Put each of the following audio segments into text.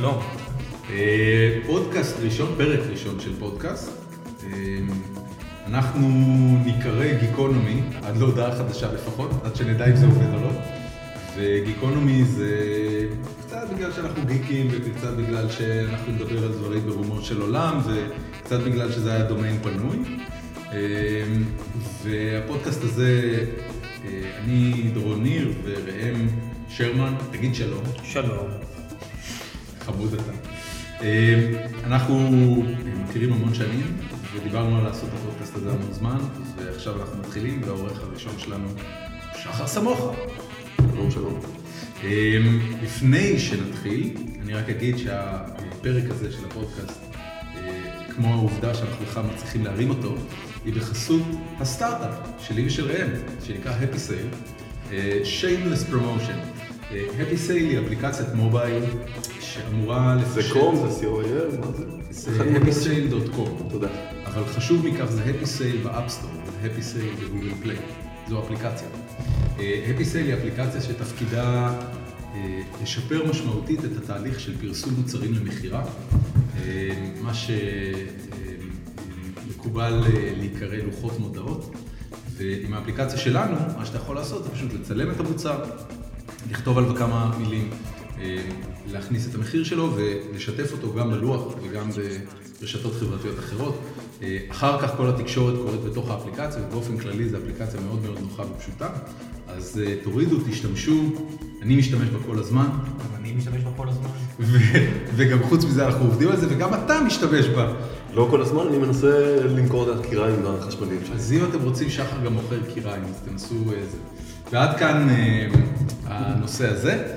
שלום. פודקאסט ראשון, פרק ראשון של פודקאסט. אנחנו נקרא גיקונומי, עד להודעה חדשה לפחות, עד שנדע אם זה עובד או לא. וגיקונומי זה קצת בגלל שאנחנו גיקים, וקצת בגלל שאנחנו נדבר על דברים ברומו של עולם, וקצת בגלל שזה היה דומיין פנוי. והפודקאסט הזה, אני דורון ניר וראם שרמן, תגיד שלום. שלום. חמוד אתה. אנחנו מכירים המון שנים, ודיברנו על לעשות את הפודקאסט הזה המון זמן, ועכשיו אנחנו מתחילים, והעורך הראשון שלנו, שחר סמוכה. שלום, שלום. לפני שנתחיל, אני רק אגיד שהפרק הזה של הפודקאסט, כמו העובדה שאנחנו בכלל מצליחים להרים אותו, היא בחסות הסטארט-אפ שלי ושל ראם, שנקרא Happy Sale, Shameless Promotion. Happy Sale היא אפליקציית מובייל שאמורה זה קום, זה co.il, מה זה? זה happysale.com. תודה. אבל חשוב מכך זה Happy Sale באפסטור, ו-Happy Sale בגוגל פליי. זו אפליקציה. Happy Sale היא אפליקציה שתפקידה לשפר משמעותית את התהליך של פרסום מוצרים למכירה, מה שמקובל להיקרא לוחות מודעות. ועם האפליקציה שלנו, מה שאתה יכול לעשות זה פשוט לצלם את המוצר, לכתוב עליו כמה מילים, להכניס את המחיר שלו ולשתף אותו גם בלוח וגם ברשתות חברתיות אחרות. אחר כך כל התקשורת קורית בתוך האפליקציה, ובאופן כללי זו אפליקציה מאוד מאוד נוחה ופשוטה. אז תורידו, תשתמשו, אני משתמש בה כל הזמן. גם אני משתמש בה כל הזמן. וגם חוץ מזה אנחנו עובדים על זה, וגם אתה משתמש בה. לא כל הזמן, אני מנסה למכור את הקיריים החשמליים שלי. אז אם אתם רוצים, שחר גם מוכר קיריים, אז תנסו זה. ועד כאן הנושא הזה.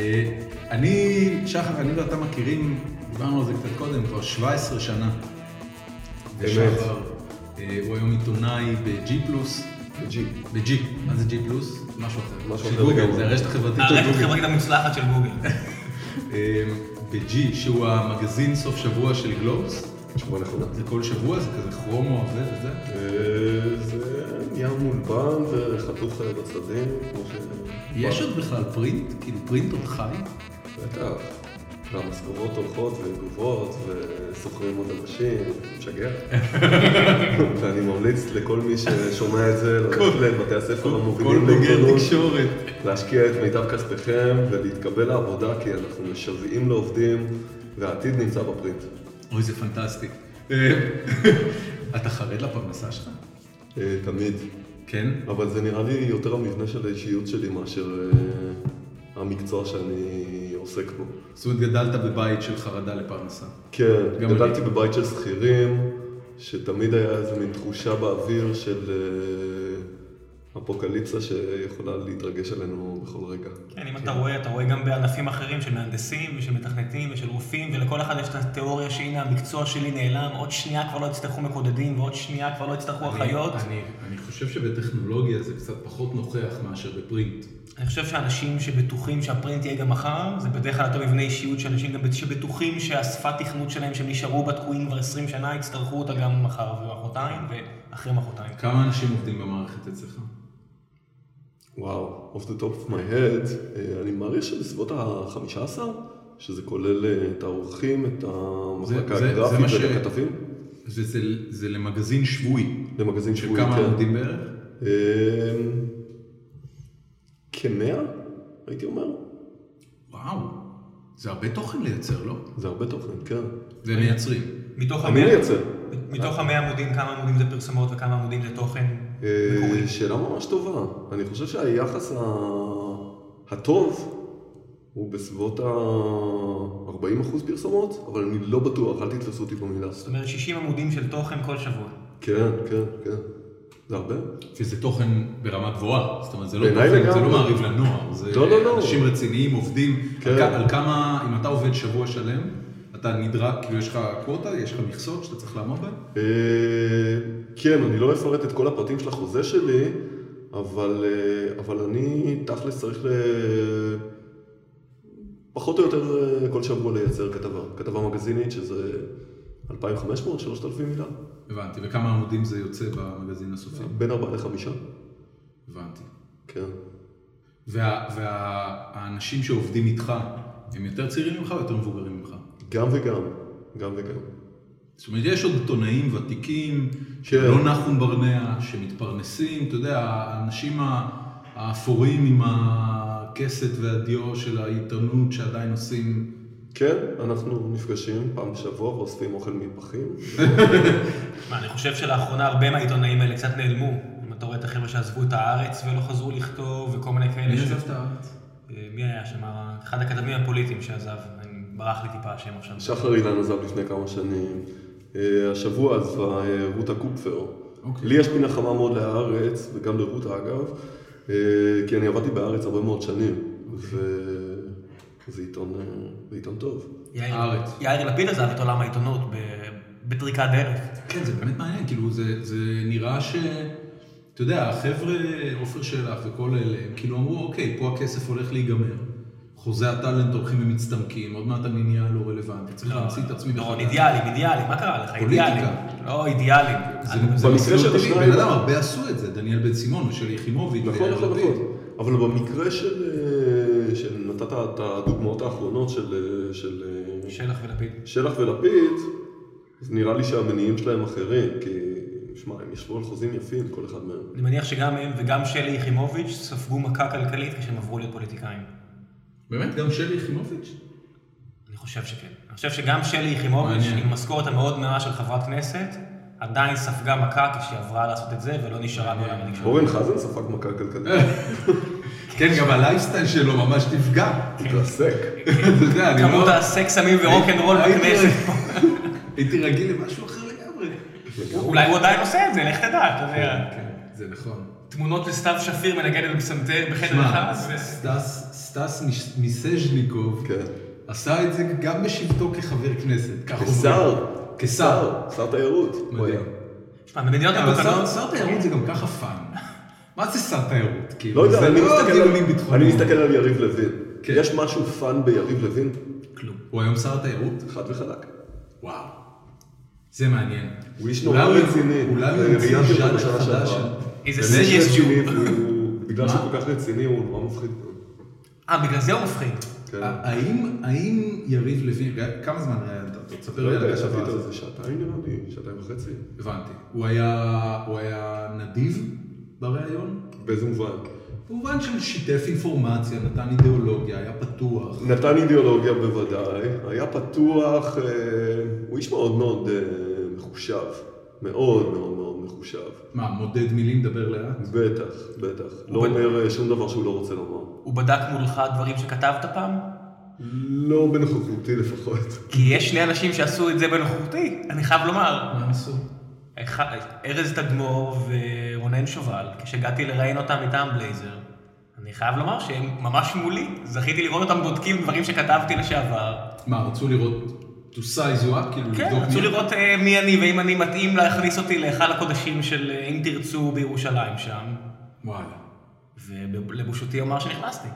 שחר, אני ואתה מכירים, דיברנו על זה קצת קודם, כבר 17 שנה. ושחר, הוא היום עיתונאי ב-G+. ב-G. מה זה G+? משהו אחר. משהו של אחר. גוגל, זה הרשת החברתית של גוגל. הרשת החברתית המוצלחת של גוגל. ב-G, שהוא המגזין סוף שבוע של גלובס. תשמע נכונה. זה כל שבוע, זה כזה כרומו וזה. זה נייר מולבן וחתוך בצדדים, כמו ש... יש עוד בכלל פרינט? כאילו פרינט עוד חי? בטח. והמשכורות הולכות וגוברות וסוחרים עוד אנשים, משגע. ואני ממליץ לכל מי ששומע את זה, ללכת לבתי הספר המובילים לעיתונות, להשקיע את מיטב כספכם ולהתקבל לעבודה, כי אנחנו משוועים לעובדים והעתיד נמצא בפרינט. אוי, זה פנטסטי. אתה חרד לפרנסה שלך? תמיד. כן? אבל זה נראה לי יותר המבנה של האישיות שלי מאשר המקצוע שאני עוסק בו. זאת אומרת, גדלת בבית של חרדה לפרנסה. כן, גדלתי בבית של שכירים, שתמיד היה איזו מין תחושה באוויר של אפוקליפסה שיכולה להתרגש עלינו בכל רגע. כן, אם אתה רואה גם בענפים אחרים של מהנדסים ושל מתכנתים ושל רופאים, ולכל אחד יש את התיאוריה שהנה המקצוע שלי נעלם, עוד שנייה כבר לא יצטרכו מקודדים ועוד שנייה כבר לא יצטרכו אחיות. אני חושב שבטכנולוגיה זה קצת פחות נוכח מאשר בפרינט. אני חושב שאנשים שבטוחים שהפרינט יהיה גם מחר, זה בדרך כלל אותו מבנה אישיות שאנשים גם שבטוחים שהשפת תכנות שלהם שהם נשארו בתקועים כבר 20 שנה, יצטרכו אותה גם מחר ומחרתיים ואחרי מחרתיים. כמה אנשים עובדים במערכת אצלך? וואו, off the top of my head, אני מעריך שבסביבות ה-15, שזה כולל את העורכים, את המחלקה הגרפית ואת הכתבים. זה למגזין שבועי. למגזין שבועי, של כמה עובדים בערך? כ-100, הייתי אומר. וואו, זה הרבה תוכן לייצר, לא? זה הרבה תוכן, כן. ומייצרים. אני מייצר. מתוך 100 עמודים, כמה עמודים זה פרסומות וכמה עמודים זה תוכן מקורי? שאלה ממש טובה. אני חושב שהיחס הטוב הוא בסביבות ה-40% פרסומות, אבל אני לא בטוח, אל תתפסו אותי במילה. זאת אומרת 60 עמודים של תוכן כל שבוע. כן, כן, כן. זה הרבה. וזה תוכן ברמה גבוהה, זאת אומרת, זה לא תוכן, זה לא מעריב לנוער, זה אנשים רציניים, עובדים, על כמה, אם אתה עובד שבוע שלם, אתה נדרק, כאילו יש לך קווטה, יש לך מכסות שאתה צריך לעמוד בהן? כן, אני לא אפרט את כל הפרטים של החוזה שלי, אבל אני תכלס צריך פחות או יותר כל שבוע לייצר כתבה מגזינית, שזה 2,500, 3,000 מילה. הבנתי, וכמה עמודים זה יוצא במגזין הסופי? בין 4 ל-5. הבנתי. כן. והאנשים שעובדים איתך, הם יותר צעירים ממך או יותר מבוגרים ממך? גם וגם, גם וגם. זאת אומרת, יש עוד עיתונאים ותיקים, שלא נחום ברנע, שמתפרנסים, אתה יודע, האנשים האפורים עם הכסת והדיו של העיתונות שעדיין עושים... כן, אנחנו נפגשים פעם בשבוע ואוספים אוכל מפחים. אני חושב שלאחרונה הרבה מהעיתונאים האלה קצת נעלמו. אם אתה רואה את החבר'ה שעזבו את הארץ ולא חזרו לכתוב וכל מיני כאלה. מי עזב את הארץ? מי היה שם? אחד הכתבים הפוליטיים שעזב. ברח לי טיפה השם עכשיו. שחר אילן עזב לפני כמה שנים. השבוע עזבה רותה קופפר. לי יש פינה חמה מאוד להארץ, וגם לרותה אגב, כי אני עבדתי בארץ הרבה מאוד שנים. זה עיתון טוב. יאיר לפיד עזב את עולם העיתונות בטריקת דרך. כן, זה באמת מעניין, כאילו זה נראה ש... אתה יודע, החבר'ה, עופר שלח וכל אלה, הם כאילו אמרו, אוקיי, פה הכסף הולך להיגמר. חוזה הטלנט הולכים ומצטמקים, עוד מעט אני נהיה לא רלוונטי, צריך להמציא את עצמי לא, אידיאלים, מה קרה לך? פוליטיקה. לא, אידיאלים. במקרה של השניים... בן אדם הרבה עשו את זה, דניאל בן סימון ושל יחימוביץ'. נכון. אבל במקרה שנתת את הדוגמאות האחרונות של שלח ולפיד, אז נראה לי שהמניעים שלהם אחרים, כי שמע, הם ישבו על חוזים יפים, כל אחד מהם. אני מניח שגם הם וגם שלי יחימוביץ' ספגו מכה כלכלית כשהם עברו להיות פוליטיקאים. באמת? גם שלי יחימוביץ'? אני חושב שכן. אני חושב שגם שלי יחימוביץ', עם משכורת המאוד נאה של חברת כנסת, עדיין ספגה מכה כשהיא עברה לעשות את זה ולא נשארה בעולם התקשורת. אורן חזן ספג מכה כלכלית. כן, גם הלייפסטייל שלו ממש נפגע. התרסק. כמות הסקס, סמים ורוק'נ'רול בכנסת. הייתי רגיל למשהו אחר לגמרי. אולי הוא עדיין עושה את זה, לך תדע, אתה יודע. זה נכון. תמונות לסתיו שפיר מנגנת בפסנתר בחדר אחד. סטס מיסז'ניקוב עשה את זה גם בשבתו כחבר כנסת. כשר תיירות. במדינות מתוקנות. שר תיירות זה גם ככה פאן. מה זה שר תיירות? לא יודע, אני מסתכל על יריב לוין. יש משהו פאן ביריב לוין? כלום. הוא היום שר התיירות? חד וחלק. וואו. זה מעניין. הוא איש נורא רציני. אולי הוא יוציא ז'אנר חדש. איזה סיריוס ג'וב. בגלל שהוא כל כך רציני הוא נורא מפחיד. בגלל זה הוא מפחיד. האם יריב לוין, כמה זמן ראיינת? אתה תספר לי על השבוע הזה. זה שעתיים נראה לי, שעתיים וחצי. הבנתי. הוא היה נדיב בראיון? באיזה מובן? במובן של שיתף אינפורמציה, נתן אידיאולוגיה, היה פתוח. נתן אידיאולוגיה בוודאי, היה פתוח, הוא איש מאוד מאוד מחושב. מאוד מאוד מאוד מחושב. מה, מודד מילים, דבר לאט? בטח. לא אומר שום דבר שהוא לא רוצה לומר. הוא בדק מולך דברים שכתבת פעם? לא בנוכחותי לפחות. כי יש שני אנשים שעשו את זה בנוכחותי, אני חייב לומר. מה הם עשו? ארז תדמור ורונן שובל, כשהגעתי לראיין אותם מטעם בלייזר, אני חייב לומר שהם ממש מולי. זכיתי לראות אותם בודקים דברים שכתבתי לשעבר. מה, רצו לראות... to size you up, כאילו כן, רצו לראות מי אני ואם אני מתאים להכניס אותי לאחד הקודשים של אם תרצו בירושלים שם. וואלה. ולבושותי אומר שנכנסתי.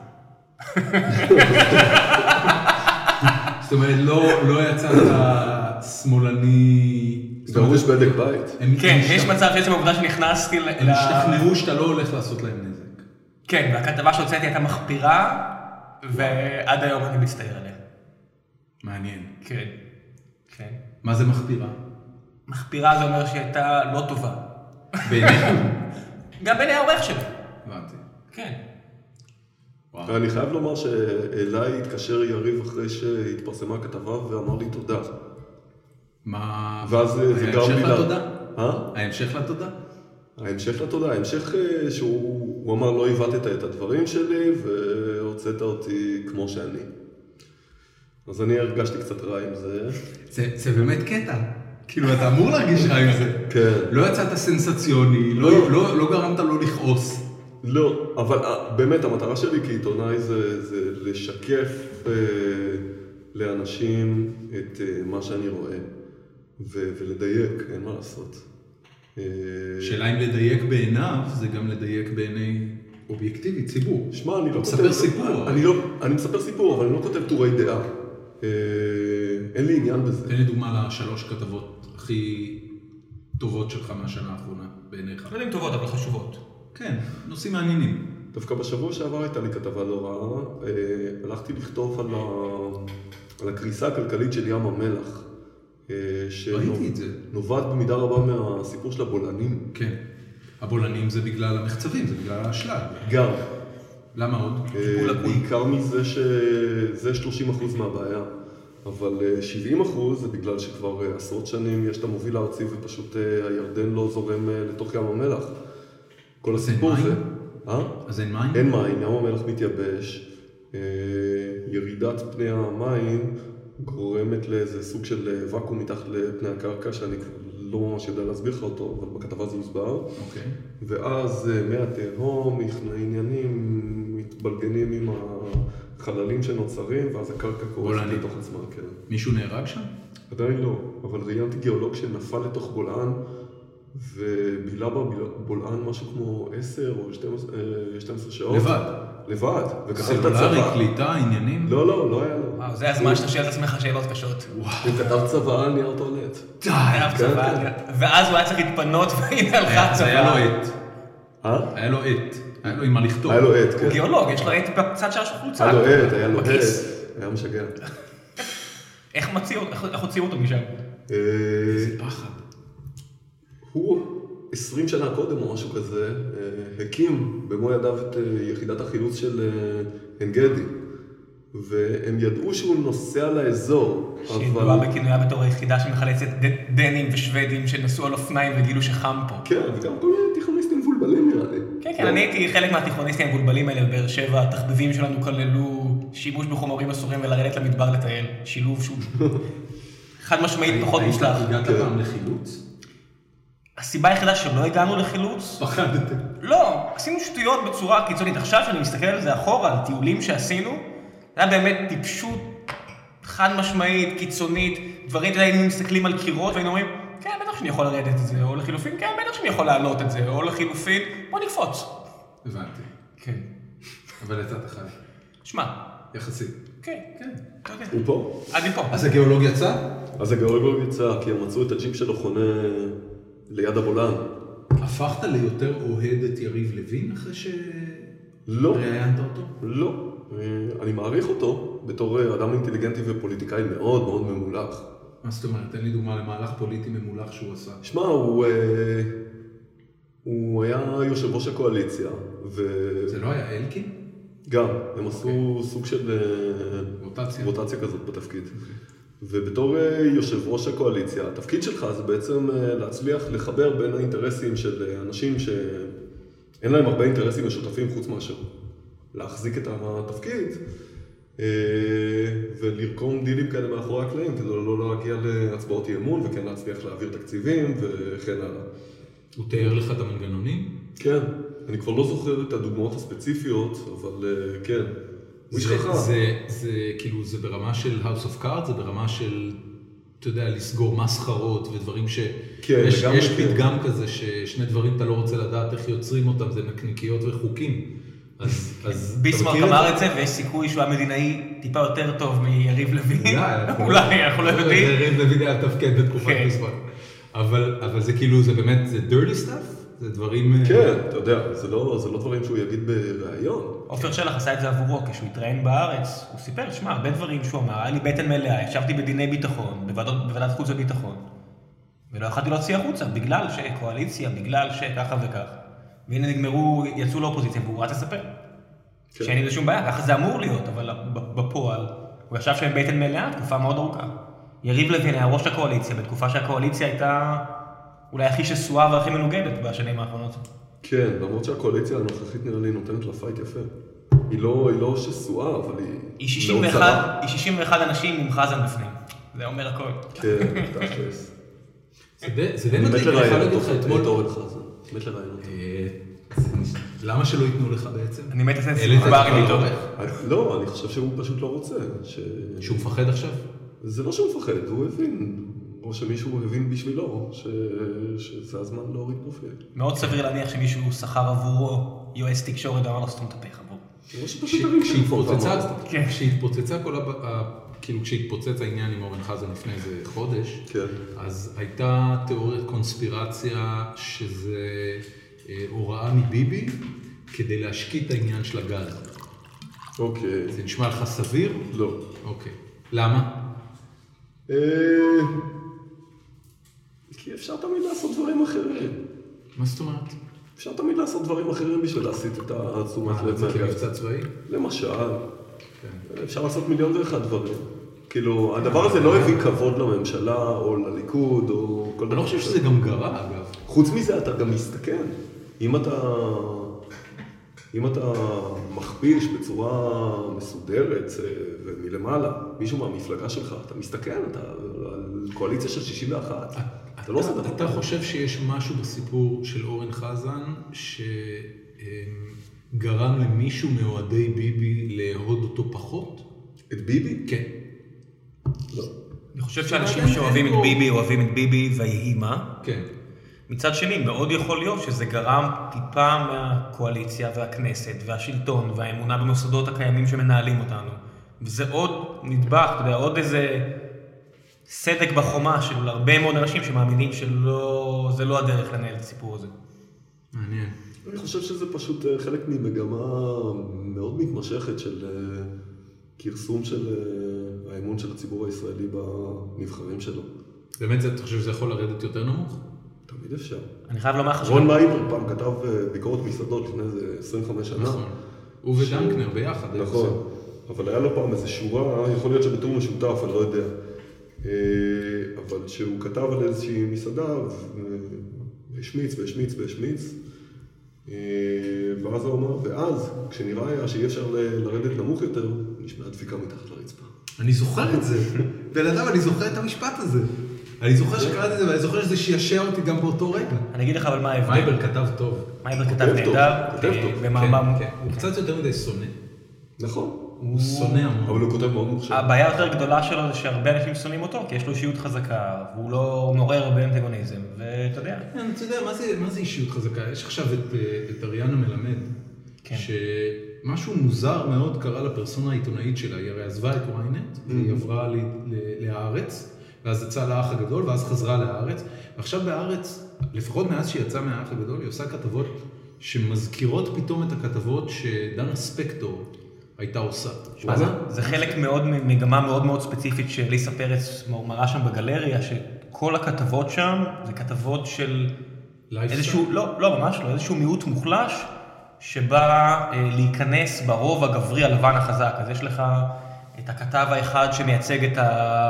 זאת אומרת, לא יצאת שמאלני... דרוש בדק בית. כן, יש מצב שעצם העובדה שנכנסתי... הם השתכנעו שאתה לא הולך לעשות להם נזק. כן, והכתבה שהוצאתי הייתה מחפירה, ועד היום אני מצטער עליה. מעניין. כן. מה זה מחפירה? מחפירה זה אומר שהייתה לא טובה. בעיניך? גם בעיני העורך שלי. הבנתי. כן. אני חייב לומר שאליי התקשר יריב אחרי שהתפרסמה הכתבה ואמר לי תודה. מה... ואז זה גרם לי... ההמשך לתודה? ההמשך לתודה, ההמשך שהוא אמר לא הבטת את הדברים שלי והוצאת אותי כמו שאני. אז אני הרגשתי קצת רע עם זה. זה באמת קטע. כאילו, אתה אמור להרגיש רע עם זה. כן. לא יצאת סנסציוני, לא גרמת לו לכעוס. לא, אבל באמת המטרה שלי כעיתונאי זה לשקף לאנשים את מה שאני רואה. ולדייק, אין מה לעשות. שאלה אם לדייק בעיניו, זה גם לדייק בעיני אובייקטיבי, ציבור. שמע, אני לא מספר סיפור. אני מספר סיפור, אבל אני לא כותב טורי דעה. אין לי עניין בזה. תן לי דוגמה לשלוש כתבות הכי טובות שלך מהשנה האחרונה, בעיניך. לא יודעים טובות, אבל חשובות. כן, נושאים מעניינים. דווקא בשבוע שעבר הייתה לי כתבה לא רעה, הלכתי לכתוב על הקריסה הכלכלית של ים המלח. ראיתי את זה. שנובעת במידה רבה מהסיפור של הבולענים. כן. הבולענים זה בגלל המחצבים, זה בגלל האשלג. גם. למה עוד? בעיקר מזה שזה 30% מהבעיה. אבל 70% זה בגלל שכבר עשרות שנים יש את המוביל הארצי ופשוט הירדן לא זורם לתוך ים המלח. כל הסיפור זה... אז אין מים? אין מים, ים המלח מתייבש. ירידת פני המים גורמת לאיזה סוג של וקום מתחת לפני הקרקע שאני לא ממש יודע להסביר לך אותו, אבל בכתבה זה הוסבר. אוקיי. ואז מי התהום, עניינים מתבלגנים עם החללים שנוצרים, ואז הקרקע קורסת לתוך עצמה, כן. מישהו נהרג שם? עדיין לא, אבל ראיינתי גיאולוג שנפל לתוך בולען, ובילה בבולען משהו כמו 10 או 12 שעות. לבד. סלולרי, קליטה, עניינים? לא היה לו. וואו, זה הזמן שאתה שואל את עצמך שאלות קשות. הוא כתב צבא על נייר טואלט. ואז הוא היה צריך להתפנות והנה הלכה צבא. היה לו עט. היה לו עט. היה לו עם מה לכתוב. היה לו עט, כן. הוא גיאולוג, יש לו עט בצד של החולצה. היה לו עט, היה משגע. איך הוציאו אותו משם? איזה פחד. הוא 20 שנה קודם או משהו כזה, הקים במו ידיו את יחידת החילוץ של עין גדי. והם ידעו שהוא נוסע לאזור. שידועה בכינויה בתור היחידה שמחלצת דנים ושוודים שנסעו על אופניים וגילו שחם פה. כן, וגם כל מיני תיכוניסטים מבולבלים נראה לי. כן, אני הייתי חלק מהתיכוניסטים המבולבלים האלה בבאר שבע. התחביבים שלנו כללו שימוש בחומרים אסורים ולרדת למדבר לטייל. שילוב שהוא חד משמעית פחות מוצלח. הגעת פעם לחילוץ? הסיבה היחידה שלא הגענו לחילוץ? פחדתם. לא, עשינו שטויות בצורה קיצונית. עכשיו שאני מסתכל על זה אחורה, על טיולים שעשינו, זה היה באמת טיפשות חד משמעית, קיצונית, דברים שאתה היינו מסתכלים על קירות והיינו אומרים, כן, בטח שאני יכול לרדת את זה, או לחילופין, כן, בטח שאני יכול לעלות את זה, או לחילופין, בוא נקפוץ. הבנתי. כן. אבל יצאת חי. שמע. יחסית. כן, אתה יודע. הוא פה? אני פה. אז הגיאולוג יצא? אז הגיאולוג יצא, כי הם מצאו את הג'יפ שלו חונה ליד הבולען. הפכת ליותר אוהד את יריב לוין אחרי שראיינת אותו? לא. אני מעריך אותו בתור אדם אינטליגנטי ופוליטיקאי מאוד מאוד ממולח. מה זאת אומרת? תן לי דוגמה למהלך פוליטי ממולח שהוא עשה. שמע, הוא היה יושב ראש הקואליציה. זה לא היה אלקין? גם, הם עשו סוג של רוטציה כזאת בתפקיד. ובתור יושב ראש הקואליציה, התפקיד שלך זה בעצם להצליח לחבר בין האינטרסים של אנשים שאין להם הרבה אינטרסים משותפים חוץ מאשר להחזיק את התפקיד ולרקום דילים כאלה מאחורי הקלעים כדי לא להגיע להצבעות אי-אמון וכן להצליח להעביר תקציבים וכן הלאה. הוא תיאר לך את המנגנונים? כן, אני כבר לא זוכר את הדוגמאות הספציפיות, אבל כן. זה כאילו, זה ברמה של House of Cards, זה ברמה של, אתה יודע, לסגור מסחרות ודברים יש פתגם כזה ששני דברים אתה לא רוצה לדעת איך יוצרים אותם, זה נקניקיות וחוקים. ביסמרק אמר את זה, ויש סיכוי שהוא המדינאי טיפה יותר טוב מיריב לוין. אולי, אנחנו לא יודעים. יריב לוין היה תפקד בתקופת ביסמרק. אבל זה כאילו, זה באמת, זה dirty stuff? זה דברים... כן, אתה יודע, זה לא דברים שהוא יגיד בראיון. עופר שלח עשה את זה עבורו, כשהוא התראיין בארץ, הוא סיפר, שמע, הרבה דברים שהוא אמר, היה לי בטן מלאה, ישבתי בדיני ביטחון, בוועדת חוץ וביטחון, ולא יכולתי להוציא החוצה, בגלל שקואליציה, בגלל שככה וכך. והנה נגמרו, יצאו לאופוזיציה, והוא רץ לספר. שאין לי שום בעיה, ככה זה אמור להיות, אבל בפועל, הוא ישב שם בטן מלאה, תקופה מאוד ארוכה. יריב לוין היה ראש הקואליציה, בתקופה שהקואליציה הייתה אולי הכי שסועה והכי מנוגדת בשנים האחרונות. כן, למרות שהקואליציה הנוכחית נראה לי נותנת לה פייט יפה. היא לא שסועה, אבל היא 61 אנשים עם חזן בפנים. זה אומר הכל. כן, תכלס. זה די מדליק, אני יכול להגיד לך אתמול. מת לראיין אותו. למה שלא ייתנו לך בעצם? אני מת לצאת סיפורים איתו. לא, אני חושב שהוא פשוט לא רוצה. שהוא מפחד עכשיו? זה לא שהוא מפחד, הוא הבין. או שמישהו הבין בשבילו, שזה הזמן להוריד פרופיל. מאוד סביר להניח שמישהו שכר עבורו יועץ תקשורת ואמר לו סתום את הפה עבור. כשהתפוצץ העניין עם אורן חזן לפני איזה חודש, אז הייתה תיאוריית קונספירציה שזה הוראה מביבי, כדי להשקיט את העניין של הגז. אוקיי. זה נשמע לך סביר? לא. אוקיי. למה? כי אפשר תמיד לעשות דברים אחרים. מה זאת אומרת? אפשר תמיד לעשות דברים אחרים בשביל להסיט את התשומת לב זה כמבצע צבאי? למשל. אפשר לעשות מיליון ואחד דברים. כאילו, הדבר הזה לא הביא כבוד לממשלה או לליכוד או כל דבר. אני לא חושב שזה גם גרע, אגב. חוץ מזה אתה גם מסתכן. אם אתה מכפיש בצורה מסודרת ומלמעלה, מישהו מהמפלגה שלך, אתה מסתכן, אתה על קואליציה של 61. אתה לא עושה דבר. אתה חושב שיש משהו בסיפור של אורן חזן שגרם למישהו מאוהדי ביבי לאהוד אותו פחות? את ביבי? כן. לא. אני חושב שאנשים שאוהבים את ביבי, אוהבים את ביבי ויהי מה. כן. מצד שני, מאוד יכול להיות שזה גרם טיפה מהקואליציה והכנסת והשלטון והאמונה במוסדות הקיימים שמנהלים אותנו. וזה עוד נדבך, אתה יודע, עוד איזה סדק בחומה של הרבה מאוד אנשים שמאמינים שזה לא הדרך לנהל את הסיפור הזה. מעניין. אני חושב שזה פשוט חלק ממגמה מאוד מתמשכת של כרסום של האמון של הציבור הישראלי בנבחרים שלו. באמת, אתה חושב שזה יכול לרדת יותר נמוך? תמיד אפשר. אני חייב לומר לך רון מייבר פעם כתב ביקורת מסעדות לפני איזה 25 שנה. נכון. הוא ודנקנר ביחד. נכון. אבל היה לו פעם איזו שורה, יכול להיות שבתור משותף, אני לא יודע. אבל שהוא כתב על איזושהי מסעדה, והשמיץ והשמיץ והשמיץ. ואז הוא אמר, ואז, כשנראה היה שאי אפשר לרדת נמוך יותר, נשמעה דפיקה מתחת לרצפה. אני זוכר את זה. בן אדם, אני זוכר את המשפט הזה. אני זוכר שקראתי את זה, ואני זוכר שזה שישע אותי גם באותו רגע. אני אגיד לך אבל מה ההבדל. מייבר כתב טוב. מייבר כתב נהדר, במאמר... הוא קצת יותר מדי שונא. נכון. הוא שונא המון. אבל הוא כותב מאוד מוכשר. הבעיה יותר גדולה שלו זה שהרבה אנשים שונאים אותו, כי יש לו אישיות חזקה, והוא לא מעורר הרבה אנטגוניזם, ואתה יודע. אתה יודע, מה זה אישיות חזקה? יש עכשיו את אריאנה מלמד, שמשהו מוזר מאוד קרה לפרסונה העיתונאית שלה, היא הרי עזבה את ynet, והיא עברה להארץ, ואז יצאה לאח הגדול, ואז חזרה לארץ, ועכשיו בארץ, לפחות מאז שהיא יצאה מהאח הגדול, היא עושה כתבות שמזכירות פתאום את הכתבות שדנה ספקטור הייתה עושה. זה חלק מאוד, מגמה מאוד מאוד ספציפית שליסה פרץ מראה שם בגלריה, שכל הכתבות שם זה כתבות של איזשהו, לא ממש לא, איזשהו מיעוט מוחלש, שבא להיכנס ברוב הגברי הלבן החזק. אז יש לך את הכתב האחד שמייצג את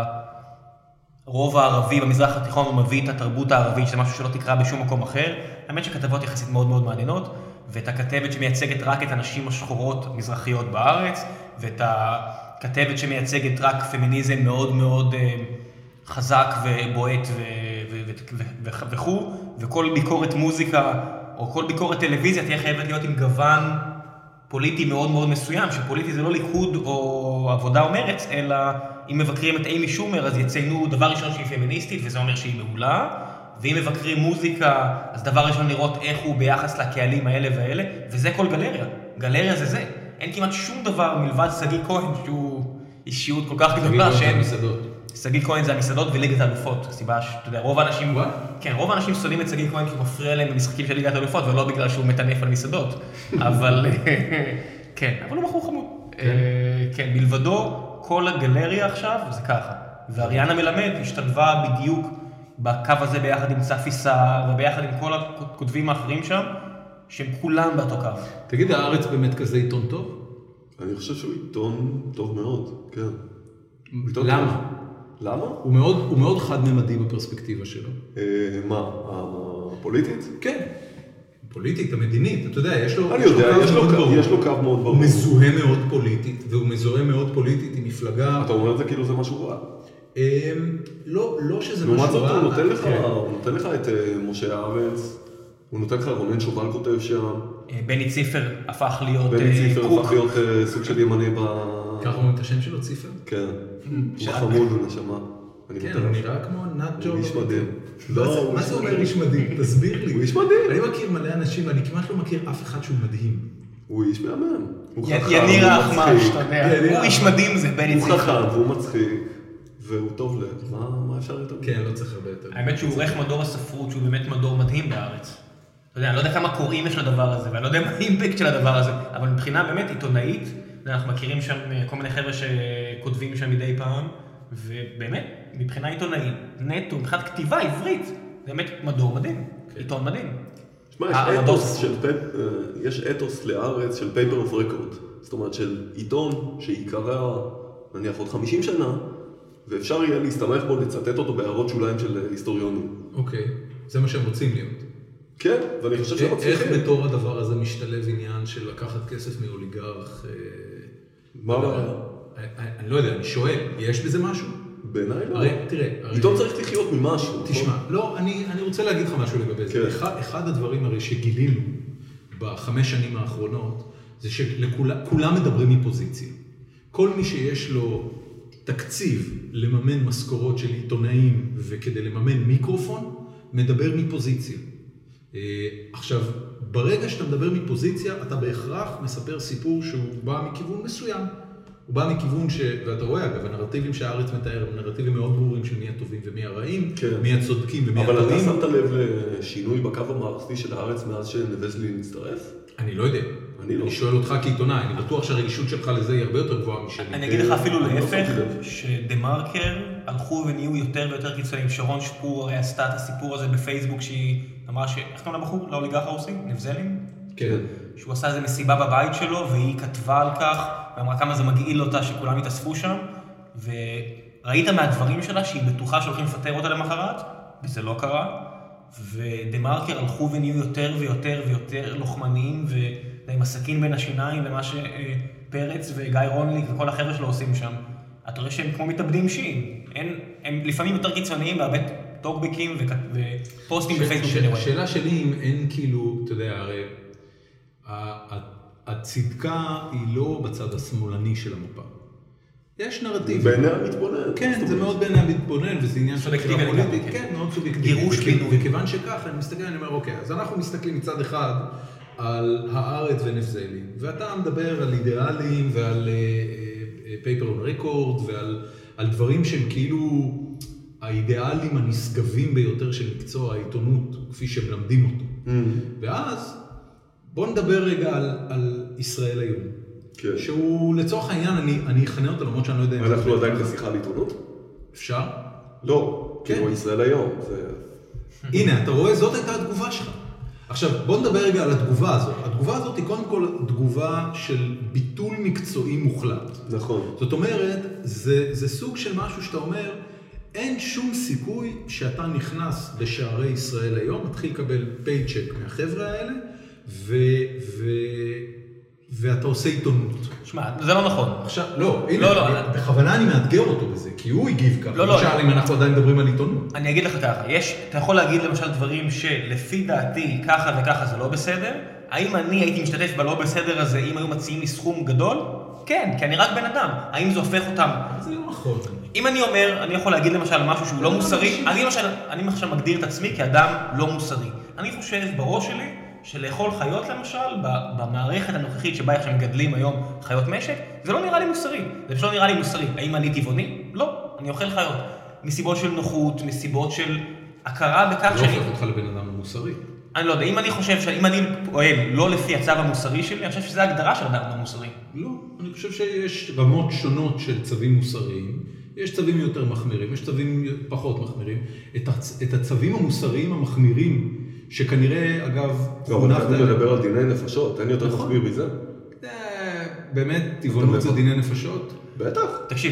הרוב הערבי במזרח התיכון, הוא מביא את התרבות הערבית, שזה משהו שלא תקרא בשום מקום אחר. האמת שכתבות יחסית מאוד מאוד מעניינות. ואת הכתבת שמייצגת רק את הנשים השחורות מזרחיות בארץ, ואת הכתבת שמייצגת רק פמיניזם מאוד מאוד חזק ובועט וכו', וכל ביקורת מוזיקה או כל ביקורת טלוויזיה תהיה חייבת להיות עם גוון פוליטי מאוד מאוד מסוים, שפוליטי זה לא ליכוד או עבודה או מרץ, אלא אם מבקרים את אימי שומר אז יציינו דבר ראשון שהיא פמיניסטית, וזה אומר שהיא מעולה, ואם מבקרים מוזיקה, אז דבר ראשון לראות איך הוא ביחס לקהלים האלה והאלה, וזה כל גלריה. גלריה זה זה. אין כמעט שום דבר מלבד סגי כהן, שהוא אישיות כל כך גדולה, סגי כהן זה המסעדות וליגת האלופות. הסיבה שאתה יודע, רוב האנשים... כן, רוב האנשים שונאים את סגי כהן כי הוא מפריע להם במשחקים של ליגת האלופות, ולא בגלל שהוא מטנף על מסעדות. אבל... כן, אבל הוא בחור חמוד. כן, מלבדו, כל הגלריה עכשיו זה ככה. ואריאנה מלמד השתלבה בדיוק בקו הזה ביחד עם צפי סער, וביחד עם כל הכותבים האחרים שם, שהם כולם באותו קו. תגיד, הארץ באמת כזה עיתון טוב? אני חושב שהוא עיתון טוב מאוד, כן. למה? למה? הוא מאוד חד-ממדי בפרספקטיבה שלו. מה? הפוליטית? כן. הפוליטית, המדינית, אתה יודע, יש לו... אני יודע, יש לו קו מאוד ברור. הוא מזוהה מאוד פוליטית, והוא מזוהה מאוד פוליטית עם מפלגה... אתה אומר את זה כאילו זה משהו רע. לא שזה משהו רע. לעומת זאת, הוא נותן לך את משה הארץ, הוא נותן לך רונן שובל כותב שם. בני ציפר הפך להיות בני ציפר הפך להיות סוג של ימני ב... ככה אומרים את השם שלו, ציפר? כן. הוא חמוד, הוא נשמה. כן, הוא נראה כמו נאג'ו. הוא איש מדהים. מה זה אומר איש מדהים? תסביר לי. הוא איש מדהים. אני מכיר מלא אנשים, אני כמעט לא מכיר אף אחד שהוא מדהים. הוא איש מהמם. יניר האחמש, אתה יודע. הוא איש מדהים זה בני ציפר. הוא חכם והוא מצחיק. והוא טוב לב. מה אפשר יותר? כן, לא צריך הרבה יותר. האמת שהוא עורך מדור הספרות, שהוא באמת מדור מדהים בארץ. יודע, אני לא יודע כמה קוראים יש לדבר הזה, ואני לא יודע מה האימפקט של הדבר הזה, אבל מבחינה באמת עיתונאית, אנחנו מכירים שם כל מיני חבר'ה שכותבים שם מדי פעם, ובאמת, מבחינה עיתונאית, נטו, מבחינת כתיבה עברית, זה באמת מדור מדהים, עיתון מדהים. יש אתוס לארץ של paper of record, זאת אומרת של עיתון שיקרא נניח עוד 50 שנה, ואפשר יהיה להסתמך בו, לצטט אותו בהערות שוליים של היסטוריונים. אוקיי, זה מה שהם רוצים להיות. כן, ואני חושב שהם מצליחים. איך בתור הדבר הזה משתלב עניין של לקחת כסף מאוליגרך? מה? אני לא יודע, אני שואל, יש בזה משהו? בעיניי לא. הרי, תראה... עיתון צריך לחיות ממשהו. תשמע, לא, אני רוצה להגיד לך משהו לגבי זה. אחד הדברים הרי שגילינו ב5 שנים האחרונות, זה שכולם מדברים מפוזיציה. כל מי שיש לו תקציב לממן משכורות של עיתונאים וכדי לממן מיקרופון, מדבר מפוזיציה. עכשיו, ברגע שאתה מדבר מפוזיציה, אתה בהכרח מספר סיפור שהוא בא מכיוון מסוים. הוא בא מכיוון ואתה רואה, אגב, הנרטיבים שהארץ מתאר, הם נרטיבים מאוד ברורים של מי הטובים ומי הרעים, מי הצודקים ומי הטובים. אבל אתה שמת לב לשינוי בקו המערכתי של הארץ מאז שנבזלי נצטרף? אני לא יודע. אני שואל אותך כעיתונאי, אני בטוח שהרגישות שלך לזה היא הרבה יותר גבוהה משלי. אני אגיד לך אפילו להפך, שדה-מרקר הלכו ונהיו יותר ויותר קיצוניים. שרון שפור הרי עשתה את הסיפור הזה בפייסבוק, שהיא אמרה איך קוראים לבחור? לאוליגרך הרוסי? נבזלים? כן. שהוא עשה איזה מסיבה בבית שלו, והיא כתבה על כך, ואמרה כמה זה מגעיל אותה שכולם התאספו שם, וראית מהדברים שלה שהיא בטוחה שהולכים לפטר אותה למחרת, וזה לא קרה, ודה-מרקר הלכו ונהיו יותר ויותר ויותר לוחמניים, ועם הסכין בין השיניים, ומה שפרץ וגיא רונליק וכל החבר'ה שלו עושים שם. אתה רואה שהם כמו מתאבדים שיעים. הם לפעמים יותר קיצוניים, והרבה טוקבקים ופוסטים בפייסבוק שאני רואה. השאלה שלי אם אין כאילו, אתה יודע, הרי הצדקה היא לא בצד השמאלני של המפה. יש נרטיב. בעיני המתבונן. כן, זה מאוד בעיני המתבונן, וזה עניין של בחירה פוליטית. כן, מאוד סובייקטיבי. גירוש פינוי. וכיוון שכך, אני מסתכל, אני אומר, אוקיי, אז אנחנו מסתכלים מצד אחד על הארץ ונבזלים, ואתה מדבר על אידיאלים ועל paper on record ועל דברים שהם כאילו האידיאלים הנשגבים ביותר של מקצוע העיתונות, כפי שמלמדים אותו. ואז בוא נדבר רגע על ישראל היום. כן. שהוא לצורך העניין, אני אכנה אותו למרות שאני לא יודע... אנחנו עדיין בשיחה על עיתונות? אפשר? לא, כאילו ישראל היום. הנה, אתה רואה, זאת הייתה התגובה שלך. עכשיו, בוא נדבר רגע על התגובה הזאת. התגובה הזאת היא קודם כל תגובה של ביטול מקצועי מוחלט. נכון. זאת אומרת, זה סוג של משהו שאתה אומר, אין שום סיכוי שאתה נכנס לשערי ישראל היום, מתחיל לקבל פייצ'ק מהחבר'ה האלה, ואתה עושה עיתונות. שמע, זה לא נכון. עכשיו, לא, הנה, בכוונה אני מאתגר אותו בזה, כי הוא הגיב ככה. למשל, אם אנחנו עדיין מדברים על עיתונות. אני אגיד לך ככה, אתה יכול להגיד למשל דברים שלפי דעתי ככה וככה זה לא בסדר, האם אני הייתי משתתף בלא בסדר הזה אם היו מציעים לי סכום גדול? כן, כי אני רק בן אדם. האם זה הופך אותם? זה לא נכון. אם אני אומר, אני יכול להגיד למשל משהו שהוא לא מוסרי, אני למשל מגדיר את עצמי כאדם לא מוסרי. אני חושב בראש שלי שלאכול חיות למשל, במערכת הנוכחית שבה עכשיו מגדלים היום חיות משק, זה לא נראה לי מוסרי. זה פשוט לא נראה לי מוסרי. האם אני טבעוני? לא, אני אוכל חיות. מסיבות של נוחות, מסיבות של הכרה בכך שאני... לא הופך אותך לבן אדם מוסרי. אני לא יודע, אם אני חושב שאם אני פועל לא לפי הצו המוסרי שלי, אני חושב שזה הגדרה של אדם לא מוסרי. לא, אני חושב שיש רמות שונות של צווים מוסריים. יש צווים יותר מחמירים, יש צווים פחות מחמירים. את הצווים המוסריים המחמירים, שכנראה, אגב... לא, אבל אתה מדבר על דיני נפשות, אין יותר מחמיר מזה. באמת, טבעונות זה דיני נפשות? בטח. תקשיב,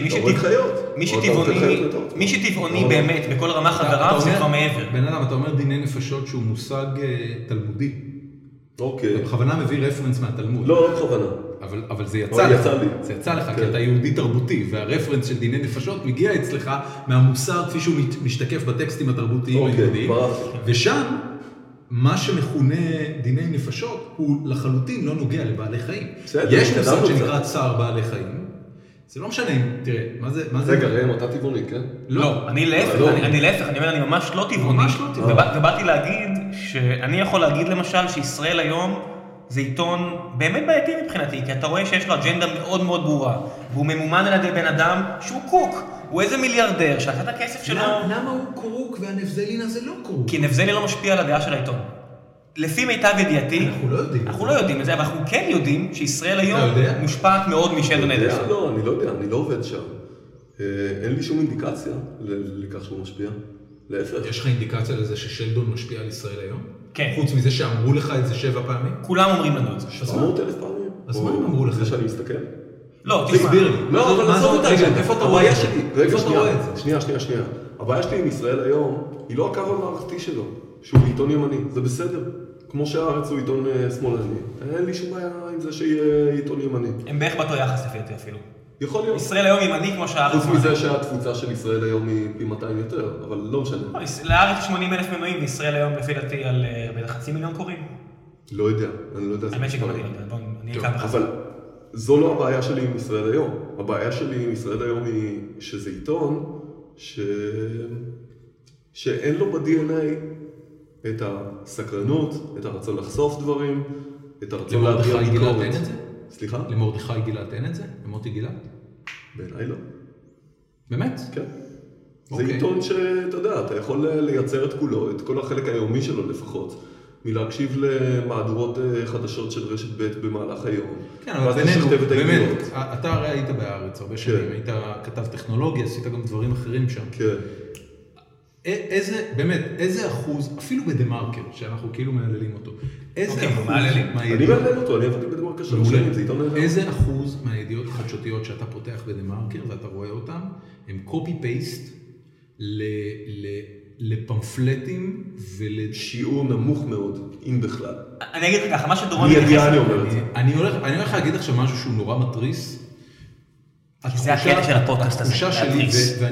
מי שטבעוני באמת, בכל רמה חברה, זה כבר מעבר. בן אדם, אתה אומר דיני נפשות שהוא מושג תלמודי. אוקיי. אתה בכוונה מביא רפרנס מהתלמוד. לא, לא בכוונה. אבל זה יצא לך. זה יצא לך, כי אתה יהודי תרבותי, והרפרנס של דיני נפשות מגיע אצלך מהמוסר כפי שהוא משתקף בטקסטים התרבותיים היהודיים. ושם, מה שמכונה דיני נפשות הוא לחלוטין לא נוגע לבעלי חיים. יש מושג שנקרא צער בעלי חיים. זה לא משנה אם, תראה, מה זה... רגע, ראם, אתה טבעוני, כן? לא, אני להפך, אני אומר, אני ממש לא טבעוני. ובאתי להגיד שאני יכול להגיד למשל שישראל היום זה עיתון באמת בעייתי מבחינתי, כי אתה רואה שיש לו אג'נדה מאוד מאוד ברורה, והוא ממומן על ידי בן אדם שהוא קוק, הוא איזה מיליארדר, שעשה את הכסף שלו... למה הוא קורוק והנבזלין הזה לא קורוק? כי נבזלין לא משפיע על הדעה של העיתון. לפי מיטב ידיעתי, אנחנו לא יודעים את זה, אבל אנחנו כן יודעים שישראל היום מושפעת מאוד משלדון אדלסון. לא, אני לא יודע, אני לא עובד שם. אין לי שום אינדיקציה לכך שהוא משפיע. להפך. יש לך אינדיקציה לזה ששלדון משפיע על ישראל היום? כן. חוץ מזה שאמרו לך את זה 7 פעמים? כולם אומרים לנו את זה. 700,000 פעמים. אז מה הם אמרו לך? זה שאני מסתכל? לא, תסביר לי. לא, אבל עזוב אותה. איפה אתה רואה את זה? איפה אתה רואה את זה? שנייה. הבעיה שלי עם ישראל היום, היא לא הקו המערכתי שלו, שהוא עיתון ימני. זה בסדר. כמו שהארץ הוא עיתון שמאלני. אין לי שום בעיה עם זה שיהיה עיתון ימני. הם בערך באותו יחס לפי דעתי אפילו. יכול להיות. ישראל היום ימני כמו שהארץ... חוץ מזה שהתפוצה של ישראל היום היא פי 200 יותר, אבל לא משנה. לארץ 80,000 מנויים, וישראל היום לפי דעתי על 500,000 קוראים. לא יודע, אני לא יודע. האמת שגם אני לא יודע, בוא נהיה כאן בחזרה. אבל זו לא הבעיה שלי עם ישראל היום. הבעיה שלי עם ישראל היום היא שזה עיתון שאין לו ב-DNA את הסקרנות, את הרצון לחשוף דברים, את הרצון להביע ביקורת. סליחה? למרדכי גילת אין את זה? למוטי גילת? בעיניי לא. באמת? כן. זה עיתון שאתה יודע, אתה יכול לייצר את כולו, את כל החלק היומי שלו לפחות, מלהקשיב למהדורות חדשות של רשת ב' במהלך היום. כן, אבל בינינו, באמת, אתה הרי היית בארץ הרבה שנים, היית כתב טכנולוגיה, עשית גם דברים אחרים שם. כן. איזה אחוז, אפילו בדמרקר, שאנחנו כאילו מעללים אותו, איזה אחוז אני מעלל אותו, אני עבדתי בדמרקר של שנים, זה עיתון נהדר. איזה אחוז מהידיעות החדשותיות שאתה פותח בדמרקר ואתה רואה אותם, הם קופי-פייסט לפמפלטים שיעור נמוך מאוד, אם בכלל. אני אגיד ככה, מה שדורון... אני אומר את זה. אני הולך להגיד עכשיו משהו שהוא נורא מטריס. זה הקטע של הפודקאסט הזה. התחושה שלי,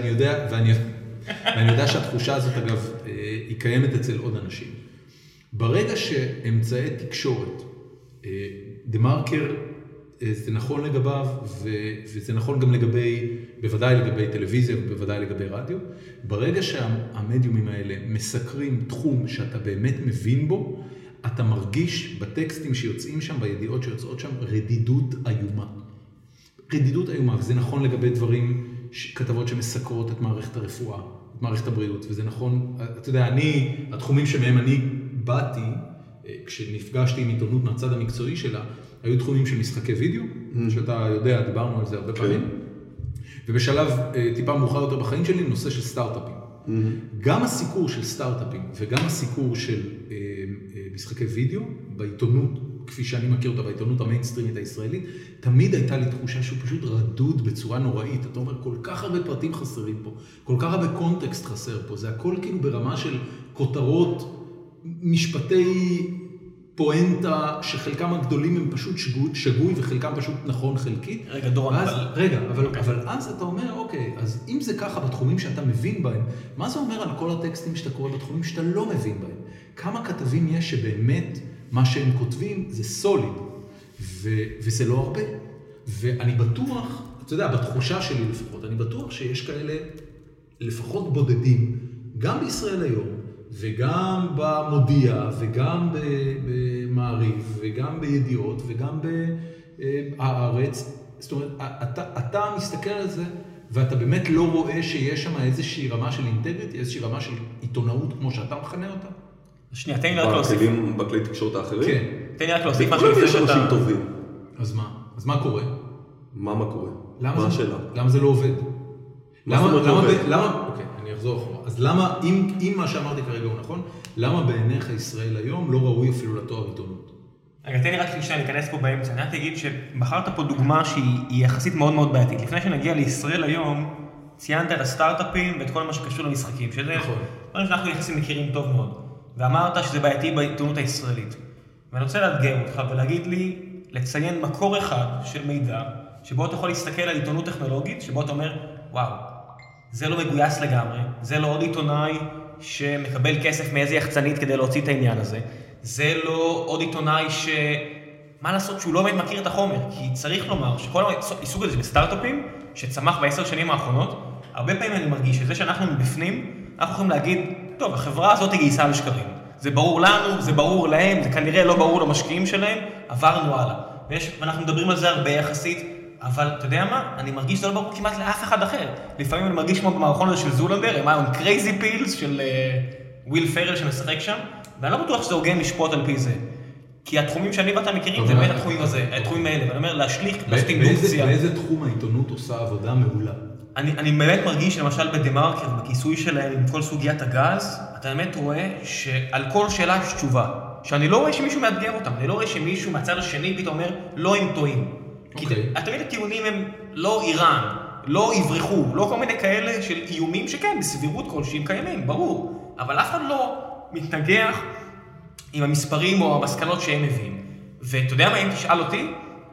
ואני יודע שהתחושה הזאת, אגב, היא קיימת אצל עוד אנשים. ברגע שאמצעי תקשורת, דמרקר, זה נכון לגביו, וזה נכון גם בוודאי לגבי טלוויזיה ובוודאי לגבי רדיו, ברגע שהמדיומים האלה מסקרים תחום שאתה באמת מבין בו, אתה מרגיש בטקסטים שיוצאים שם, בידיעות שיוצאות שם, רדידות איומה. רדידות איומה, וזה נכון לגבי דברים, כתבות שמסקרות את מערכת הרפואה, את מערכת הבריאות, וזה נכון, אתה יודע, התחומים שמהם אני באתי, כשנפגשתי עם עיתונות מהצד המקצועי שלה, היו תחומים של משחקי וידאו, שאתה יודע, דיברנו על זה הרבה פעמים, ובשלב טיפה מאוחר יותר בחיים שלי, נושא של סטארט-אפים. גם הסיקור של סטארט-אפים וגם הסיקור של משחקי וידאו, בעיתונות, כפי שאני מכיר אותה, בעיתונות המיינסטרימית הישראלית, תמיד הייתה לי תחושה שהוא פשוט רדוד בצורה נוראית. אתה אומר, כל כך הרבה פרטים חסרים פה, כל כך הרבה קונטקסט חסר פה, זה הכל כאילו ברמה של כותרות, משפטי פואנטה, שחלקם הגדולים הם פשוט שגוי וחלקם פשוט נכון חלקית. רגע, דורון, אבל אז אתה אומר, אוקיי, אז אם זה ככה בתחומים שאתה מבין בהם, מה זה אומר על כל הטקסטים שאתה קורא בתחומים שאתה לא מבין בהם? כמה כתבים יש שבאמת מה שהם כותבים זה סוליד, וזה לא הרבה. ואני בטוח, אתה יודע, בתחושה שלי לפחות, אני בטוח שיש כאלה לפחות בודדים, גם בישראל היום, וגם במודיע, וגם במעריב, וגם בידיעות, וגם בהארץ. זאת אומרת, אתה מסתכל על זה, ואתה באמת לא רואה שיש שם איזושהי רמה של אינטגריטי, איזושהי רמה של עיתונאות, כמו שאתה מכנה אותה? שנייה, תן לי רק להוסיף. בכלי תקשורת האחרים? כן. תן לי רק להוסיף משהו. יש אנשים טובים. אז מה? אז מה קורה? מה קורה? מה השאלה? למה זה לא עובד? למה? אוקיי, אני אחזור אחורה. אז למה, אם מה שאמרתי כרגע הוא נכון, למה בעיניך ישראל היום לא ראוי אפילו לתואר עיתונות? רגע, תן לי רק להיכנס פה באמצע. אני רק אגיד שבחרת פה דוגמה שהיא יחסית מאוד מאוד בעייתית. לפני שנגיע לישראל היום, ציינת את הסטארט-אפים ואת כל מה שקשור למשחקים, שזה דברים שאנחנו יחסים מכירים טוב מאוד. ואמרת שזה בעייתי בעיתונות הישראלית. ואני רוצה לאתגר אותך ולהגיד לי, לציין מקור אחד של מידע, שבו אתה יכול להסתכל על עיתונות טכנולוגית, שבו אתה אומר, וואו, זה לא מגויס לגמרי, זה לא עוד עיתונאי שמקבל כסף מאיזה יחצנית כדי להוציא את העניין הזה, זה לא עוד עיתונאי מה לעשות שהוא לא באמת מכיר את החומר, כי צריך לומר שכל העיסוק הזה בסטארט-אפים, שצמח ב10 שנים האחרונות, הרבה פעמים אני מרגיש שזה שאנחנו מבפנים, אנחנו יכולים להגיד, טוב, החברה הזאת גייסה לשקרים. זה ברור לנו, זה ברור להם, זה כנראה לא ברור למשקיעים שלהם, עברנו הלאה. ואנחנו מדברים על זה הרבה יחסית, אבל אתה יודע מה? אני מרגיש שזה לא ברור כמעט לאף אחד אחר. לפעמים אני מרגיש כמו במערכון הזה של זולנדר, הם היו קרייזי פילס של וויל פרל שמשחק שם, ואני לא בטוח שזה הוגן לשפוט על פי זה. כי התחומים שאני ואתה מכירים, זה באמת התחומים האלה, ואני אומר, להשליך, לעשות אינדוקציה. באיזה תחום העיתונות עושה עבודה מעולה? אני באמת מרגיש שלמשל בדה-מרקר, בכיסוי שלהם עם כל סוגיית הגז, אתה באמת רואה שעל כל שאלה יש תשובה. שאני לא רואה שמישהו מאתגר אותם, אני לא רואה שמישהו מהצד השני פתאום אומר, לא הם טועים. כי תמיד הטיעונים הם לא איראן, לא יברחו, לא כל מיני כאלה של איומים שכן, בסבירות כלשהם קיימים, ברור. אבל אף אחד לא מתנגח עם המספרים או המסקנות שהם מביאים. ואתה יודע מה, אם תשאל אותי,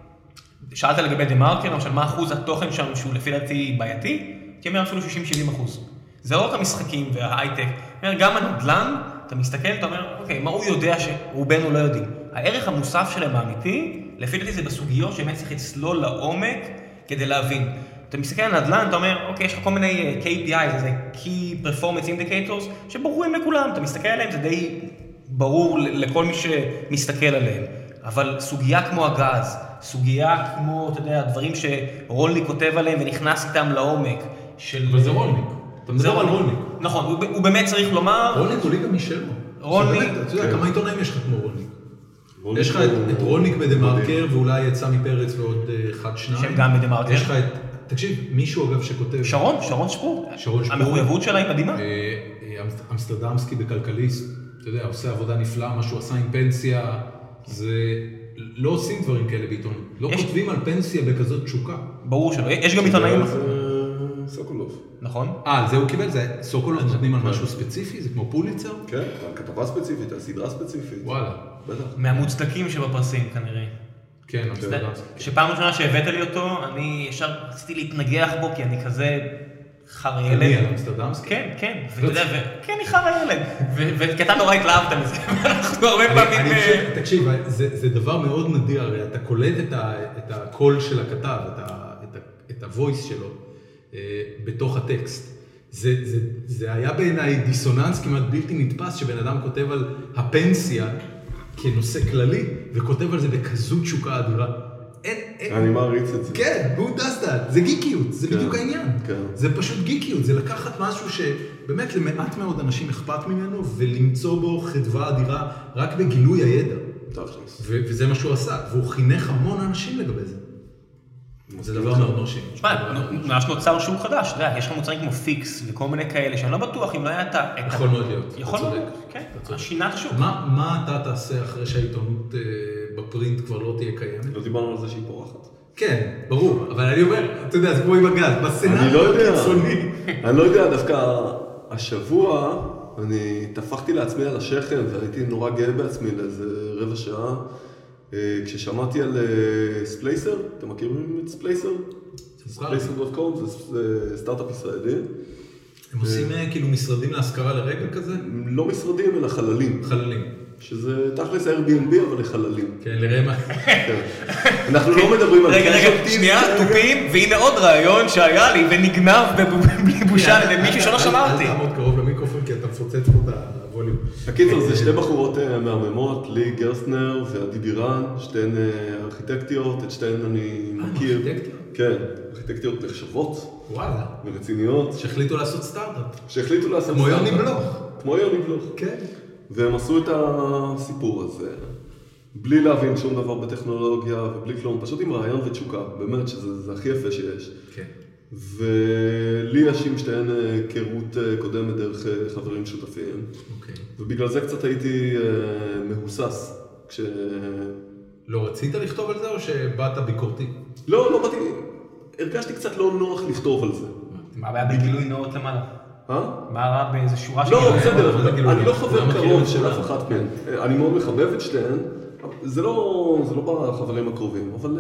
שאלת לגבי דה-מרקר, למשל, מה אחוז התוכן שם שהוא לפי דעתי בעייתי? כי אומר אפילו 60-70%. זה לא רק המשחקים וההייטק. גם הנדל"ן, אתה מסתכל, אתה אומר, אוקיי, מה הוא יודע שרובנו לא יודעים? הערך המוסף שלהם האמיתי, לפי דעתי זה בסוגיות שבאמת צריך לצלול לעומק כדי להבין. אתה מסתכל על נדל"ן, אתה אומר, אוקיי, יש לך כל מיני KPI, זה Key Performance Indicators, שברורים לכולם, אתה מסתכל עליהם, זה די ברור לכל מי שמסתכל עליהם. אבל סוגיה כמו הגז, סוגיה כמו, אתה יודע, דברים שרולניק כותב עליהם ונכנס איתם לעומק של... אבל זה רולניק. אתה מדבר על רולניק. נכון, הוא באמת צריך לומר... רולניק הוא ליגה משלו. רולניק... אתה יודע, כמה עיתונאים יש לך כמו רולניק? יש לך את רולניק בדה-מרקר, ואולי את סמי פרץ ועוד אחד, שניים. שהם גם בדה-מרקר. יש לך את... תקשיב, מישהו אגב שכותב... שרון שפורט. המחויבות שלה היא מדהימה. אמסטרדמסקי בכלכליסט, אתה יודע, עושה עבודה נפלאה, מה שהוא עשה עם פנסיה, זה... לא עושים דברים כאלה בעיתון. לא כותבים על פנסיה בכזאת תשוקה. ברור שלא. יש גם עיתונאים... סוקולוב. נכון. זה הוא קיבל, זה סוקולוב נותנים על משהו ספציפי, זה כמו פוליצר? כן, על כתבה ספציפית, על סדרה ספציפית. וואלה. בטח. מהמוצדקים שבפרסים כנראה. כן, שפעם ראשונה שהבאת לי אותו, אני ישר רציתי להתנגח בו, כי אני כזה חר ילד. אני על אמסטרדמסקי? כן, כן. כן, אני חר ילד. וכי אתה נורא התלהבת מזה. אנחנו הרבה פעמים... תקשיב, זה דבר מאוד נדיר, הרי אתה קולט את הקול של הכתב, את הוויס שלו, בתוך הטקסט. זה היה בעיניי דיסוננס כמעט בלתי נתפס, שבן אדם כותב על הפנסיה כנושא כללי, וכותב על זה בכזו תשוקה אדירה. אני מעריץ את זה. כן, הוא דסטל, זה גיקיות, זה בדיוק העניין. זה פשוט גיקיות, זה לקחת משהו שבאמת למעט מאוד אנשים אכפת ממנו, ולמצוא בו חדווה אדירה רק בגילוי הידע. וזה מה שהוא עשה, והוא חינך המון אנשים לגבי זה. זה דבר מאוד מרשים. תשמע, ממש נוצר שוק חדש, אתה יודע, יש לך מוצרים כמו פיקס וכל מיני כאלה, שאני לא בטוח אם לא היה את ה... יכול מאוד להיות. יכול מאוד, כן, שינת השוק. מה אתה תעשה אחרי שהעיתונות בפרינט כבר לא תהיה קיימת? לא דיברנו על זה שהיא פורחת. כן, ברור, אבל אני אומר, אתה יודע, זה כמו עם הגז, בסנאריו הקיצוני. אני לא יודע, דווקא השבוע אני טפחתי לעצמי על השכם והייתי נורא גאה בעצמי לאיזה רבע שעה. כששמעתי על ספלייסר, אתם מכירים את ספלייסר? Splacer.com, זה סטארט-אפ ישראלי. הם עושים כאילו משרדים להשכרה לרגע כזה? לא משרדים, אלא חללים. חללים. שזה תכלס Airbnb, אבל לחללים. כן, לרמה. אנחנו לא מדברים על... רגע, שנייה, טופים, והנה עוד רעיון שהיה לי ונגנב בלי בושה למישהו שלא שמע אותי. אל תעמוד קרוב למיקרופון כי אתה מפוצץ פה את הווליום. בקיצור, זה שתי בחורות מהממות, לי גרסטנר ועדי בירן, שתיהן ארכיטקטיות, את שתיהן אני מכיר. ארכיטקטיות? כן, ארכיטקטיות נחשבות. וואלה. ורציניות. שהחליטו לעשות סטארט-אפ. שהחליטו לעשות כמו יוני בלוך. כמו יוני בלוך. כן. והם עשו את הסיפור הזה, בלי להבין שום דבר בטכנולוגיה ובלי כלום, פשוט עם רעיון ותשוקה, באמת שזה הכי יפה שיש. כן. ולי יש עם שתיהן היכרות קודמת דרך חברים שותפים. אוקיי. ובגלל זה קצת הייתי מהוסס. לא רצית לכתוב על זה או שבאת ביקורתי? לא באתי, הרגשתי קצת לא נוח לכתוב על זה. מה הבעיה בגילוי נאות למעלה? מה רע באיזה שורה של... לא, בסדר, אני לא חבר קרוב של אף אחת מהן. אני מאוד מחבב את שתיהן. זה לא בחברים הקרובים, אבל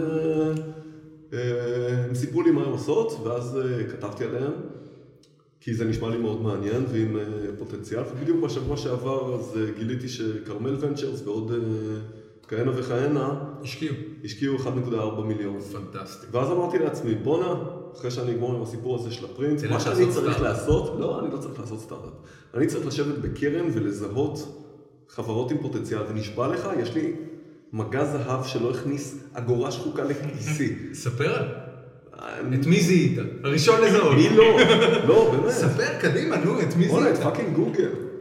הם סיפרו לי מה הם עושות, ואז כתבתי עליהם, כי זה נשמע לי מאוד מעניין ועם פוטנציאל. ובדיוק בשבוע שעבר אז גיליתי שקרמל ונצ'רס ועוד כהנה וכהנה השקיעו 1.4 מיליון. פנטסטי. ואז אמרתי לעצמי, בונה, אחרי שאני אגמור עם הסיפור הזה של הפרינט, מה שאני צריך לעשות, לא, אני לא צריך לעשות סטארט-אפ. אני צריך לשבת בקרן ולזהות חברות עם פוטנציאל, ונשבע לך, יש לי מגע זהב שלא הכניס אגורה שחוקה לכיסי. ספר על. את מי זיהית? הראשון לזהות. מי לא? לא, באמת. ספר, קדימה, נו, את מי זיהית? וואלה, את פאקינג גוגל.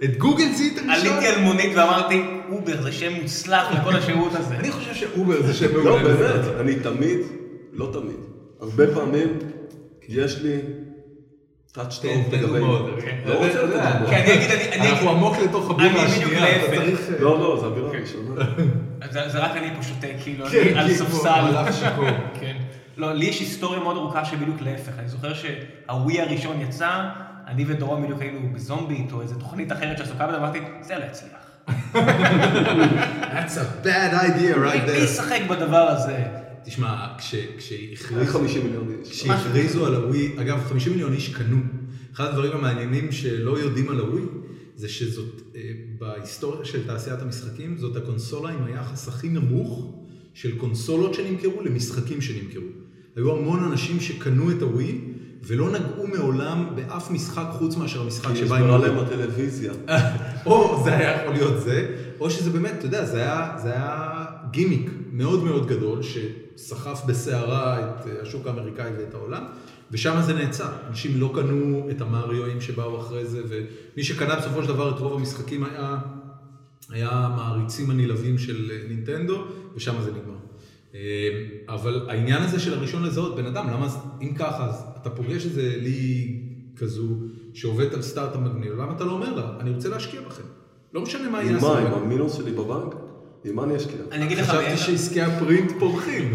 את גוגל זיהית ראשון? עליתי על מונית ואמרתי, אובר זה שם מוצלח לכל השירות הזה. אני חושב שאובר זה שם לא, מעולה. באמת, אני תמיד, לא תמיד, הרבה פעמים יש לי טאץ' טוב תן דוגמאות. לא רוצה לתת דוגמאות. כי אני אגיד, אנחנו עמוק לתוך הבירה אני בדיוק השנייה, אתה להפך. צריך... לא, זה הבירה הראשונה. זה רק אני פה שותה, כאילו, כן, אני על כי ספסל. הוא הלך שיכור. כן. לא, לי יש היסטוריה מאוד ארוכה שבדיוק להפך. אני זוכר שהווי הראשון יצא, אני ודורון בדיוק היינו בזומבית או איזו תוכנית אחרת שעסוקה בזה, אמרתי, זה לא יצליח. That's a bad idea right מי there. ישחק בדבר הזה? תשמע, רק 50 מיליון איש. כשהכריזו על הווי, אגב 50 מיליון איש קנו. אחד הדברים המעניינים שלא יודעים על הווי, זה שזאת, בהיסטוריה של תעשיית המשחקים, זאת הקונסולה עם היחס הכי נמוך של קונסולות שנמכרו למשחקים שנמכרו. היו המון אנשים שקנו את הווי, ולא נגעו מעולם באף משחק חוץ מאשר המשחק שבא עם נשברה להם הטלוויזיה. או זה היה יכול להיות זה, או שזה באמת, אתה יודע, זה היה גימיק מאוד מאוד גדול, שסחף בסערה את השוק האמריקאי ואת העולם, ושם זה נעצר. אנשים לא קנו את המריואים שבאו אחרי זה, ומי שקנה בסופו של דבר את רוב המשחקים היה מעריצים הנלהבים של נינטנדו, ושם זה נגמר. אבל העניין הזה של הראשון לזהות בן אדם, למה אם ככה, אז אתה פוגש איזה לי כזו שעובדת על סטארט-אפ מגניב, למה אתה לא אומר לה, אני רוצה להשקיע בכם. לא משנה מה יעשה. עם מה? עם המינוס שלי בבנק? עם מה אני אשקיע? אני אגיד לך חשבתי שעסקי הפרינט פורחים.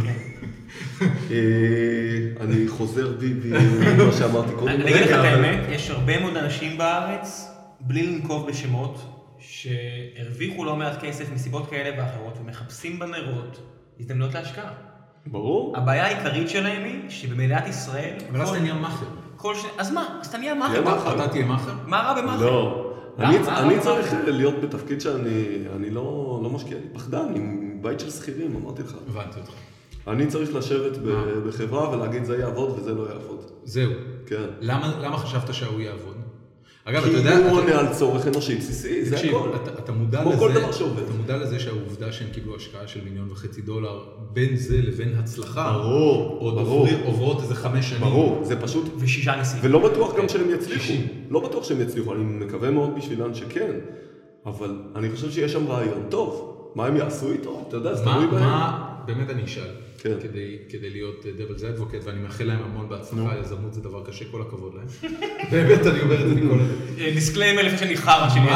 אני חוזר בי מה שאמרתי קודם. אני אגיד לך את האמת, יש הרבה מאוד אנשים בארץ, בלי לנקוב בשמות, שהרוויחו לא מעט כסף מסיבות כאלה ואחרות, ומחפשים בנרות הזדמנות להשקעה. ברור. הבעיה העיקרית שלהם היא שבמדינת ישראל... אבל אז אתה נהיה מאחר. אז מה? אז אתה נהיה מאחר. אתה תהיה מאחר? מה רע במאחר? לא. אני צריך להיות בתפקיד שאני לא משקיע, אני פחדן, עם בית של שכירים, אמרתי לך. הבנתי אותך. אני צריך לשבת בחברה ולהגיד זה יעבוד וזה לא יעבוד. זהו. כן. למה חשבת שהוא יעבוד? אגב, כי אתה יודע... הוא עונה על צורך אנושי בסיסי, זה הכל. אתה מודע כמו לזה... כל דבר שעובד. אתה מודע לזה שהעובדה שהם קיבלו השקעה של $1.5 מיליון, בין זה לבין הצלחה, ברור, עוד ברור. עוברות איזה 5 שנים. ברור, זה פשוט... ו6 ניסים. ולא בטוח גם שהם יצליחו. לא בטוח שהם יצליחו, אני מקווה מאוד בשבילן שכן. אבל אני חושב שיש שם רעיון טוב. מה הם יעשו איתו? אתה יודע, זה תלוי בהם. באמת אני אשאל, כן. כדי להיות דבל זה אדבוקט, ואני מאחל להם המון בהצלחה, יזמות זה דבר קשה, כל הכבוד להם. באמת אני אומר את זה מכל הזה. דיסקליימר לפני שאני חרא שלי.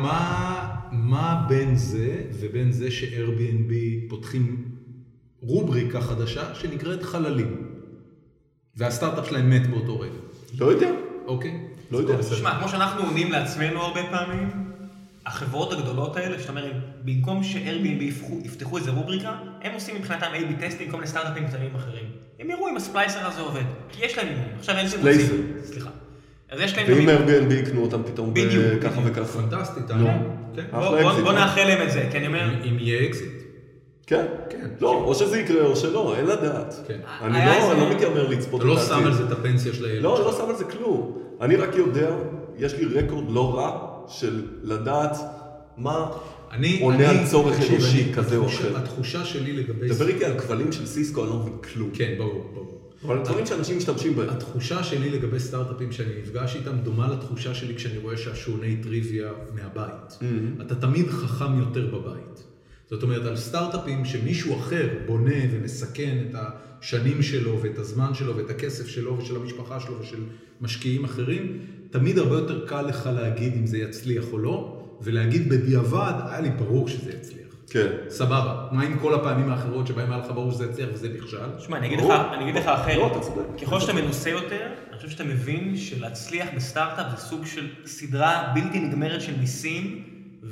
מה בין זה ובין זה ש-Airbnb פותחים רובריקה חדשה שנקראת חללים, והסטארט-אפ שלהם מת באותו רגע? לא יודע. אוקיי? לא יודע. תשמע, כמו שאנחנו עונים לעצמנו הרבה פעמים, החברות הגדולות האלה, שאתה אומר, במקום ש-Airbnb יפתחו איזה רובריקה, הם עושים מבחינתם A/B טסטים, כל מיני סטארט-אפים קטנים אחרים. הם יראו אם הספלייסר הזה עובד, כי יש להם אימון. עכשיו אין ספלייסר. סליחה. אז יש להם ואם Airbnb יקנו אותם פתאום בדיוק. ככה וככה. פנטסטית, כן. בוא נאחל להם את זה, כי אני אומר... אם יהיה אקזיט. כן, כן. לא, או שזה יקרה או שלא, אין לדעת. כן. אני לא מתיימר לצפות אתה לא שם על זה את הפנסיה של הילד. לא, אני לא שם על זה כלום. אני רק יודע, יש לי רקורד לא רע של לדעת מה עונה על צורך אנושי כזה או אחר. התחושה שלי לגבי... דבר איתי על כבלים של סיסקו, אני לא מבין כלום. כן, ברור. אבל דברים שאנשים משתמשים בהם. התחושה שלי לגבי סטארט-אפים שאני נפגש איתם דומה לתחושה שלי כשאני רואה שהשעוני טריוויה מהבית. אתה תמיד חכם יותר בבית. זאת אומרת, על סטארט-אפים שמישהו אחר בונה ומסכן את השנים שלו ואת הזמן שלו ואת הכסף שלו ושל המשפחה שלו ושל משקיעים אחרים, תמיד הרבה יותר קל לך להגיד אם זה יצליח או לא, ולהגיד בדיעבד, היה לי ברור שזה יצליח. כן. סבבה. מה עם כל הפעמים האחרות שבהם היה לך ברור שזה יצליח וזה נכשל? שמע, אני אגיד לך אחרת. לא, אתה צודק. ככל שאתה מנוסה יותר, אני חושב שאתה מבין שלהצליח בסטארט-אפ זה סוג של סדרה בלתי נגמרת של ניסים,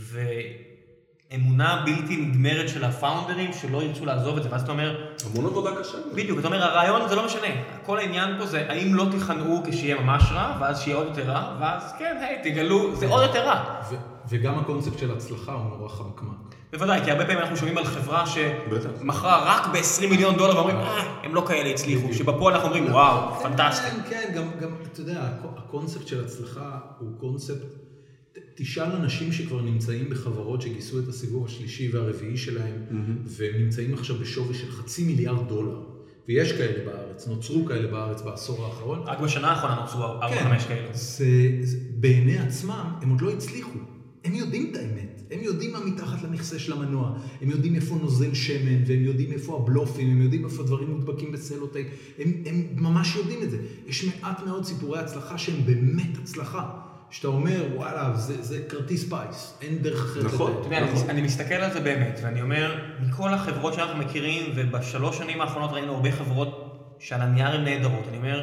ואמונה בלתי נגמרת של הפאונדרים שלא ירצו לעזוב את זה, ואז אתה אומר... המון עבודה קשה. בדיוק, אתה אומר, הרעיון זה לא משנה. כל העניין פה זה, האם לא תיכנעו כשיהיה ממש רע, ואז שיהיה עוד יותר רע, ואז כן, תגלו, זה עוד יותר רע. וגם הקונספט של הצלחה הוא נורא חמקמק. בוודאי, כי הרבה פעמים אנחנו שומעים על חברה שמכרה רק ב$20 מיליון, ואומרים, הם לא כאלה הצליחו, שבפועל אנחנו אומרים, וואו, פנטסטי. כן, גם, אתה יודע, הקונספט של הצלחה הוא קונספט, תשאל אנשים שכבר נמצאים בחברות שגייסו את הסיבוב השלישי והרביעי שלהם, והם נמצאים עכשיו בשווי של $500 מיליארד, ויש כאלה בארץ, נוצרו כאלה בארץ בעשור האחרון. רק בשנה האחרונה נוצרו 4-5 כאלה. בעיני עצמם הם עוד לא הצליחו. הם יודעים את האמת, הם יודעים מה מתחת למכסה של המנוע, הם יודעים איפה נוזל שמן, והם יודעים איפה הבלופים, הם יודעים איפה דברים מודבקים בסלוטייפ, הם ממש יודעים את זה. יש מעט מאוד סיפורי הצלחה שהם באמת הצלחה. שאתה אומר, וואלה, זה כרטיס פייס, אין דרך אחרת. נכון. אני מסתכל על זה באמת, ואני אומר, מכל החברות שאנחנו מכירים, ובשלוש שנים האחרונות ראינו הרבה חברות שעל הנייר הן נהדרות. אני אומר,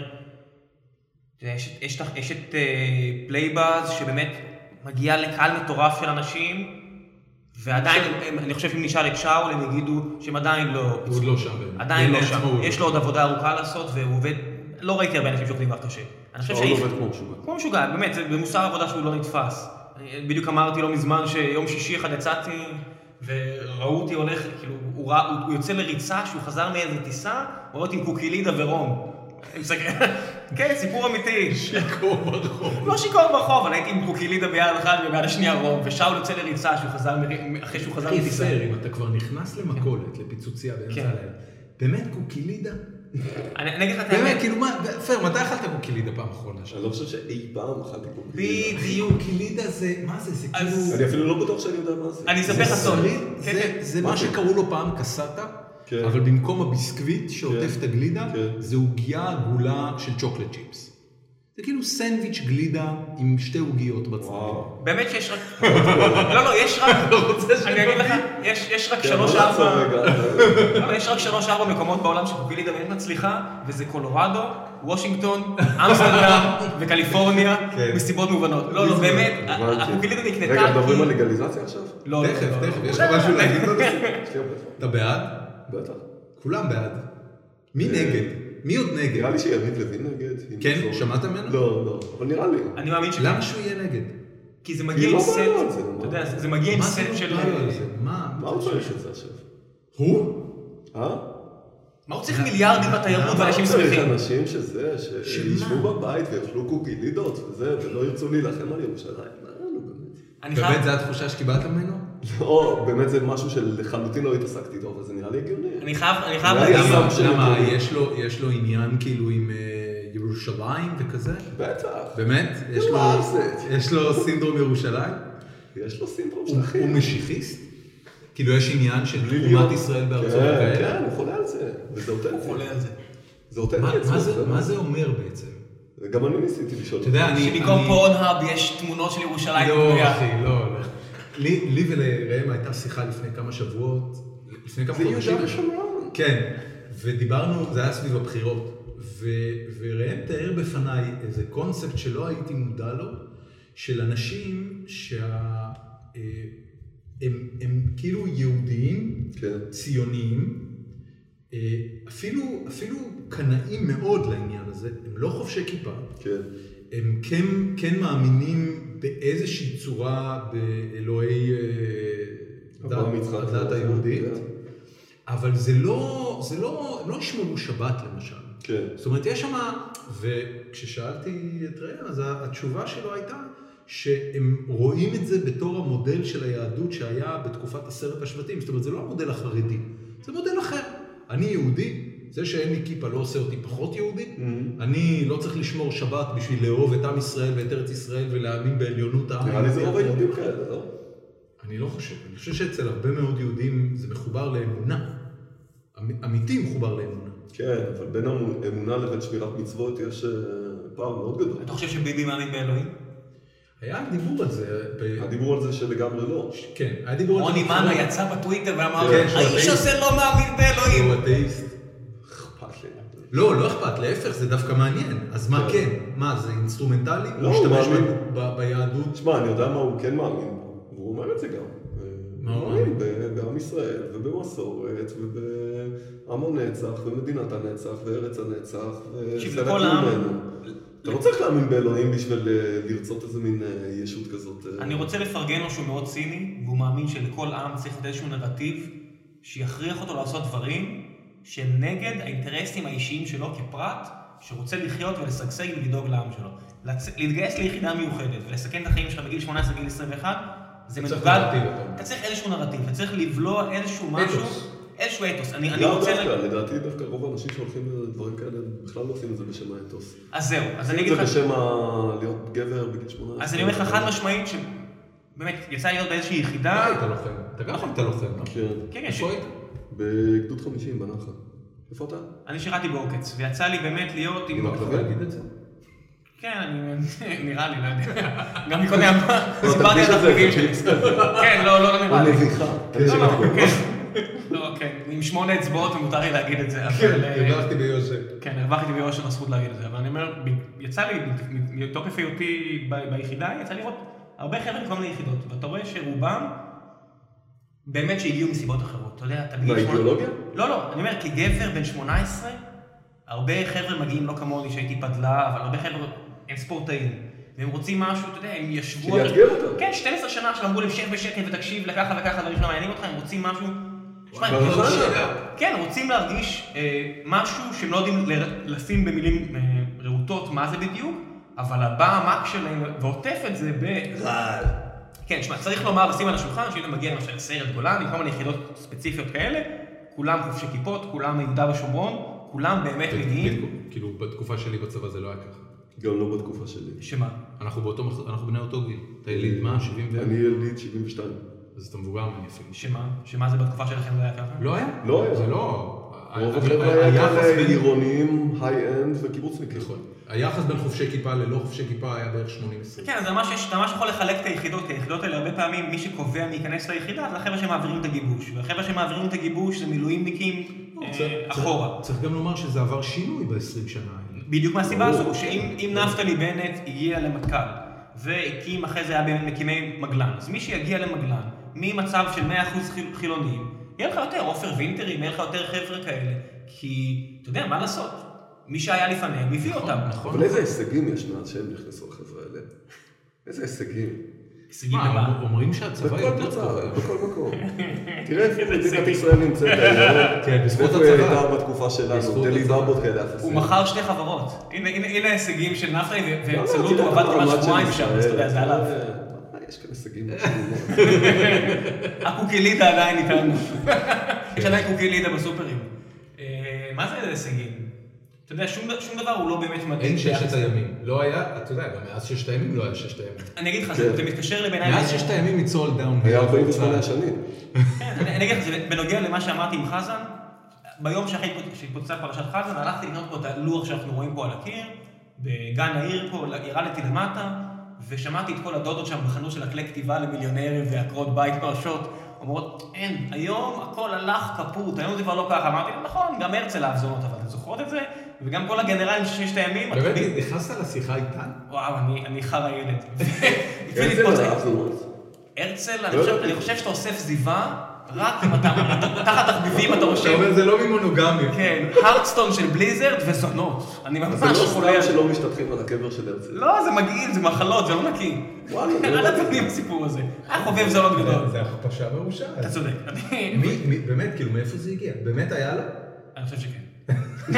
יש את פלייבאז שבאמת מגיע לקהל מטורף של אנשים, ועדיין, אני חושב שאם נשאל את שאול, הם יגידו שהם עדיין לא... הוא עוד לא שם. עדיין לא שם. יש לו עוד עבודה ארוכה לעשות, והוא עובד... לא ראיתי הרבה אנשים שעובדים כבר קשה. שאול עובד כמו משוגע. כמו משוגע, באמת, זה במוסר עבודה שהוא לא נתפס. בדיוק אמרתי לו מזמן שיום שישי אחד יצאתי, וראו אותי הולך, כאילו, הוא יוצא לריצה, שהוא חזר מאיזה טיסה, הוא רואה אותי עם קוקילידה ורום. כן, סיפור אמיתי. שיקור ברחוב. לא שיקור ברחוב, אבל הייתי עם קוקילידה ביד אחד וביד השנייה רום, ושאול יוצא לריצה אחרי שהוא חזר מטיסה. אם אתה כבר נכנס למכולת, לפיצוצייה באמצע הלילה, באמת קוקילידה? אני אגיד לך את באמת, האמת. כאילו מה, פייר, מתי אכלת קוקילידה פעם אחרונה? אני לא חושב שאי פעם אכלתי קוקילידה. בדיוק. קוקילידה זה, מה זה? זה כאילו... אני אפילו לא בטוח שאני יודע מה זה. אני אספר לך סוד. זה מה שקראו לו פעם קסטה, אבל במקום הביסקוויט שעוטף את הגלידה, זה עוגיה עגולה של צ'וקלט צ'יפס. זה כאילו סנדוויץ' גלידה עם שתי עוגיות בצד. באמת שיש רק... לא, יש רק... אני אגיד לך, יש רק 3-4 מקומות בעולם שקוקילida באמת מצליחה, וזה קולורדו, וושינגטון, אמסטרדם וקליפורניה, מסיבות מובנות. לא, באמת, הקוקילida נקנתה... רגע, מדברים על לגליזציה עכשיו? לא. תכף, יש לך משהו להגיד בנושא? אתה בעד? בטח. כולם בעד. מי נגד? מי עוד נגד? נראה לי שיריב לוין נגד. כן? שמעת ממנו? לא, אבל נראה לי. אני מאמין שכן. למה שהוא יהיה נגד? כי זה מגיע עם סט, אתה יודע, זה מגיע עם סט של... מה הוא צריך את זה עכשיו? הוא? מה הוא צריך מיליארדים בתיירות ואנשים שמחים? צריך אנשים שישבו בבית ויאכלו קוקילידות וזה, ולא ירצו להילחם על ירושלים. באמת זה התחושה שקיבלת ממנו? לא, באמת זה משהו שלחלוטין לא התעסקתי איתו, אבל זה נראה לי הגיוני. אני חייב להגיד... למה, יש לו עניין כאילו עם ירושלים וכזה? בטח. באמת? יש לו סינדרום ירושלים? יש לו סינדרום שטחים. הוא משיחיסט? כאילו יש עניין של תקומת ישראל בארצות כאלה? כן, הוא חולה על זה. וזה אותנטי. הוא חולה על זה. זה אותנטי. מה זה אומר בעצם? גם אני ניסיתי לשאול. אתה יודע, שבמקום פורנהאב יש תמונות של ירושלים. לא, אחי, לא. לי ולראם הייתה שיחה לפני כמה שבועות, לפני כמה חודשים. זה יהודה ושומרון. כן, ודיברנו, זה היה סביב הבחירות, וראם תאר בפניי איזה קונספט שלא הייתי מודע לו, של אנשים הם כאילו יהודיים, ציוניים, אפילו קנאים מאוד לעניין הזה, הם לא חובשי כיפה, הם כן מאמינים באיזושהי צורה באלוהי הדת היהודית, אבל זה לא ישמרו שבת למשל. זאת אומרת, יש שם, וכששאלתי את ראם, אז התשובה שלו הייתה שהם רואים את זה בתור המודל של היהדות שהיה בתקופת 10 השבטים. זאת אומרת, זה לא המודל החרדי, זה מודל אחר. אני יהודי, זה שאין לי כיפה לא עושה אותי פחות יהודי. אני לא צריך לשמור שבת בשביל לאהוב את עם ישראל ואת ארץ ישראל ולהאמין בעליונות העם. נראה לי זה רוב היהודים כאלה, לא? אני לא חושב. אני חושב שאצל הרבה מאוד יהודים זה מחובר לאמונה. אמיתי מחובר לאמונה. כן, אבל בין אמונה לבין שמירת מצוות יש פער מאוד גדול. אתה חושב שביבי מאמין באלוהים? היה דיבור על זה. הדיבור על זה שלגמרי לא. כן, היה דיבור על זה. רוני מאנה יצא בטוויטר ואמר, האיש הזה לא מאמין באלוהים. הוא אתאיסט. אכפת לי. לא אכפת, להפך, זה דווקא מעניין. אז מה כן? מה, זה אינסטרומנטלי? לא, הוא מאמין. ביהדות? תשמע, אני יודע מה הוא כן מאמין. והוא אומר את זה גם. מה הוא מאמין? בעם ישראל, ובמסורת, ובעם הנצח, ומדינת הנצח, וארץ הנצח, שבכל העם. אתה לא צריך להאמין באלוהים בשביל לרצות איזה מין ישות כזאת. אני רוצה לפרגן לו שהוא מאוד ציני, והוא מאמין שלכל עם צריך להיות איזשהו נרטיב שיכריח אותו לעשות דברים שהם נגד האינטרסים האישיים שלו כפרט, שרוצה לחיות ולשגשג ולדאוג לעם שלו. להתגייס ליחידה מיוחדת ולסכן את החיים שלך בגיל 18 גיל 21, זה מנוגד. אתה צריך איזשהו נרטיב, אתה צריך לבלוע איזשהו משהו. איזשהו אתוס, אני רוצה... לדעתי דווקא רוב האנשים שהולכים לדברים כאלה בכלל לא עושים את זה בשם האתוס. אז זהו, אז אני אגיד לך... זה בשם להיות גבר בגיל 18. אז אני אומר לך חד משמעית באמת, יצא להיות באיזושהי יחידה. מה היית לוחם? אתה גם היית לוחם, לא? כן, איפה היית? בגדוד 50 בנחל. איפה אתה? אני שירתי בעוקץ, ויצא לי באמת להיות עם הכלבי להגיד את זה? כן, נראה לי, לא יודע. גם מקודם, לא, סיפרתי על התחביבים שלי. כן, לא נראה לי. נביכה. לא, כן, עם 8 אצבעות ומותר לי להגיד את זה. כן, הרווחתי ביושר. כן, הרווחתי ביושר הזכות להגיד את זה, אבל אני אומר, יצא לי, מתוקף היותי ביחידה, יצא לראות הרבה חבר'ה מכל מיני יחידות, ואתה רואה שרובם באמת שהגיעו מסיבות אחרות, אתה יודע, אתה בגיל 18... מהאידיאולוגיה? לא, אני אומר, כגבר בן 18, הרבה חבר'ה מגיעים לא כמוני שהייתי פדלה, אבל הרבה חבר'ה הם ספורטאים, והם רוצים משהו, אתה יודע, הם ישבו... שיאתגר אותם. כן, 12 שנה שאמרו להם שב בשקט ותקשיב לככה וככה, דברים שלא מעניינים אותך, הם רוצים משהו... כן, רוצים להרגיש משהו שהם לא יודעים לשים במילים רהוטות מה זה בדיוק, אבל הבא המק שלהם ועוטף את זה רעל. כן, שמע, צריך לומר, לשים על השולחן, שאם מגיע למשל סיירת גולן, עם כל מיני יחידות ספציפיות כאלה, כולם חובשי כיפות, כולם מיהודה ושומרון, כולם באמת מגיעים. כאילו, בתקופה שלי בצבא זה לא היה ככה. גם לא בתקופה שלי. שמה? אנחנו בני אותו גיל. אתה יליד מה? 70 ו... אני יליד 72. אז אתה מבוגר ממני אפילו. שמה זה בתקופה שלכם לא היה ככה? לא היה? לא היה. זה לא... רוב החבר'ה היה כאלה עירונים, היי-אנד וקיבוצניקים. נכון. היחס בין חובשי כיפה ללא חובשי כיפה היה בערך 80-20. כן, אז אתה ממש יכול לחלק את היחידות, כי היחידות האלה הרבה פעמים מי שקובע מי ייכנס ליחידה זה החבר'ה שמעבירים את הגיבוש, והחבר'ה שמעבירים את הגיבוש זה מילואימניקים אחורה. צריך גם לומר שזה עבר שינוי ב-20 שנה האלה. בדיוק מהסיבה הזו, שאם נפתלי בנט הגיע למטכ"ל, והקים אחרי זה היה באמת מקימי מגלן, אז מי שיגיע למגלן, ממצב של 100% חילונים, יהיה לך יותר עופר וינטרים, יהיה לך יותר חבר'ה כאלה, כי אתה יודע מה לעשות, מי שהיה לפניהם הביא אותם. אבל איזה הישגים יש מאז שהם נכנסו לחבר'ה האלה? איזה הישגים? הישגים למה? אומרים שהצבא יותר טוב. בכל מקום. תראה איפה מדינת ישראל נמצאת היום. כן, בזכות איפה היא הייתה בתקופה שלנו, דלי ברבוט כאלה אפסים. הוא מכר 2 חברות. הנה ההישגים של נפתלי, ואצלות הוא עבד כמעט שבועיים שם, אז אתה יודע, זה עליו. יש כאן הישגים. הקוקילידה עדיין איתנו. יש עדיין קוקילידה בסופרים. מה זה הישגים? אתה יודע, שום דבר הוא לא באמת מדהים. אין 6 הימים. לא היה, אתה יודע, גם מאז 6 הימים לא היה 6 הימים. אני אגיד לך, זה מתקשר לביניים... מאז 6 הימים מצול דאון. היה 48 שנים. אני אגיד לך, זה בנוגע למה שאמרתי עם חזן, ביום שהתפוצצה פרשת חזן, הלכתי לקנות פה את הלוח שאנחנו רואים פה על הקיר, בגן העיר פה, ירדתי למטה, ושמעתי את כל הדודות שם בחנות של הכלי כתיבה למיליונרים ועקרות בית פרשות, אומרות, אין, היום הכל הלך כפות, היום זה כבר לא ככה, אמרתי, נכון, גם הרצל האבזונות, אבל אתם זוכרות את זה? וגם כל הגנרלים של 6 הימים... באמת, נכנסת לשיחה איתן? וואו, אני חר הילד. הרצל האבזונות? הרצל, אני חושב שאתה אוסף זיווה, רק אם אתה תחת תחביבים אתה רושם... אתה אומר, זה לא ממונוגמיה. כן, הרדסטון של בליזרד וזונות. אני ממש חולה... זה לא סתם שלא משתתפים על הקבר של הרצל. לא, זה מגעיל, זה מחלות, זה לא נקי. וואלה, אל תפנים הסיפור הזה. חובב זונות גדול. זה הכפשה מרושעת. אתה צודק. באמת, כאילו, מאיפה זה הגיע? באמת היה לה? אני חושב שכן.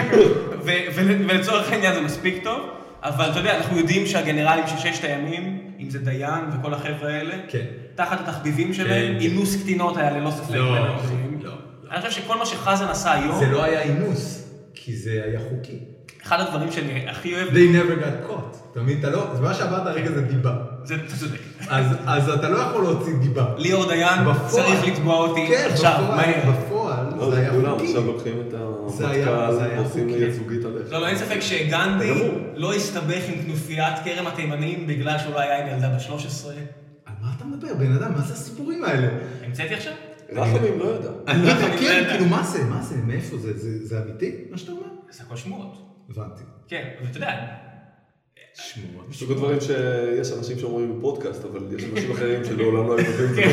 ולצורך העניין זה מספיק טוב, אבל אתה יודע, אנחנו יודעים שהגנרלים של 6 הימים, אם זה דיין וכל החבר'ה האלה, תחת התחביבים שלהם, אינוס קטינות היה ללא ספק. לא. אני חושב שכל מה שחזן עשה היום... זה לא היה אינוס, כי זה היה חוקי. אחד הדברים שאני הכי אוהב... They never got caught. אתה מבין, אתה לא... מה שאמרת הרגע זה דיבה. אתה צודק. אז אתה לא יכול להוציא דיבה. ליאור דיין צריך לתבוע אותי עכשיו, מהר. בפועל זה היה חוקי. עכשיו לוקחים את המטכ"ל, עושים ייצוגית עליך. לא, אין ספק שגנדי לא הסתבך עם כנופיית כרם התימנים בגלל שהוא לא היה עם ילדה ב-13. על מה אתה מדבר, בן אדם? מה זה הסיפורים האלה? המצאתי עכשיו? רחמים לא ידע. אני לא יודע, כן, כאילו, מה זה? מאיפה זה? זה אמיתי? מה שאתה אומר? זה הכל שמועות. הבנתי. כן, ואתה יודע... שמועות. סוג הדברים שיש אנשים שאומרים בפודקאסט, אבל יש אנשים אחרים שלעולם לא היו מבינים.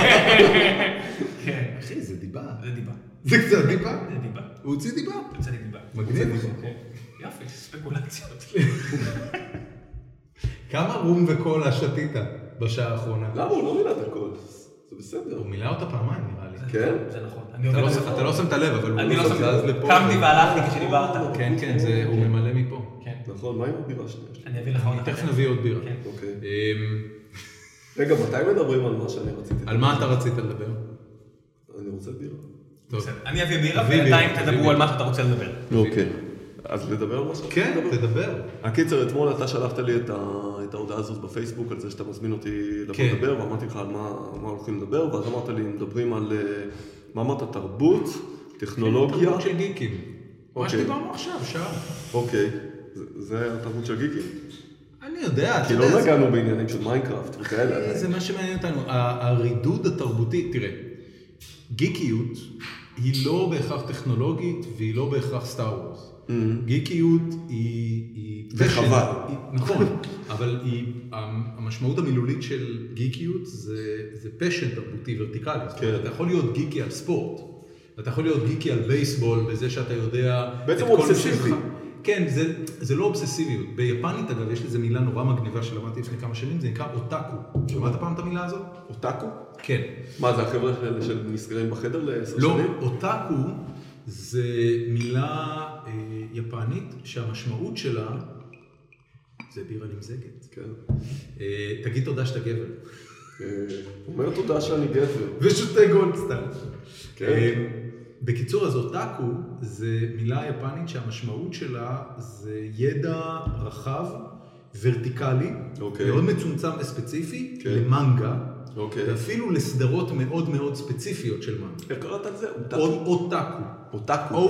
כן. אחי, זה דיבה. זה דיבה. זה קצת דיבה? זה דיבה. הוא הוציא דיבה? הוציא דיבה. מגניב. יופי, ספקולציות. כמה רום וקולה שתית בשעה האחרונה? למה? הוא לא מילא את הכל. זה בסדר. הוא מילא אותה פעמיים נראה לי. כן? זה נכון. אתה לא שם את הלב, אבל הוא אני לא שם את הלב. קמתי והלכתי כשדיברת. כן, הוא ממלא מפה. נכון, מה עם הבירה שנייה? אני אביא לך עוד אחת. תכף נביא עוד בירה. אוקיי. רגע, מתי מדברים על מה שאני רציתי? על מה אתה רצית לדבר? אני רוצה בירה. אני אביא בירה, ובינתיים תדברו על מה שאתה רוצה לדבר. אוקיי. אז לדבר משהו? כן, תדבר. הקיצר, אתמול אתה שלחת לי את ההודעה הזאת בפייסבוק על זה שאתה מזמין אותי לבוא לדבר, ואמרתי לך על מה הולכים לדבר, ואז אמרת לי, מדברים על, מה אמרת, תרבות, טכנולוגיה. תרבות של גיקים. מה שדיברנו עכשיו, שעה. אוקיי, זה התרבות של גיקים? אני יודע. כי לא נגענו בעניינים של מיינקראפט וכאלה. זה מה שמעניין אותנו. הרידוד התרבותי, תראה, גיקיות היא לא בהכרח טכנולוגית והיא לא בהכרח סטאר וורס. גיקיות היא... וחבל. נכון, אבל המשמעות המילולית של גיקיות זה פשן תרבותי ורטיקלי. אתה יכול להיות גיקי על ספורט, אתה יכול להיות גיקי על בייסבול בזה שאתה יודע... בעצם אובססיבי. כן, זה לא אובססיביות. ביפנית, אגב, יש לזה מילה נורא מגניבה שלמדתי לפני כמה שנים, זה נקרא אוטאקו. שמעת פעם את המילה הזאת? אוטאקו? כן. מה, זה החבר'ה שנסגרים בחדר ל10 שנים? לא, אוטאקו זה מילה יפנית שהמשמעות שלה זה בירה נמזגת. כן. תגיד תודה שאתה גבר. אומר תודה שאני גבר. ושותה גולדסטאר. כן. בקיצור, אז אוטאקו זה מילה יפנית שהמשמעות שלה זה ידע רחב, ורטיקלי, מאוד מצומצם וספציפי, למנגה, ואפילו לסדרות מאוד מאוד ספציפיות של מנגה. איך קראת על זה? אוטאקו. אוטאקו.